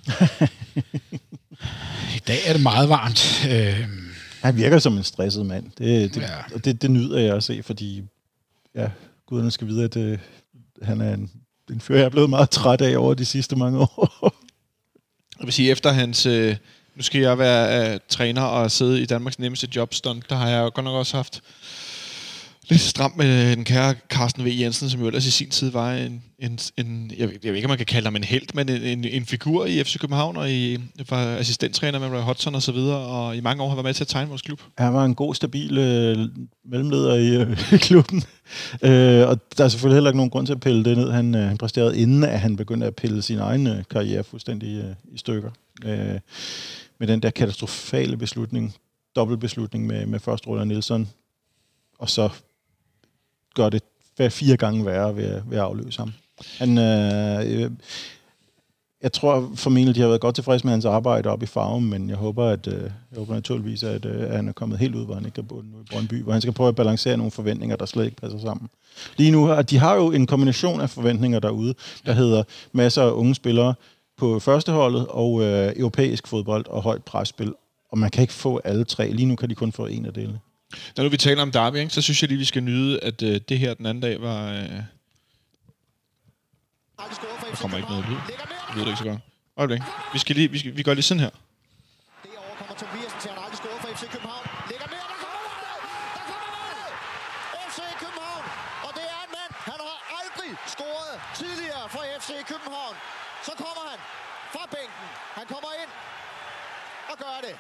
I dag er det meget varmt. Han virker som en stresset mand. Det nyder jeg at se, fordi guderne skal vide, at han er en fyr, jeg er blevet meget træt af over de sidste mange år. Jeg vil sige, efter hans... nu skal jeg være træner og sidde i Danmarks nemmeste jobstunt. Der har jeg jo godt nok også haft lidt stramt med den kære Carsten V. Jensen, som jo ellers i sin tid var en jeg ved ikke, om man kan kalde ham en helt, men en figur i FC København, og var assistenttræner med Roy Hodgson og så videre, og i mange år har været med til at tegne vores klub. Han var en god, stabil mellemleder i klubben, og der er selvfølgelig heller ikke nogen grund til at pille det ned. Han præsterede inden, at han begyndte at pille sin egen karriere fuldstændig i stykker. Med den der katastrofale dobbeltbeslutning med først Roland Nielsen, og så gør det 4 gange værre ved at afløse ham. Jeg tror formentlig, de har været godt tilfreds med hans arbejde op i Farum, men jeg håber naturligvis, at han er kommet helt ud, hvor han ikke kan bo nu i Brøndby, hvor han skal prøve at balancere nogle forventninger, der slet ikke passer sammen. Lige nu, de har jo en kombination af forventninger derude, der hedder masser af unge spillere på førsteholdet og europæisk fodbold og højt presspil, og man kan ikke få alle 3. Lige nu kan de kun få en af delene. Når nu vi taler om derby, ikke, så synes jeg lige, vi skal nyde, at det her den anden dag var... Der kommer ikke noget lyd. Jeg ved det ikke så godt. Øjeblik. Vi gør lige sådan her. Derovre kommer Tobiasen til, han aldrig scoret for FC København. Lægger mere, der kommer målet! FC København! Og det er en mand, han har aldrig scoret tidligere for FC København. Så kommer han fra bænken. Han kommer ind og gør det.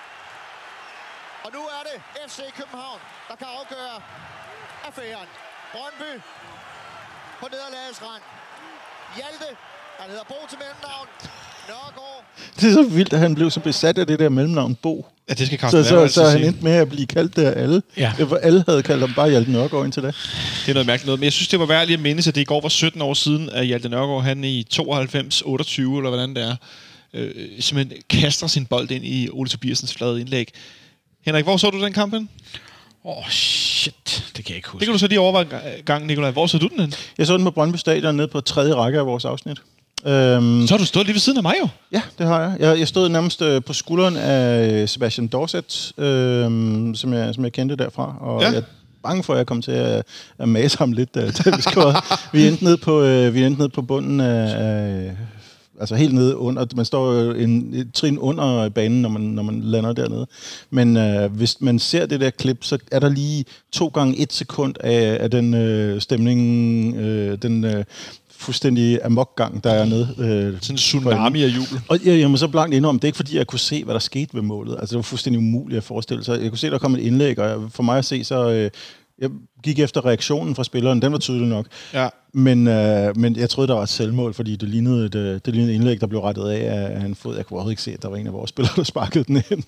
Og nu er det FC København, der kan afgøre affæren. Brøndby på nederlagets rand. Hjalte, han hedder Bo til mellemnavn. Nørgaard. Det er så vildt, at han blev så besat af det der mellemnavn Bo. Ja, det skal Carsten så han endte med at blive kaldt det af alle. Ja. Alle havde kaldt ham bare Hjalte Nørgaard indtil da. Det er noget mærkeligt noget. Men jeg synes, det var værd lige at mindes, at det i går var 17 år siden, at Hjalte Nørgaard, han i 92-28, eller hvordan det er, simpelthen kaster sin bold ind i Ole Tobiasens flade indlæg. Henrik, hvor så du den kamp hen? Shit, det kan jeg ikke huske. Det kan du så lige overveje gang, Nikolaj. Hvor så du den hen? Jeg så den på Brøndby Stadion nede på 3. række af vores afsnit. Så har du stået lige ved siden af mig jo. Ja, det har jeg. Jeg stod nærmest på skulderen af Sebastian Dorset, som jeg kendte derfra. Og jeg er bange for, at jeg kom til at mase ham lidt, da vi scorede. Vi endte nede på bunden af... Altså helt nede under, man står jo et trin under banen, når man lander dernede. Men hvis man ser det der klip, så er der lige 2 gange 1 sekund af den stemning, den fuldstændig amokgang, der er nede. Sådan en tsunami af jubel. Og jeg må så blankt indrømme, det er ikke fordi, jeg kunne se, hvad der skete ved målet. Altså det var fuldstændig umuligt at forestille sig. Jeg kunne se, der kom et indlæg, og for mig at se, så... Jeg gik efter reaktionen fra spilleren, den var tydelig nok. Ja. Men jeg troede, der var et selvmål, fordi det lignede et indlæg, der blev rettet af en fod. Jeg kunne overhovedet ikke se, at der var en af vores spillere, der sparkede den ind.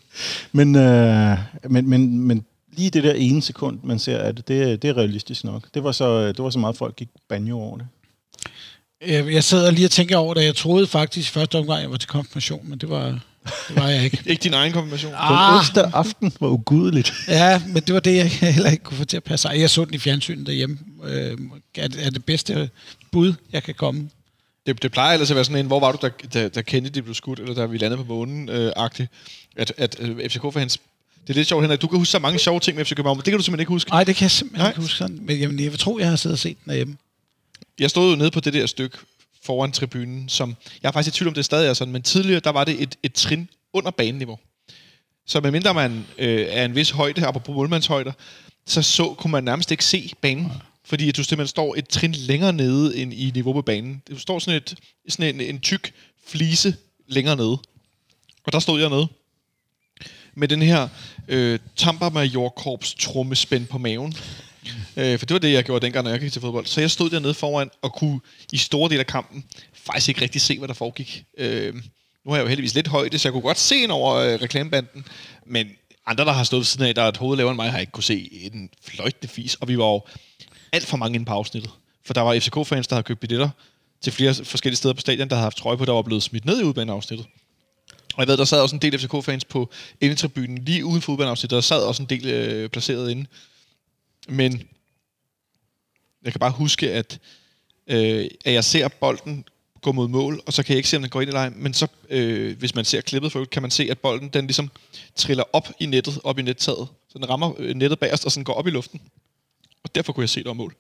Men lige det der ene sekund, man ser, at det er realistisk nok. Det var så meget, folk gik banjo over det. Jeg sad lige og tænker over det. Jeg troede faktisk i første omgang, jeg var til konfirmation, men det var Det var jeg ikke. Ikke din egen konfirmation? På en onsdag aften var ugudeligt. Ja, men det var det, jeg heller ikke kunne få til at passe sig. Jeg så den i fjernsynet derhjemme. Er det bedste bud, jeg kan komme? Det plejer ellers at være sådan en, hvor var du, da Kennedy blev skudt, eller da vi landede på månen-agtigt, at FCK-fans... Det er lidt sjovt, Henrik. Du kan huske så mange sjove ting med FC København, men det kan du simpelthen ikke huske. Nej, det kan jeg simpelthen ikke huske sådan. Men jamen, jeg tror, jeg har siddet og set den derhjemme. Jeg stod jo nede på det der stykke foran tribunen, som... Jeg er faktisk i tvivl om, det stadig er sådan, men tidligere, der var det et trin under baneniveau. Så medmindre man er en vis højde, apropos målmandshøjder, så kunne man nærmest ikke se banen. Fordi at du simpelthen står et trin længere nede end i niveau på banen. Du står sådan en tyk flise længere nede. Og der stod jeg nede med den her Tampermajor-korps trommespænd på maven. For det var det, jeg gjorde dengang, når jeg gik til fodbold. Så jeg stod dernede foran og kunne i store dele af kampen faktisk ikke rigtig se, hvad der foregik. Nu har jeg jo heldigvis lidt højde, så jeg kunne godt se ind over reklamebanden. Men andre, der har stået ved siden af, der er et hoved lavere end mig, har ikke kunne se en fløjtende fis. Og vi var jo alt for mange inde på afsnittet. For der var FCK-fans, der havde købt billetter til flere forskellige steder på stadion, der havde haft trøje på, der var blevet smidt ned i udbaneafsnittet. Og jeg ved, der sad også en del FCK-fans på endetribunen lige uden for udbaneafsnittet, der sad også en del placeret inde. Men jeg kan bare huske, at jeg ser bolden gå mod mål, og så kan jeg ikke se, om den går ind eller ej, men så, hvis man ser klippet for kan man se, at bolden den ligesom triller op i nettet, op i nettaget. Så den rammer nettet bagerst, og sådan går op i luften. Og derfor kunne jeg se, det var mål.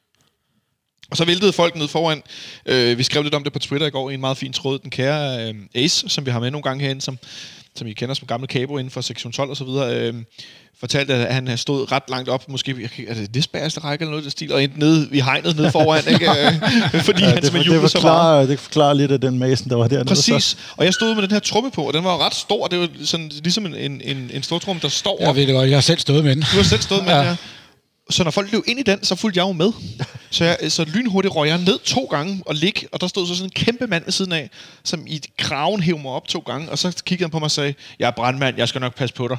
Og så væltede folk ned foran. Vi skrev lidt om det på Twitter i går i en meget fin tråd. Den kære Ace, som vi har med nogle gange herinde, som I kender som gamle kabo inden for sektion 12 og så videre, fortalte, at han stod ret langt op, måske er det næstbagerste række eller noget af stil, og endte nede i hegnet nede foran, ikke? Fordi han simpelthen jublede så meget. Det forklarer lidt af den masen, der var dernede. Præcis, så. Og jeg stod med den her tromme på, og den var jo ret stor, det var sådan, ligesom en stor tromme, der står op. Jeg ved det godt, jeg har selv stået med den. Du har selv stået med den her. Så når folk løb ind i den, så fulgte jeg jo med. Så lynhurtigt røg jeg ned 2 gange og ligge, og der stod så sådan en kæmpe mand ved siden af, som i kraven hævde mig op 2 gange, og så kiggede han på mig og sagde, jeg er brandmand, jeg skal nok passe på dig.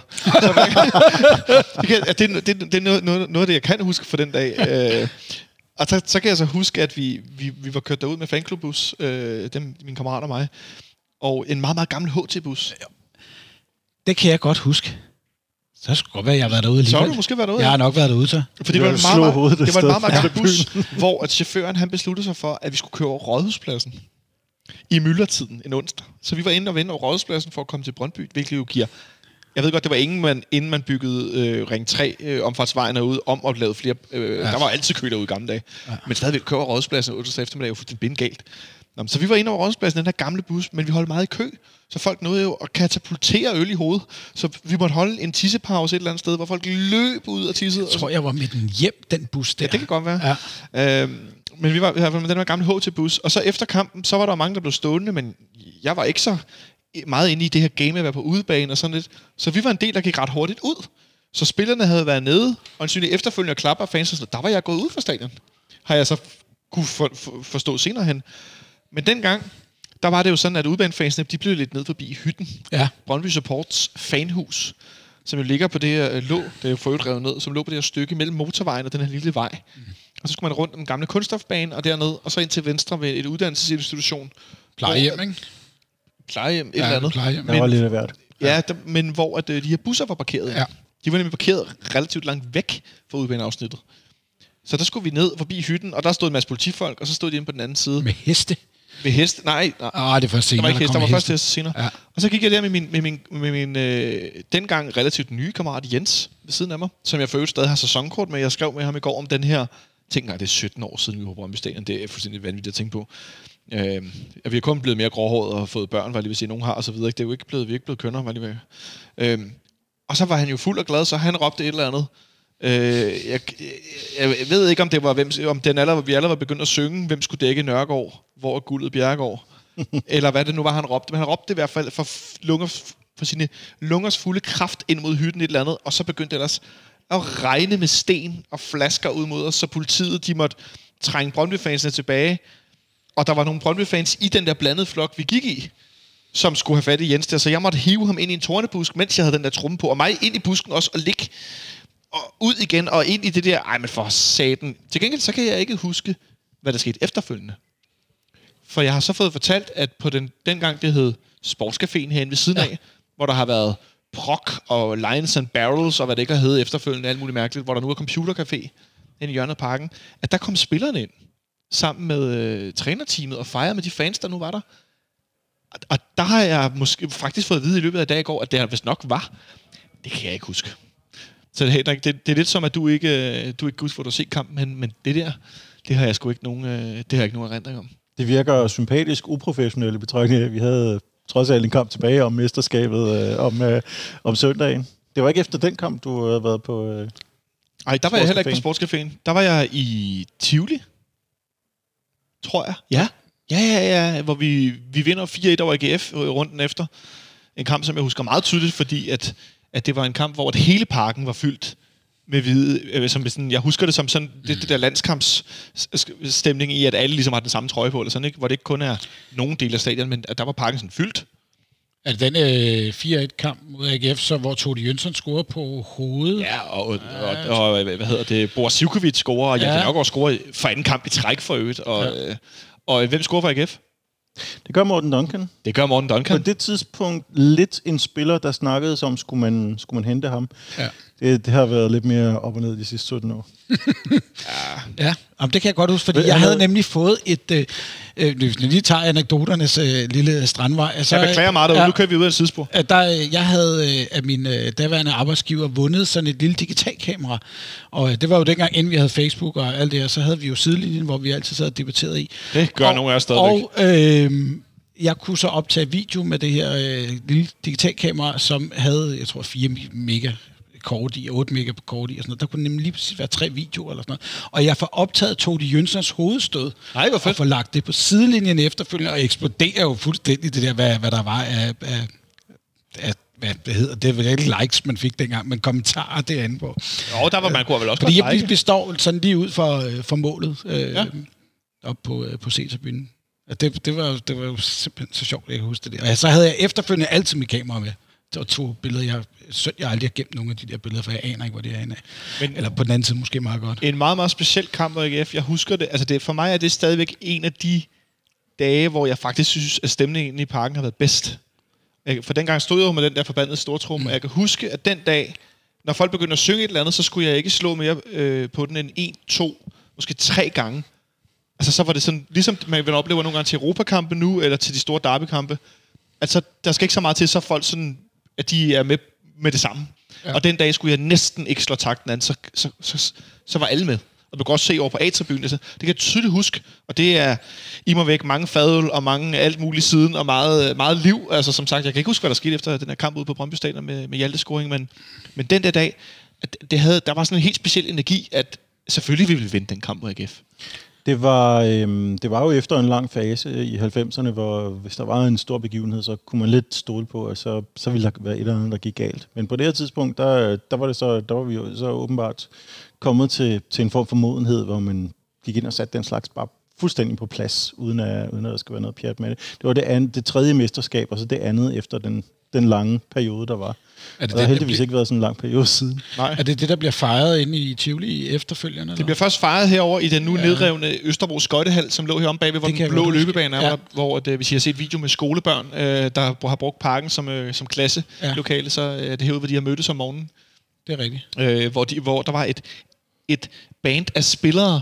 Det er noget af det, jeg kan huske for den dag. Og så kan jeg så huske, at vi var kørt derud med fanklubbus, mine kammerater og mig, og en meget, meget gammel HT-bus. Det kan jeg godt huske. Så skulle godt være, at jeg har været derude alligevel. Så har du måske været derude? Jeg har nok været derude, så. For det var en meget gammel bus, hvor at chaufføren han besluttede sig for, at vi skulle køre over Rådhuspladsen i myldretiden en onsdag. Så vi var inde og vende over Rådhuspladsen for at komme til Brøndby, hvilket jo giver... Jeg ved godt, det var inden man byggede Ring 3 omfartsvejen ud om at lave flere... Der var altid kø derude i gamle dage. Ja. Men stadigvæk køre over Rådhuspladsen onsdag eftermiddag er jo fuldstændig bindgalt. Så vi var inde over Rådhuspladsen, den her gamle bus, men vi holdt meget i kø. Så folk nåede jo at katapultere øl i hovedet. Så vi måtte holde en tissepause et eller andet sted, hvor folk løb ud og tissede. Jeg tror, jeg var med den hjem, den bus der. Ja, det kan godt være. Ja. Men vi var i hvert fald med den her gamle HT-bus. Og så efter kampen, så var der mange, der blev stående, men jeg var ikke så meget inde i det her game at være på udebane og sådan lidt. Så vi var en del, der gik ret hurtigt ud. Så spillerne havde været nede, og en synlig efterfølgende klapper og fans, der var jeg gået ud fra stadion. Har jeg så kunne forstå senere hen. Men dengang, der var det jo sådan, at udbanefansene, de blev lidt ned forbi hytten. Ja. Brøndby Supports fanhus, som jo ligger på det her det er jo forøvrigt revet ned, som lå på det her stykke mellem motorvejen og den her lille vej. Og så skulle man rundt om den gamle kunststofbane og dernede, og så ind til venstre ved et uddannelsesinstitution. Plejehjem, ikke? Plejehjem, et eller andet. Plejehjem. Der var lidt af hvert. Ja, men hvor at, de her busser var parkeret. Ja. De var nemlig parkeret relativt langt væk fra udbaneafsnittet. Så der skulle vi ned forbi hytten, og der stod en masse politifolk, og så stod de inde på den anden side. Med heste? Ved heste? Nej. Det var først senere. Der var ikke heste, der var først heste senere. Ja. Og så gik jeg der med min dengang relativt nye kammerat Jens ved siden af mig, som jeg for øvrigt stadig har sæsonkort med. Jeg skrev med ham i går om den her ting. Det er 17 år siden, vi var på Brøndby Stadion. Det er fuldstændig vanvittigt at tænke på. Vi er kun blevet mere gråhåret og fået børn, var lige ved at sige, nogen har og så videre. Det er jo ikke blevet, vi er ikke blevet kønner, var lige ved. Og så var han jo fuld og glad, så han råbte et eller andet. Jeg ved ikke, om det var vi alle var begyndt at synge, hvem skulle dække Nørgaard, hvor er guldet Bjerregaard, eller hvad det nu var, han råbte. Men han råbte i hvert fald for sine lungers fulde kraft ind mod hytten et eller andet, og så begyndte ellers at regne med sten og flasker ud mod os, så politiet de måtte trænge Brøndby-fansene tilbage, og der var nogle Brøndby-fans i den der blandede flok, vi gik i, som skulle have fat i Jens der, så jeg måtte hive ham ind i en tornebusk, mens jeg havde den der tromme på, og mig ind i busken også, og ligge og ud igen, og ind i det der, men for satan. Til gengæld, så kan jeg ikke huske, hvad der skete efterfølgende. For jeg har så fået fortalt, at på dengang det hed sportscaféen herinde ved siden af, hvor der har været Proc og Lions and Barrels og hvad det ikke har heddet efterfølgende, alt muligt mærkeligt, hvor der nu er computercafé inde i hjørnet af parken, at der kom spillerne ind sammen med trænerteamet og fejrede med de fans, der nu var der. Og der har jeg måske faktisk fået at vide i løbet af dag i går, at det her vist nok var. Det kan jeg ikke huske. Så det er lidt som, at du ikke kan huske, hvor du har set kampen, men det der, det har jeg sgu ikke nogen, det har jeg ikke nogen erindring om. Det virker sympatisk uprofessionelle betragtning. Vi havde trods alt en kamp tilbage om mesterskabet om søndagen. Det var ikke efter den kamp, du havde været på... Nej, der var jeg heller ikke på sportscaféen. Der var jeg i Tivoli, tror jeg. Ja, hvor vi vinder 4-1 over AGF runden efter. En kamp, som jeg husker meget tydeligt, fordi at det var en kamp, hvor det hele parken var fyldt med hvide, som sådan, jeg husker det som sådan det der landskampsstemning i, at alle ligesom har den samme trøje på, eller sådan, ikke? Hvor det ikke kun er nogen del af stadion, men at der var parken sådan fyldt. Er det den 4-1-kamp mod AGF, så hvor Todi Jønsson scorer på hovedet? Ja, og hvad hedder det? Boris Sivkovic scorer, og Jan Nørgaard scorer for anden kamp i træk for øvrigt. Og hvem scorer for AGF? Det gør Morten Duncan. På det tidspunkt lidt en spiller, der snakkede om, skulle man hente ham. Ja. Det har været lidt mere op og ned de sidste 17 år. Ja, det kan jeg godt huske, fordi jeg havde nemlig fået et... Hvis jeg lige tager anekdoternes lille strandvej... Så, jeg beklager meget derude, nu kører vi ud af et sidespor. Jeg havde af min daværende arbejdsgiver vundet sådan et lille digitalkamera, og det var jo dengang, inden vi havde Facebook og alt det her, så havde vi jo sidelinjen, hvor vi altid sad og debatterede i. Det gør nogle af os stadigvæk. Og jeg kunne så optage video med det her lille digitalkamera, som havde, jeg tror, 4 mega kort i, 8 mega på kort i og sådan noget. Der kunne nemlig lige præcis være 3 videoer eller sådan noget. Og jeg får optaget Todi Jønssons hovedstød. Nej, hvor fedt. Og får lagt det på sidelinjen efterfølgende, og eksploderer jo fuldstændig det der, hvad der var af hvad hedder det? Det var ikke likes, man fik dengang, men kommentarer derinde på. Jo, der var man kunne vel også fordi vi består sådan lige ud for målet op på C-tribunen. Det var jo simpelthen så sjovt, at jeg kan huske det der. Og så havde jeg efterfølgende altid mit kamera med. Der var 2 billeder. Jeg aldrig har gemt nogle af de der billeder, for jeg aner ikke, hvor det er henne af. Eller på den anden side måske meget godt. En meget, meget speciel kamp mod AGF. Jeg husker det. Altså for mig er det stadigvæk en af de dage, hvor jeg faktisk synes, at stemningen i parken har været bedst. For dengang stod jeg jo med den der forbandede stortrum, og jeg kan huske, at den dag, når folk begyndte at synge et eller andet, så skulle jeg ikke slå mere på den end 1, 2, måske 3 gange. Altså så var det sådan, ligesom man oplever nogle gange til Europakampe nu, eller til de store derbykampe. Altså der skal ikke så meget til, så folk sådan, at de er med det samme. Ja. Og den dag skulle jeg næsten ikke slå takten an, så var alle med. Og du kan godt se over på A-tribunen. Altså, det kan jeg tydeligt huske. Og det er i mig væk mange fadøl og mange alt muligt siden og meget, meget liv. Altså som sagt, jeg kan ikke huske, hvad der skete efter den her kamp ude på Brøndby Stadion med Hjalte-scoring, men den der dag, der var sådan en helt speciel energi, at selvfølgelig ville vi vinde den kamp mod AGF. Det var jo efter en lang fase i 90'erne, hvor hvis der var en stor begivenhed, så kunne man lidt stole på, at så ville der være et eller andet, der gik galt. Men på det her tidspunkt, der var vi jo så åbenbart kommet til en form for modenhed, hvor man gik ind og satte den slags bare fuldstændig på plads, uden at der skal være noget pjat med det. Det var det tredje mesterskab, og så det andet efter den lange periode, der var. Det har heldigvis ikke været sådan en lang periode siden. Nej. Er det det, der bliver fejret inde i Tivoli efterfølgende? Det bliver først fejret herover i den nu nedrevne Østerbro Skøjtehal, som lå herom bagved, hvor den blå løbebane er, hvor hvis I har set video med skolebørn, der har brugt parken som klasselokale, så er det herude, hvor de har mødtes om morgenen. Det er rigtigt. Hvor der var et band af spillere,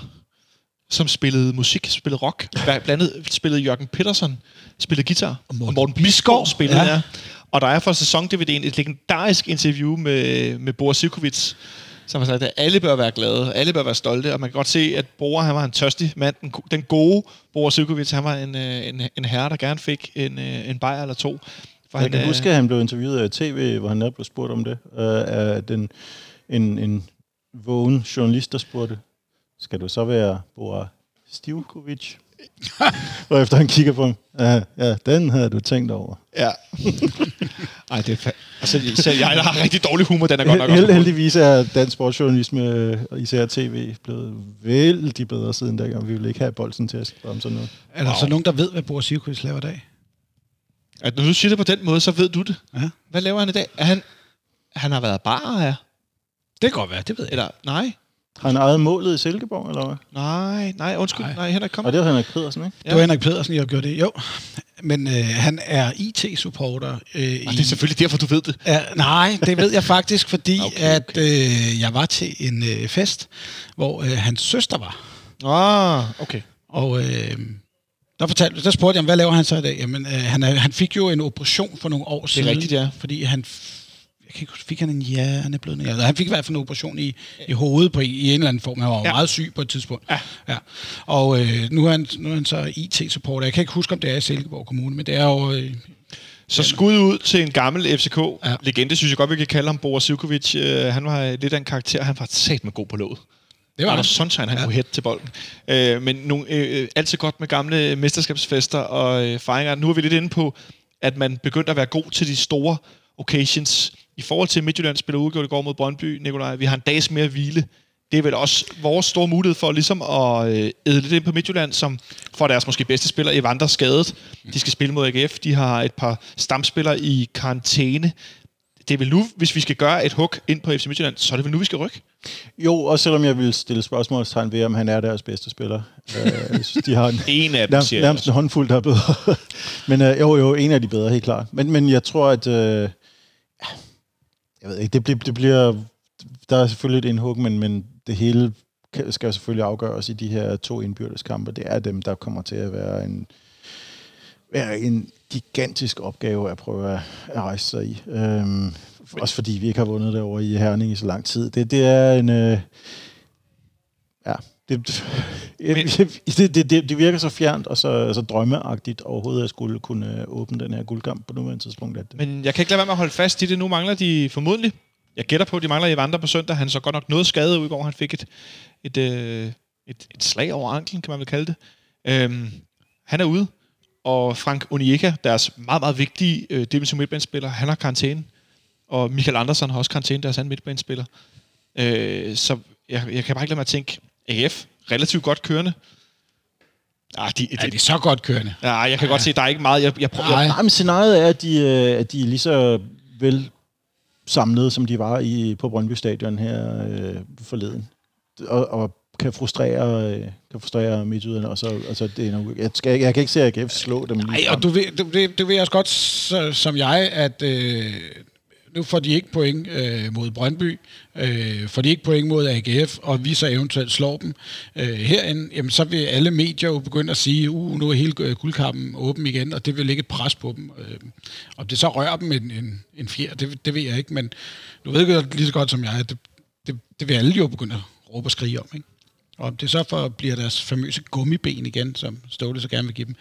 som spillede musik, spillede rock. Blandt andet spillede Jørgen Petersen, spillede guitar. Og Morten Bisgaard spillede der. Og der er fra sæson-DVD'en et legendarisk interview med Boris Sivkovic, som har sagt, at alle bør være glade, alle bør være stolte, og man kan godt se, at Boris, han var en tørstig mand. Den gode Boris Sivkovic, han var en herre, der gerne fik en bajer eller 2. Jeg kan huske, at han blev interviewet af TV, hvor han blev spurgt om det, af en vågen journalist, der spurgte, skal du så være Boris Sivkovic? Og efter han kigger på ham, ja, den havde du tænkt over. Ja. Ej, det er altså, jeg har rigtig dårlig humor, den er godt nok også. Heldigvis er dansk sportsjournalisme, især TV, blevet vældig bedre siden dengang. Vi vil ikke have bolden til at skrive om sådan noget. Er der så nogen, der ved, hvad Boris Sivkovic laver i dag? At når du siger det på den måde, så ved du det. Ja. Hvad laver han i dag? Han har været barer her. Det kan godt være, det ved jeg. Eller, nej. Har han ejet målet i Silkeborg, eller hvad? Nej, undskyld. Nej, Henrik, kom. Og det var Henrik Pedersen, ikke? Det var Henrik Pedersen, jeg gjorde det. Jo. men han er IT-supporter. Det er selvfølgelig derfor, du ved det. Nej, det ved jeg faktisk, fordi at jeg var til en fest, hvor hans søster var. Okay. Og der spurgte jeg ham, hvad laver han så i dag? Jamen, han fik jo en operation for nogle år siden. Det er rigtigt, ja. Fordi jeg kan ikke huske, fik han en hjerneblødning? Han fik i hvert fald en operation i hovedet i en eller anden form. Han var meget syg på et tidspunkt. Ja. Og nu er han så IT-supporter. Jeg kan ikke huske, om det er i Silkeborg Kommune, men det er jo... Så skud ud til en gammel FCK-legende, synes jeg godt, vi kan kalde ham, Boris Zivkovic. Han var lidt af en karakter. Han var satme god på låget. Det var Sunshine, han kunne hætte til bolden. Men altid godt med gamle mesterskabsfester og fejringer. Nu er vi lidt inde på, at man begyndte at være god til de store occasions. I forhold til Midtjylland spiller udgjort i går mod Brøndby, Nikolaj. Vi har en dags mere hvile. Det er vel også vores store mulighed for ligesom at æde lidt ind på Midtjylland, som får deres måske bedste spiller Evander skadet. De skal spille mod AGF. De har et par stamspillere i karantæne. Det er vel nu, hvis vi skal gøre et hug ind på FC Midtjylland, så er det vel nu, vi skal rykke? Jo, også selvom jeg vil stille spørgsmålstegn ved, om han er deres bedste spiller. De har en af dem, nærmest en håndfuld, der er bedre. Men jo, en af de bedre, helt klart. Men jeg tror, at... jeg ved ikke, det bliver... Der er selvfølgelig et indhug, men det hele skal selvfølgelig afgøres i de her 2 indbyrdeskampe. Det er dem, der kommer til at være en gigantisk opgave at prøve at rejse sig i. Også fordi vi ikke har vundet derovre i Herning i så lang tid. Det er en... Det virker så fjernt og så drømmeagtigt overhovedet at skulle kunne åbne den her guldkamp på nuværende tidspunkt. Men jeg kan ikke lade være med at holde fast i det. Nu mangler de formodentlig. Jeg gætter på, at de mangler Evander på søndag. Han så godt nok noget skadet ud i går. Han fik et slag over anklen, kan man vel kalde det. Han er ude. Og Frank Onyeka, deres meget, meget vigtige defensive midtbanespiller, han har karantæne. Og Michael Andersen har også karantæne, deres anden midtbanespiller. Så jeg kan bare ikke lade mig at tænke, AF, relativt godt kørende. Er de så godt kørende? Ja, jeg kan godt se, at der er ikke meget... Nej, men scenariet er, at de er lige så vel samlet, som de var på Brøndby Stadion her forleden. Og kan frustrere Midtjylland, og så altså det er nok, jeg kan ikke se AGF slå dem. Nej, og du ved også godt som jeg, at nu får de ikke point mod Brøndby, får de ikke point mod AGF, og vi så eventuelt slår dem herinde, jamen så vil alle medier jo begynde at sige, nu er hele guldkampen åben igen, og det vil lægge et pres på dem. Og det så rører dem en fjer, det ved jeg ikke, men du ved ikke lige så godt som jeg, at det vil alle jo begynde at råbe og skrige om, ikke? Og det så bliver deres famøse gummiben igen, som Ståle så gerne vil give dem,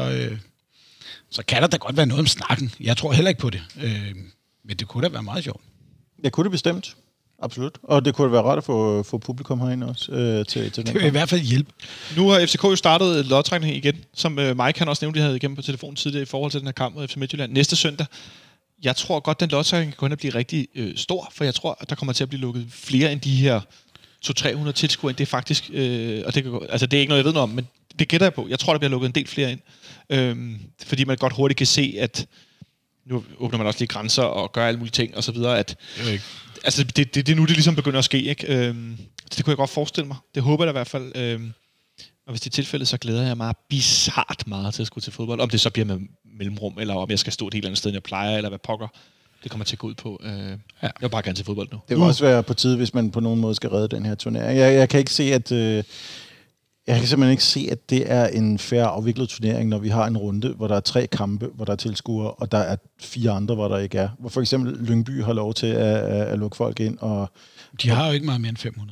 så kan der da godt være noget om snakken. Jeg tror heller ikke på det. Men det kunne da være meget sjovt. Det kunne det bestemt. Absolut. Og det kunne være rart at få publikum herind også til det vil i hvert fald hjælpe. Nu har FCK jo startet lodtrækning igen, som Mike han også nævnte, de havde igennem på telefonen tidligere i forhold til den her kamp mod FC Midtjylland næste søndag. Jeg tror godt, den lodtrækning kan gå hen og blive rigtig stor, for jeg tror, at der kommer til at blive lukket flere end de her 200-300 tilskuere. Det er faktisk, og det er ikke noget, jeg ved noget om, men det gætter jeg på. Jeg tror, der bliver lukket en del flere ind. Fordi man godt hurtigt kan se, at nu åbner man også lige grænser og gør alle mulige ting og så videre, at altså det er nu, det ligesom begynder at ske, ikke? Det kunne jeg godt forestille mig. Det håber jeg i hvert fald. Og hvis det er tilfældet, så glæder jeg mig bizart meget til at skulle til fodbold. Om det så bliver med mellemrum, eller om jeg skal stå et helt andet sted, end jeg plejer, eller hvad pokker det kommer til at gå ud på. Jeg vil bare gerne til fodbold nu. Det vil også være på tide, hvis man på nogen måde skal redde den her turnering. Jeg kan ikke se, at... Jeg kan simpelthen ikke se, at det er en fair afviklet turnering, når vi har en runde, hvor der er 3 kampe, hvor der er tilskuere, og der er 4 andre, hvor der ikke er. Hvor for eksempel Lyngby har lov til at lukke folk ind. Og de har jo ikke meget mere end 500.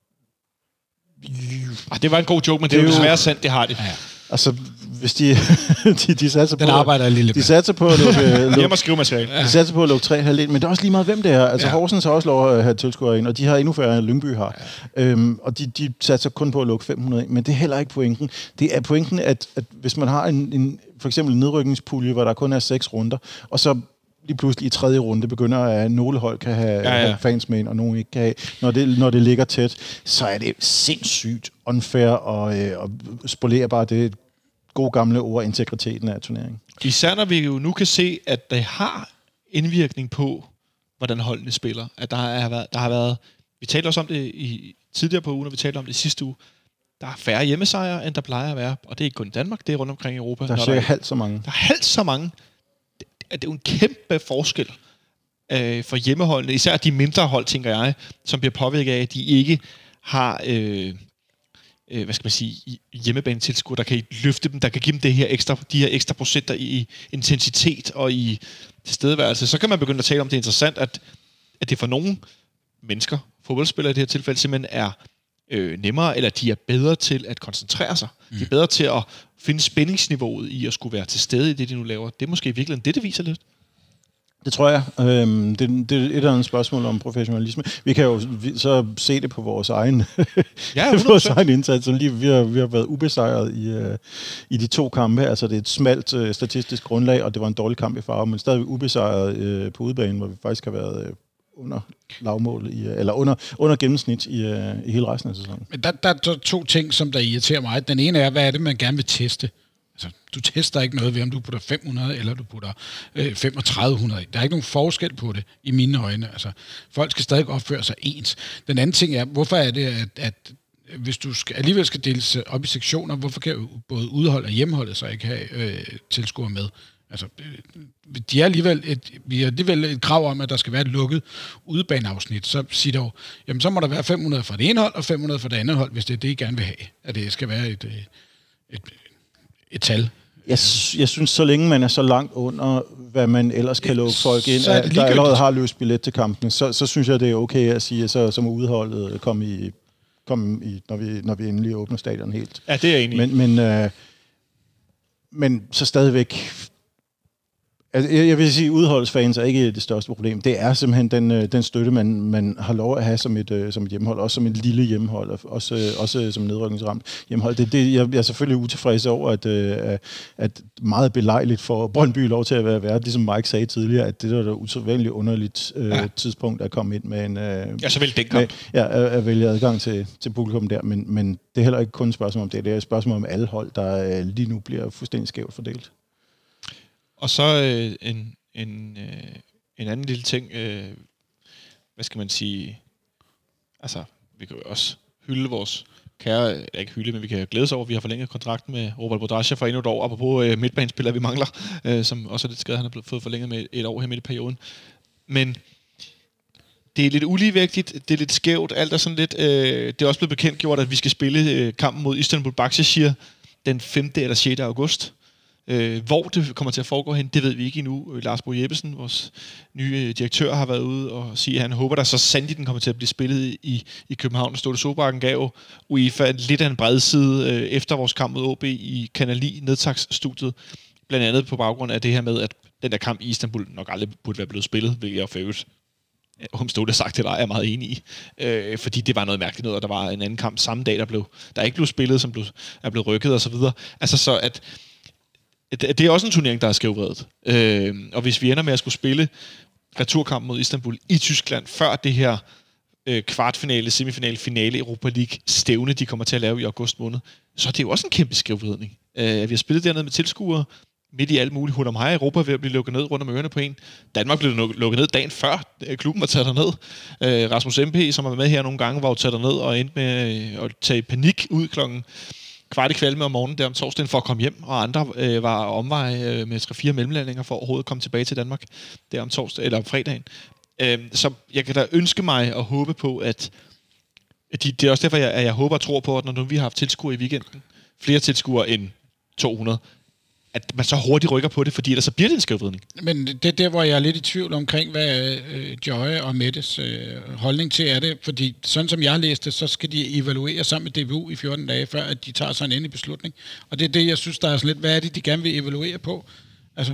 Det var en god joke, men det er jo desværre sandt, det har de. Ja. Altså, hvis de satser på... Den arbejder lille. De satser på at lukke... Hjem og skrive materiale. De satser på at lukke 3,5 ind, men det er også lige meget, hvem det er. Altså, Horsens har også lov at have tilskuere ind, og de har endnu færre, end Lyngby har. Ja. Og de satser kun på at lukke 500 ind, men det er heller ikke pointen. Det er pointen, at hvis man har for eksempel en nedrykningspulje, hvor der kun er 6 runder, og så lige pludselig i 3. runde begynder at nogle hold kan have fans med ind, og nogle ikke kan have. Når det ligger tæt, så er det sindssygt unfair og spolerer bare det gode gamle ord, integriteten af turneringen. Især når vi jo nu kan se, at det har indvirkning på, hvordan holdene spiller. At der har været vi talte også om det tidligere på ugen, og vi talte om det sidste uge. Der er færre hjemmesejre, end der plejer at være. Og det er ikke kun i Danmark, det er rundt omkring i Europa. Der er cirka halvt så mange. Der er halvt så mange. Det er jo en kæmpe forskel for hjemmeholdene. Især de mindre hold, tænker jeg, som bliver påvirket af, at de ikke har hvad skal man sige, hjemmebanetilskuere, der kan løfte dem, der kan give dem de her ekstra procenter i intensitet og i tilstedeværelse. Så kan man begynde at tale om, det er interessant, at det for nogle mennesker, fodboldspillere i det her tilfælde, simpelthen er nemmere, eller de er bedre til at koncentrere sig. De er bedre til at finde spændingsniveauet i at skulle være til stede i det, de nu laver. Det er måske virkelig det viser lidt. Det tror jeg. Det er et eller andet spørgsmål om professionalisme. Vi kan jo så se det på vores egen, vores egen indsats. Vi har været ubesejret i de 2 kampe. Altså det er et smalt statistisk grundlag, og det var en dårlig kamp i Farum, men stadig ubesejret på udebanen, hvor vi faktisk har været under lavmålet, eller under gennemsnit i hele resten af sæsonen. Men der er 2 ting, som der irriterer mig. Den ene er, hvad er det, man gerne vil teste? Altså, du tester ikke noget ved, om du putter 500 eller du putter 3500. Der er ikke nogen forskel på det, i mine øjne. Altså, folk skal stadig opføre sig ens. Den anden ting er, hvorfor er det, at hvis du alligevel skal deles op i sektioner, hvorfor kan både udhold og hjemmeholdet så ikke have tilskuere med? Altså, vi har alligevel et krav om, at der skal være et lukket udebaneafsnit. Så siger dog, jamen så må der være 500 fra det ene hold og 500 fra det andet hold, hvis det er det, I gerne vil have. At det skal være et tal. Jeg synes, så længe man er så langt under, hvad man ellers kan lukke folk ind, der allerede har løst billet til kampene, så synes jeg, det er okay at sige, så må udholdet komme i, når vi endelig åbner stadion helt. Ja, det er jeg enig i. Men så stadigvæk... Altså, jeg vil sige, at udholdsfans er ikke det største problem. Det er simpelthen den støtte, man har lov at have som et hjemmehold, også som et lille hjemmehold, også som nedrykningsramt hjemmehold. Jeg er selvfølgelig utilfreds over, at meget belejligt for Brøndby lov til at være vært, ligesom Mike sagde tidligere, at det der usædvanligt underligt tidspunkt at komme ind med en... så vil den kamp. At vælge adgang til publikum der, men det er heller ikke kun et spørgsmål om det. Det er et spørgsmål om alle hold, der lige nu bliver fuldstændig skævt fordelt. Og så en anden lille ting, hvad skal man sige, altså vi kan jo også hylde vores kære, ikke hylde, men vi kan glæde os over, at vi har forlænget kontrakten med Robert Bodrasja for endnu et år, apropos midtbanespillere, vi mangler, som også er lidt skadet, han har fået forlænget med et år her midt i perioden. Men det er lidt uligevægtigt, det er lidt skævt, alt er sådan lidt, det er også blevet bekendtgjort, at vi skal spille kampen mod Istanbul Başakşehir den 5. eller 6. august. Hvor det kommer til at foregå hen, det ved vi ikke endnu. Lars Bo Jeppesen, vores nye direktør, har været ude og sige, at han håber, at så sandelig den kommer til at blive spillet i København. Ståle Solbakken gav UEFA lidt af en bredside efter vores kamp mod OB i Kanal 9 nedtagsstudiet. Blandt andet på baggrund af det her med, at den der kamp i Istanbul nok aldrig burde være blevet spillet, hvilket jeg for øvrigt, om Ståle har sagt det, der er jeg meget enig i. Fordi det var noget mærkeligt noget, og der var en anden kamp samme dag, der ikke blev spillet, som er blevet rykket og så videre. Altså så at det er også en turnering, der er skævvredet. Og hvis vi ender med at skulle spille returkamp mod Istanbul i Tyskland, før det her kvartfinale, semifinale, finale Europa League stævne, de kommer til at lave i august måned, så er det jo også en kæmpe skævvredning. Vi har spillet dernede med tilskuere, midt i alt muligt. Hurdomhej Europa ved at blive lukket ned rundt om ørerne på en. Danmark blev lukket ned dagen før klubben var taget derned. Rasmus MP, som har været med her nogle gange, var jo taget derned og endte med at tage panik ud klokken 4:15 om morgenen der om torsdagen for at komme hjem, og andre var omvej med 3-4 mellemlandinger for overhovedet at komme tilbage til Danmark der om torsdag eller om fredagen. Så jeg kan da ønske mig og håbe på, at det er også derfor, at jeg håber og tror på, at når nu vi har haft tilskuere i weekenden, flere tilskuere end 200, at man så hurtigt rykker på det, fordi ellers så bliver det en skævvridning. Men det er der, hvor jeg er lidt i tvivl omkring, hvad Joy og Mettes holdning til er det, fordi sådan som jeg har læst det, så skal de evaluere sammen med DBU i 14 dage, før at de tager sig en endelig beslutning. Og det er det, jeg synes, der er sådan lidt, hvad er det, de gerne vil evaluere på? Altså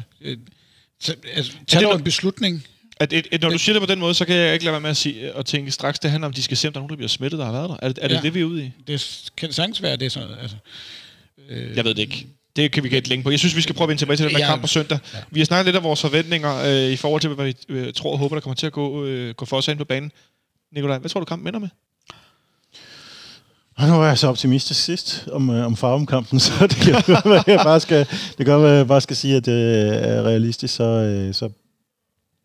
tager en beslutning. Når du siger det på den måde, så kan jeg ikke lade være med at sige og tænke straks, det handler om, de skal se, om der er nogen, der bliver smittet, der har været der. Er det det, vi er ude i? Det kan sagtens være, det sådan. Altså, jeg ved det ikke. Det kan vi gætte længe på. Jeg synes, vi skal prøve at vende tilbage til den der kamp på søndag. Ja. Vi har snakket lidt om vores forventninger i forhold til, hvad vi tror og håber, der kommer til at gå for os ind på banen. Nikolaj, hvad tror du, kampen ender med? Nu var jeg så optimistisk sidst om Farum-kampen, så det kan være, at jeg bare skal sige, at det er realistisk, så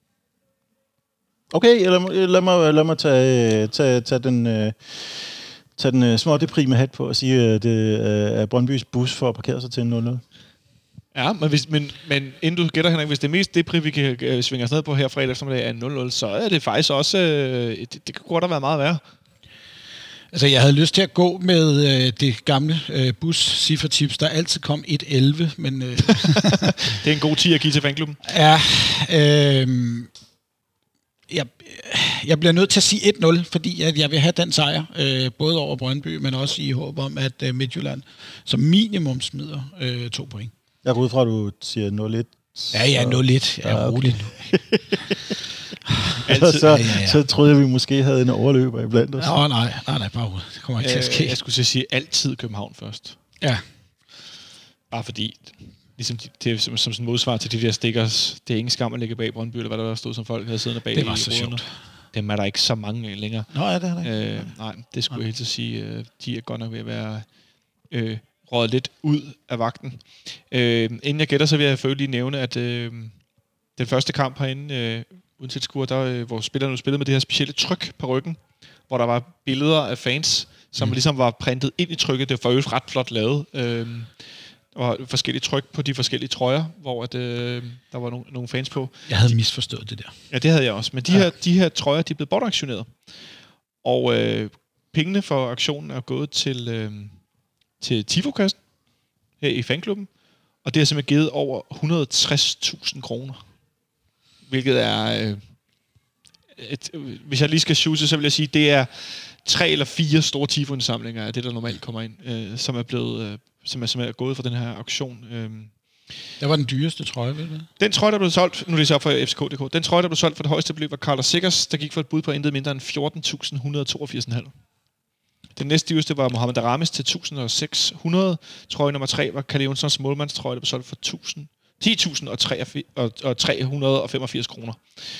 okay, lad mig tage tage den små deprime hat på og sige, at det er Brøndbys bus for at parkere sig til en 0-0. Ja, men inden du gætter, Henrik, hvis det mest depri, vi kan svinge os ned på her fredag eftermiddag er 0-0, så er det faktisk også... det kan godt være meget værre. Altså, jeg havde lyst til at gå med det gamle bus-cifretips, der altid kom 1-11, men... Det er en god 10 at give til fanklubben. Ja, jeg bliver nødt til at sige 1-0, fordi jeg vil have den sejr, både over Brøndby, men også i håb om, at Midtjylland som minimum smider 2 point. Jeg går ud fra, at du siger 0-1. Ja, 0-1. Ja, roligt nu. Så troede jeg, vi måske havde en overløber iblandt os. Nej, bare ud. Det kommer ikke til at ske. Jeg skulle sige altid København først. Ja. Bare fordi, ligesom det er som sådan modsvar til de der stickers, det er ingen skam at ligge bag Brøndby, eller hvad der stod, som folk havde siddende bag. Det var så sjovt. Dem er der ikke så mange af længere. Nå, ja, det er det ikke. Nej, det skulle jeg helt til at sige. De er godt nok ved at være røget lidt ud af vagten. Inden jeg gætter, så vil jeg for lige nævne, at den første kamp herinde, uden tilskuer, der hvor spillerne spillede med det her specielle tryk på ryggen, hvor der var billeder af fans, som ligesom var printet ind i trykket. Det var jo ret flot lavet. Og forskellige tryk på de forskellige trøjer, hvor der var nogle fans på. Jeg havde misforstået det der. Ja, det havde jeg også. Men de her trøjer, de er blevet bortauktioneret. Og pengene for aktionen er gået til Tifo-kassen her i fanklubben. Og det har simpelthen givet over 160.000 kroner. Hvilket er... hvis jeg lige skal shoot, så vil jeg sige, det er 3 eller 4 store Tifo-indsamlinger af det, der normalt kommer ind, som er blevet... som er gået fra den her auktion. Der var den dyreste trøje, ved du? Den trøje, der blev solgt, nu er det så for FCK.dk, den trøje, der blev solgt for det højeste beløb, var Carlos Sikkers, der gik for et bud på intet mindre end 14.182,5. Den næste dyreste var Mohamed Aramis til 1.600. Trøje nummer 3 var Kalle Jonssons målmandstrøje, der blev solgt for 10.385 kroner.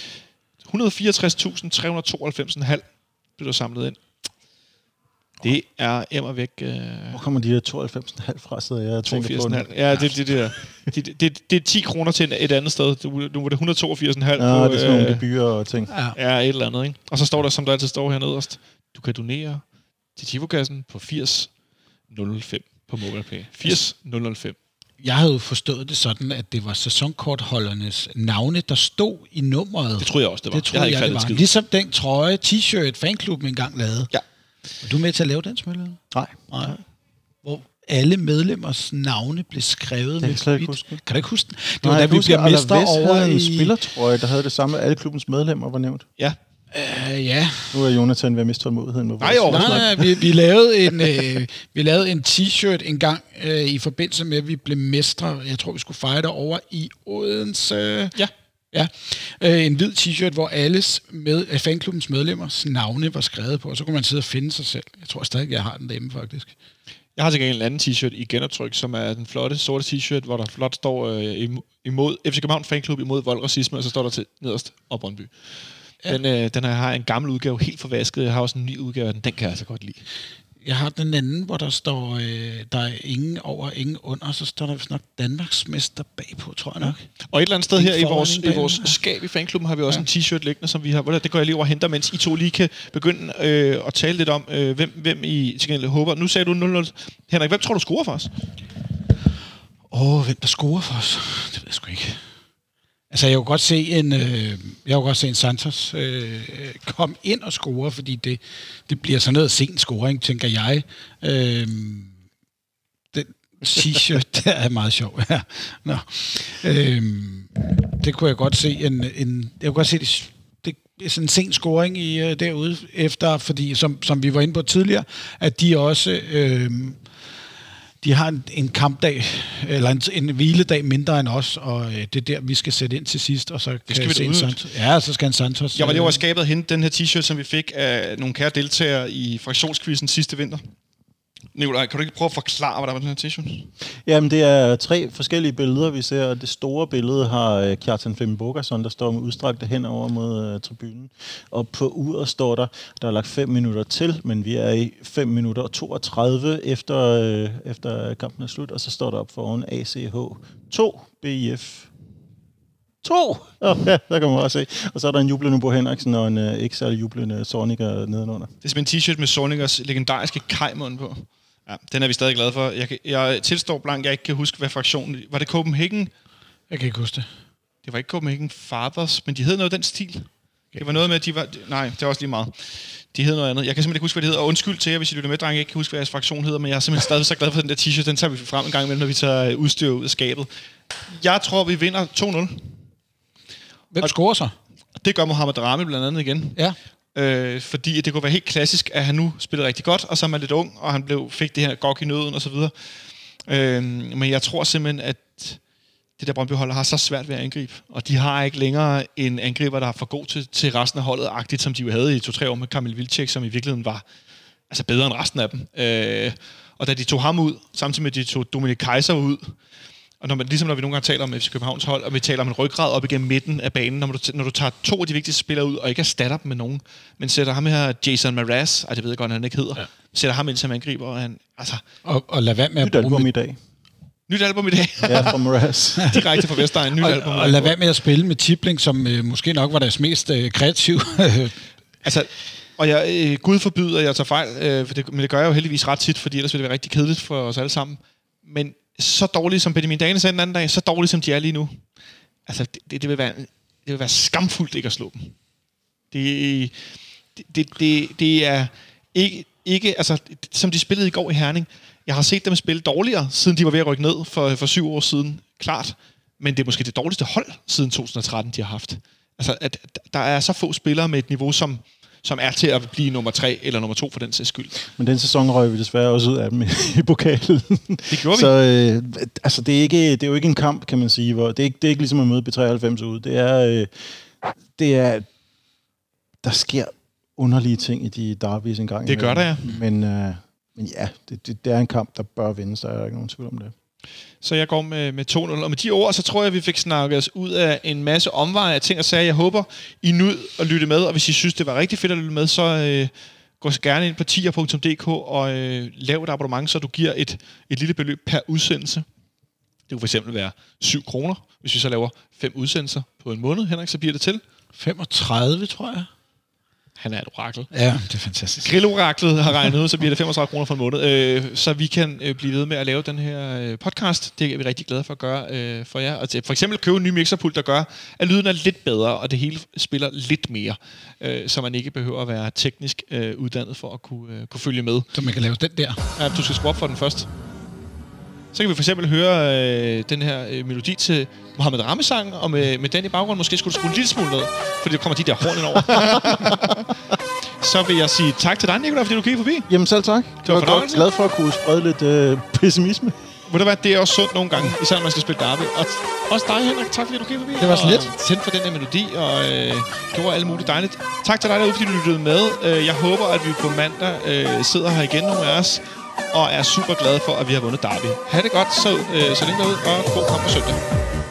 164.392,5 blev der samlet ind. Det er emmervæk... Hvor kommer de her 92,5 fra, så jeg tænker på den? Ja, det er 10 kroner til et andet sted. Nu var det 182,5 på... Ja, det er sådan nogle gebyrer og ting. Ja, et eller andet, ikke? Og så står der, som der altid står her nederst, du kan donere til Tifo-kassen på 80.05 på MobilePay. 80.005. Jeg havde jo forstået det sådan, at det var sæsonkortholdernes navne, der stod i nummeret. Det troede jeg også, det var. Det troede jeg, det var. Ligesom den trøje, t-shirt, fanklubben engang lavede. Ja. Er du med til at lave den, Smølle? Nej. Hvor alle medlemmers navne blev skrevet med hvidt. Kan du ikke huske den? Det var da vi bliver mestre over en spillertrøje, der havde det samme, alle klubbens medlemmer var nævnt. Ja. Ja. Nu er Jonathan ved at miste tålmodigheden. Nej, vi lavede en t-shirt en gang i forbindelse med, at vi blev mestre. Jeg tror, vi skulle fejre det over i Odense. Ja. En hvid t-shirt, hvor alles fanklubbens medlemmers navne var skrevet på, og så kunne man sidde og finde sig selv. Jeg tror stadig, jeg har den derhjemme, faktisk. Jeg har til gengæld en anden t-shirt i genoptryk, som er den flotte sorte t-shirt, hvor der flot står imod FC København Fanklub imod voldracisme, og så står der til nederst og Brøndby. Ja. Den har en gammel udgave, helt forvasket. Jeg har også en ny udgave, den kan jeg altså godt lide. Jeg har den anden, hvor der står, der er ingen over, ingen under, så står der vist nok Danmarksmester bagpå, tror jeg nok. Og et eller andet sted her i vores skab i fanklubben har vi også en t-shirt liggende, som vi har. Det går jeg lige over og henter, mens I to lige kan begynde at tale lidt om, hvem I til gengæld håber. Nu sagde du 0-0. Henrik, hvem tror du scorer for os? Hvem der scorer for os? Det ved jeg sgu ikke. Altså, jeg kunne godt se en Santos komme ind og score, fordi det bliver sådan noget sen scoring, tænker jeg. Den t-shirt, der er meget sjov. Ja. Nå. Det kunne jeg godt se jeg kunne godt se det er sådan en sen scoring derude efter, fordi som vi var inde på tidligere, at de også de har en kampdag, eller en hviledag mindre end os, og det er der, vi skal sætte ind til sidst, og så kan vi se en Santos. Ja, så skal en Santos... Jeg var lige over skabet at hente den her t-shirt, som vi fik af nogle kære deltagere i fraktionskvisten sidste vinter. Nikolaj, kan du ikke prøve at forklare, hvad der var den her t-shirt? Jamen, det er 3 forskellige billeder, vi ser. Det store billede har Kjartan Flemming Bogason, der står med udstrakte hænder over mod tribunen. Og på uret står der er lagt 5 minutter til, men vi er i 5 minutter og 32 efter kampen er slut. Og så står der op foran ACH 2, BIF 2! Ja, der kan man også se. Og så er der en jublende Bo Henriksen og en ikke særlig jublende Zorniger nedenunder. Det er simpelthen en t-shirt med Zornigers legendariske kajmund på. Ja, den er vi stadig glade for. Jeg tilstår blank, jeg ikke kan huske, hvad fraktionen... Var det Copenhagen? Jeg kan ikke huske det. Det var ikke Copenhagen Fathers, men de hed noget af den stil. Det var noget med, at de var... Nej, det var også lige meget. De hed noget andet. Jeg kan simpelthen ikke huske, hvad det hedder. Og undskyld til jer, hvis I lytter med, drenge, jeg ikke kan huske, hvad jeres fraktion hedder, men jeg er simpelthen stadig så glad for den der t-shirt. Den tager vi frem en gang imellem, når vi tager udstyr ud af skabet. Jeg tror, vi vinder 2-0. Hvem scorer så? Det gør Mohamed Rami blandt andet igen. Ja. Fordi det kunne være helt klassisk, at han nu spillede rigtig godt, og så er man lidt ung, og han fik det her gok i nøden og så videre. Men jeg tror simpelthen, at det der Brøndby-hold har så svært ved at angribe. Og de har ikke længere en angriber, der er for god til resten af holdet, agtigt som de jo havde i 2-3 år med Kamil Vilcek, som i virkeligheden var altså bedre end resten af dem. Og da de tog ham ud, samtidig med at de tog Dominik Kaiser ud, og ligesom når vi nogle gange taler om FC Københavns hold, og vi taler om en ryggrad op igennem midten af banen, når du tager 2 af de vigtigste spillere ud, og ikke erstatter dem med nogen, men sætter ham her, Jason Mraz, det ved jeg godt, han ikke hedder, sætter ham ind som angriber, og han, altså... Og lad være med at bruge... Nyt album i dag. Nyt album i dag. Ja, fra Mraz. Direkte fra Vestegn. Nyt album. Og lad være med at spille med Tibling, som måske nok var deres mest kreative. Altså, og jeg Gud forbyder, at jeg tager fejl, men det gør jeg jo heldigvis vil tit, fordi ellers ville det være rigtig kedeligt for os alle sammen. Men så dårligt, som Benjamin Dane sagde den anden dag, så dårligt, som de er lige nu. Altså, det vil være skamfuldt ikke at slå dem. Det er ikke altså, som de spillede i går i Herning. Jeg har set dem spille dårligere, siden de var ved at rykke ned for 7 år siden. Klart. Men det er måske det dårligste hold siden 2013, de har haft. Altså, at der er så få spillere med et niveau, som er til at blive nummer 3 eller nummer 2 for den sags skyld. Men den sæson røg vi desværre også ud af dem i pokalen. Det gjorde vi. Så altså, det er jo ikke en kamp, kan man sige. Hvor det er ikke ligesom at møde B93 ud. Det er der sker underlige ting i de derbys engang. Det gør der, ja. Men ja, det er en kamp, der bør vindes. Der er ikke nogen tvivl om det. Så jeg går med 2-0. Og med de ord, så tror jeg, at vi fik snakket os ud af en masse omveje af ting og sager. Jeg håber, I nød at lytte med, og hvis I synes, det var rigtig fedt at lytte med, så gå gerne ind på tier.dk og lav et abonnement, så du giver et lille beløb per udsendelse. Det kunne for eksempel være 7 kroner. Hvis vi så laver 5 udsendelser på en måned, Henrik, så bliver det til 35, tror jeg. Han er et orakel. Ja, det er fantastisk. Grilloraklet har regnet ud, så bliver det 35 kroner for en måned. Så vi kan blive ved med at lave den her podcast. Det er vi rigtig glade for at gøre for jer. Og for eksempel købe en ny mixerpult, der gør, at lyden er lidt bedre, og det hele spiller lidt mere. Så man ikke behøver at være teknisk uddannet for at kunne følge med. Så man kan lave den der. Ja, du skal skrue op for den først. Så kan vi for eksempel høre den her melodi til Mohamed Rami-sang, og med den i baggrunden, måske skulle du skrue en lille smule ned, fordi der kommer de der horn ind over. Så vil jeg sige tak til dig, Nicolai, fordi du kiggede forbi. Jamen selv tak. Det var godt glad for at kunne sprede lidt pessimisme. Ved du hvad, det er også sundt nogle gange, især når man skal spille derby. Og også dig, Henrik, tak fordi du kiggede forbi. Det var så lidt. Tændt for den her melodi, og gjorde alt muligt dejligt. Tak til dig derude, fordi du lyttede med. Jeg håber, at vi på mandag sidder her igen, nogle af os, og er super glade for, at vi har vundet derby. Ha' det godt, så længe derude, og god kamp på søndag.